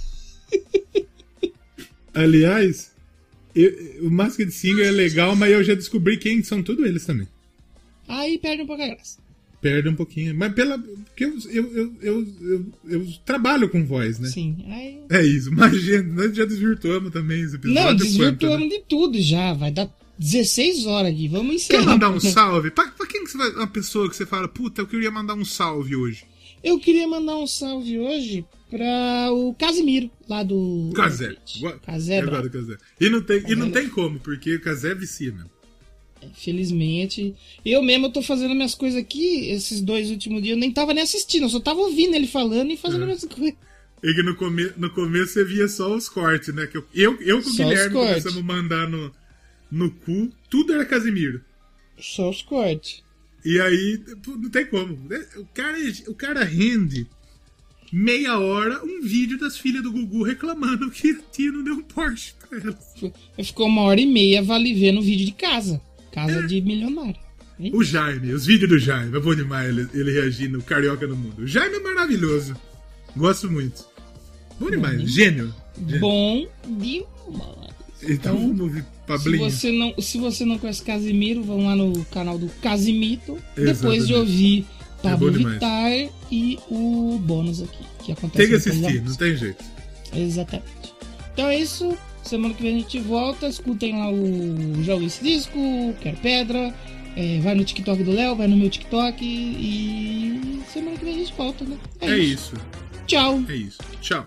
Aliás, eu, o Masked Singer é legal, mas eu já descobri quem são todos eles também. Aí perde um pouco a graça. Perde um pouquinho. Mas pela. Porque eu, eu, eu, eu, eu, eu trabalho com voz, né? Sim. Aí... É isso. Imagina, nós já desvirtuamos também esse episódio. Não, desvirtuamos quanto, né? de tudo já. Vai dar dezesseis horas aqui. Vamos encerrar. Quer mandar um salve? Pra, pra quem que você vai. Uma pessoa que você fala, puta, eu queria mandar um salve hoje. Eu queria mandar um salve hoje pra o Casimiro, lá do... Casé. Casé, Eu gosto do Casé. E não tem, e não tem como, porque o Casé vicia mesmo. Felizmente. Eu mesmo eu tô fazendo minhas coisas aqui, esses dois últimos dias, eu nem tava nem assistindo, eu só tava ouvindo ele falando e fazendo É. minhas coisas. E que no, come, no começo você via só os cortes, né? Que eu, eu, eu com o Só Guilherme os cortes. começamos a mandar no, no cu, tudo era Casimiro. Só os cortes. E aí, pô, não tem como. O cara, o cara rende meia hora um vídeo das filhas do Gugu reclamando que a tia não deu um Porsche pra elas. Ficou uma hora e meia vale vendo vídeo de casa. Casa É. de milionário. Hein? O Jaime, os vídeos do Jaime, é bom demais ele, ele reagindo, o Carioca no Mundo. O Jaime é maravilhoso. Gosto muito. Bom demais, Bom. gênio. Gênio. Bom demais. Então vamos ouvir Se Pablinho. você, não, se você não conhece Casimiro, vão lá no canal do Casimito. Exatamente. Depois de ouvir Pablo É bom demais. Vittar e o bônus aqui. Que acontece Tem que depois da assistir, não música. tem jeito. Exatamente. Então é isso. Semana que vem a gente volta. Escutem lá o Jogo Esse Disco, Quero Pedra. É, vai no TikTok do Léo, vai no meu TikTok. E semana que vem a gente volta, né? É, É isso. isso, Tchau. é isso. Tchau.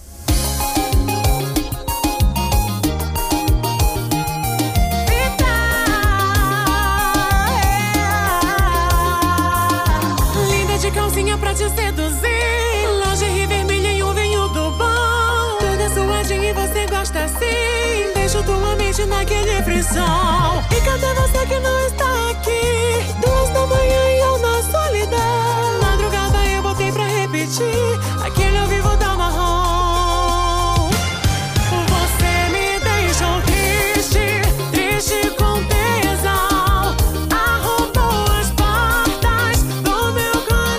Linda de calcinha pra te seduzir. Lingerie vermelha e um vinho do bom. Toda suadinha e você gosta assim. Deixo tua mente naquele frisson. E cadê você que não está aqui? Duas da manhã e eu na solidão. Madrugada eu botei pra repetir aquele ao vivo da marrom. Você me deixou triste, triste com tesão. Arrombou as portas do meu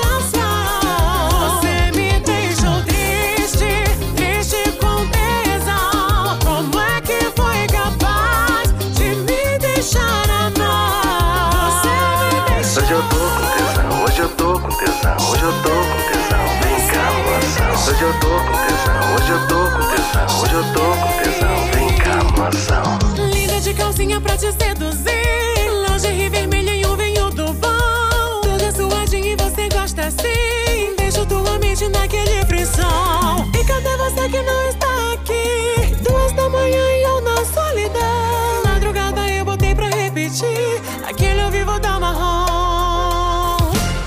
coração. Você me deixou triste, triste com tesão. Como é que foi capaz de me deixar amar? Você me deixou. Hoje eu tô com tesão, hoje eu tô com tesão, hoje eu tô com tesão, vem cá, moção. Hoje eu tô com tesão, hoje eu tô com tesão, hoje eu tô com tesão, vem cá, moção. Linda de calcinha pra te seduzir. Lingerie vermelha e um vinho do bom. Toda suadinha e você gosta assim. Deixo tua mente naquele frisson. E cadê você que não está aqui? Duas da manhã e eu na solidão. Madrugada eu botei pra repetir aquele ao vivo da marrom.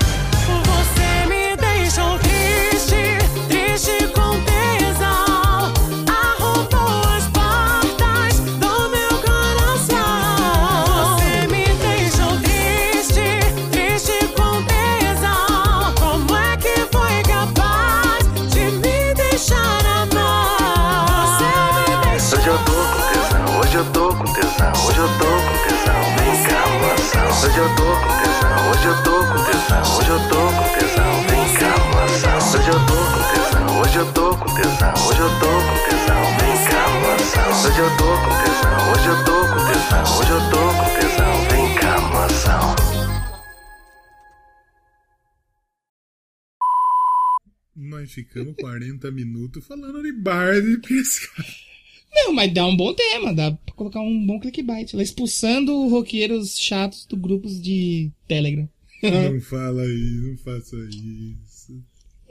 Você me deixou triste, triste com tesão. Arrombou as portas do meu coração. Você me deixou triste, triste com tesão. Como é que foi capaz de me deixar amar? Você me deixou. Hoje eu tô com tesão, hoje eu tô com tesão, hoje eu tô com tesão, vem cá, moção. Hoje eu tô com tesão, hoje eu tô com tesão, hoje eu tô com tesão, vem cá, moção. Hoje eu tô com tesão, hoje eu tô com tesão, hoje eu tô com tesão, vem cá, moção. Hoje eu tô com tesão, hoje eu tô com tesão, hoje eu tô com tesão, vem cá, moção. Nós ficamos quarenta minutos falando de bar de pescar. Não, mas dá um bom tema, dá pra colocar um bom clickbait. Ela expulsando roqueiros chatos do grupos de Telegram. Não fala isso, não faça isso.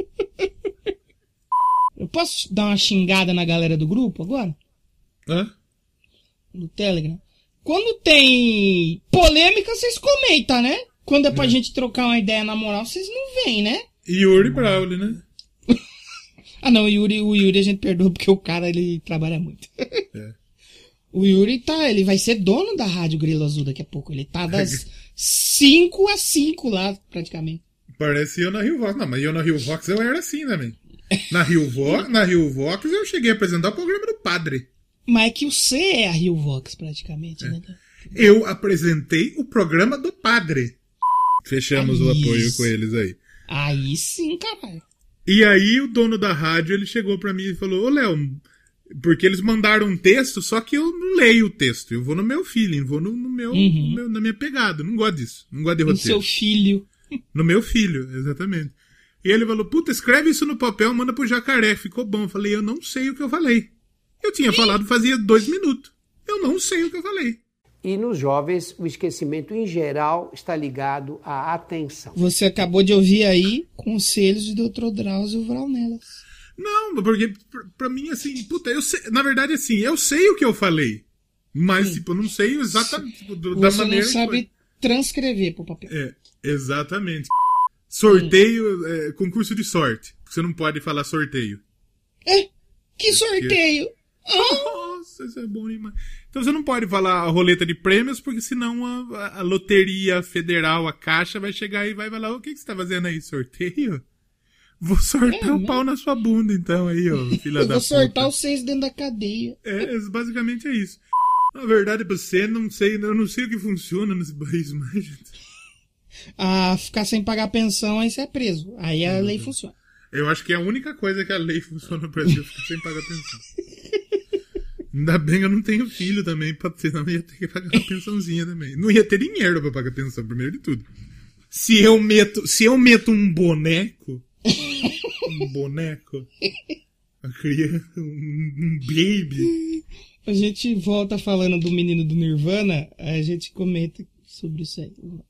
Eu posso dar uma xingada na galera do grupo agora? Hã? Do Telegram? Quando tem polêmica, vocês comentam, né? Quando é pra É. gente trocar uma ideia na moral, vocês não vêm, né? Yuri Brawley, né? Ah não, o Yuri, o Yuri a gente perdoa porque o cara ele trabalha muito. É. O Yuri tá, ele vai ser dono da Rádio Grilo Azul daqui a pouco. Ele tá das cinco às cinco lá, praticamente. Parece eu na Rio Vox. Não, mas eu na Rio Vox eu era assim também. Na Rio Vox, na Rio Vox eu cheguei a apresentar o programa do Padre. Mas é que o C é a Rio Vox, praticamente, É. né? Eu apresentei o programa do Padre. Fechamos Ah, o apoio isso. com eles aí. Aí sim, caralho. E aí o dono da rádio, ele chegou pra mim e falou, ô Léo, porque eles mandaram um texto, só que eu não leio o texto. Eu vou no meu feeling, vou no, no meu, Uhum. no meu- na minha pegada. Não gosto disso. Não gosto de No roteiro. seu filho. No meu filho, exatamente. E ele falou, puta, escreve isso no papel, manda pro Jacaré. Ficou bom. Eu falei, eu não sei o que eu falei. Eu tinha falado fazia dois minutos. Eu não sei o que eu falei. E nos jovens, o esquecimento em geral está ligado à atenção. Você acabou de ouvir aí conselhos de doutor Drauzio Vraunelas. Não, porque pra, pra mim, assim, puta, eu sei, na verdade, assim, eu sei o que eu falei. Mas, Sim. tipo, eu não sei exatamente tipo, do- da Você maneira não que foi. sabe transcrever pro papel. É, exatamente. Sorteio, é, concurso de sorte. Você não pode falar sorteio. É? Que sorteio! Ah, Nossa, isso é bom demais. Então você não pode falar a roleta de prêmios, porque senão a, a- a loteria federal, a caixa, vai chegar e vai falar, o que, que você tá fazendo aí? Sorteio? Vou sortar É, o né? pau na sua bunda, então, aí, ó, filha eu da vou sortar puta. os seis dentro da cadeia. É, é, basicamente é isso. Na verdade, pra você, não sei, eu não sei o que funciona nesse país mais, gente. Ah, ficar sem pagar pensão, aí você é preso. Aí a lei funciona. Eu acho que é a única coisa que a lei funciona no Brasil, ficar sem pagar pensão. Ainda bem que eu não tenho filho também, pra- senão eu ia ter que pagar uma pensãozinha também. Não ia ter dinheiro pra pagar pensão, primeiro de tudo. Se eu meto, se eu meto um boneco, um boneco, uma criança, um, um baby, A gente volta falando do menino do Nirvana, a gente comenta sobre isso aí.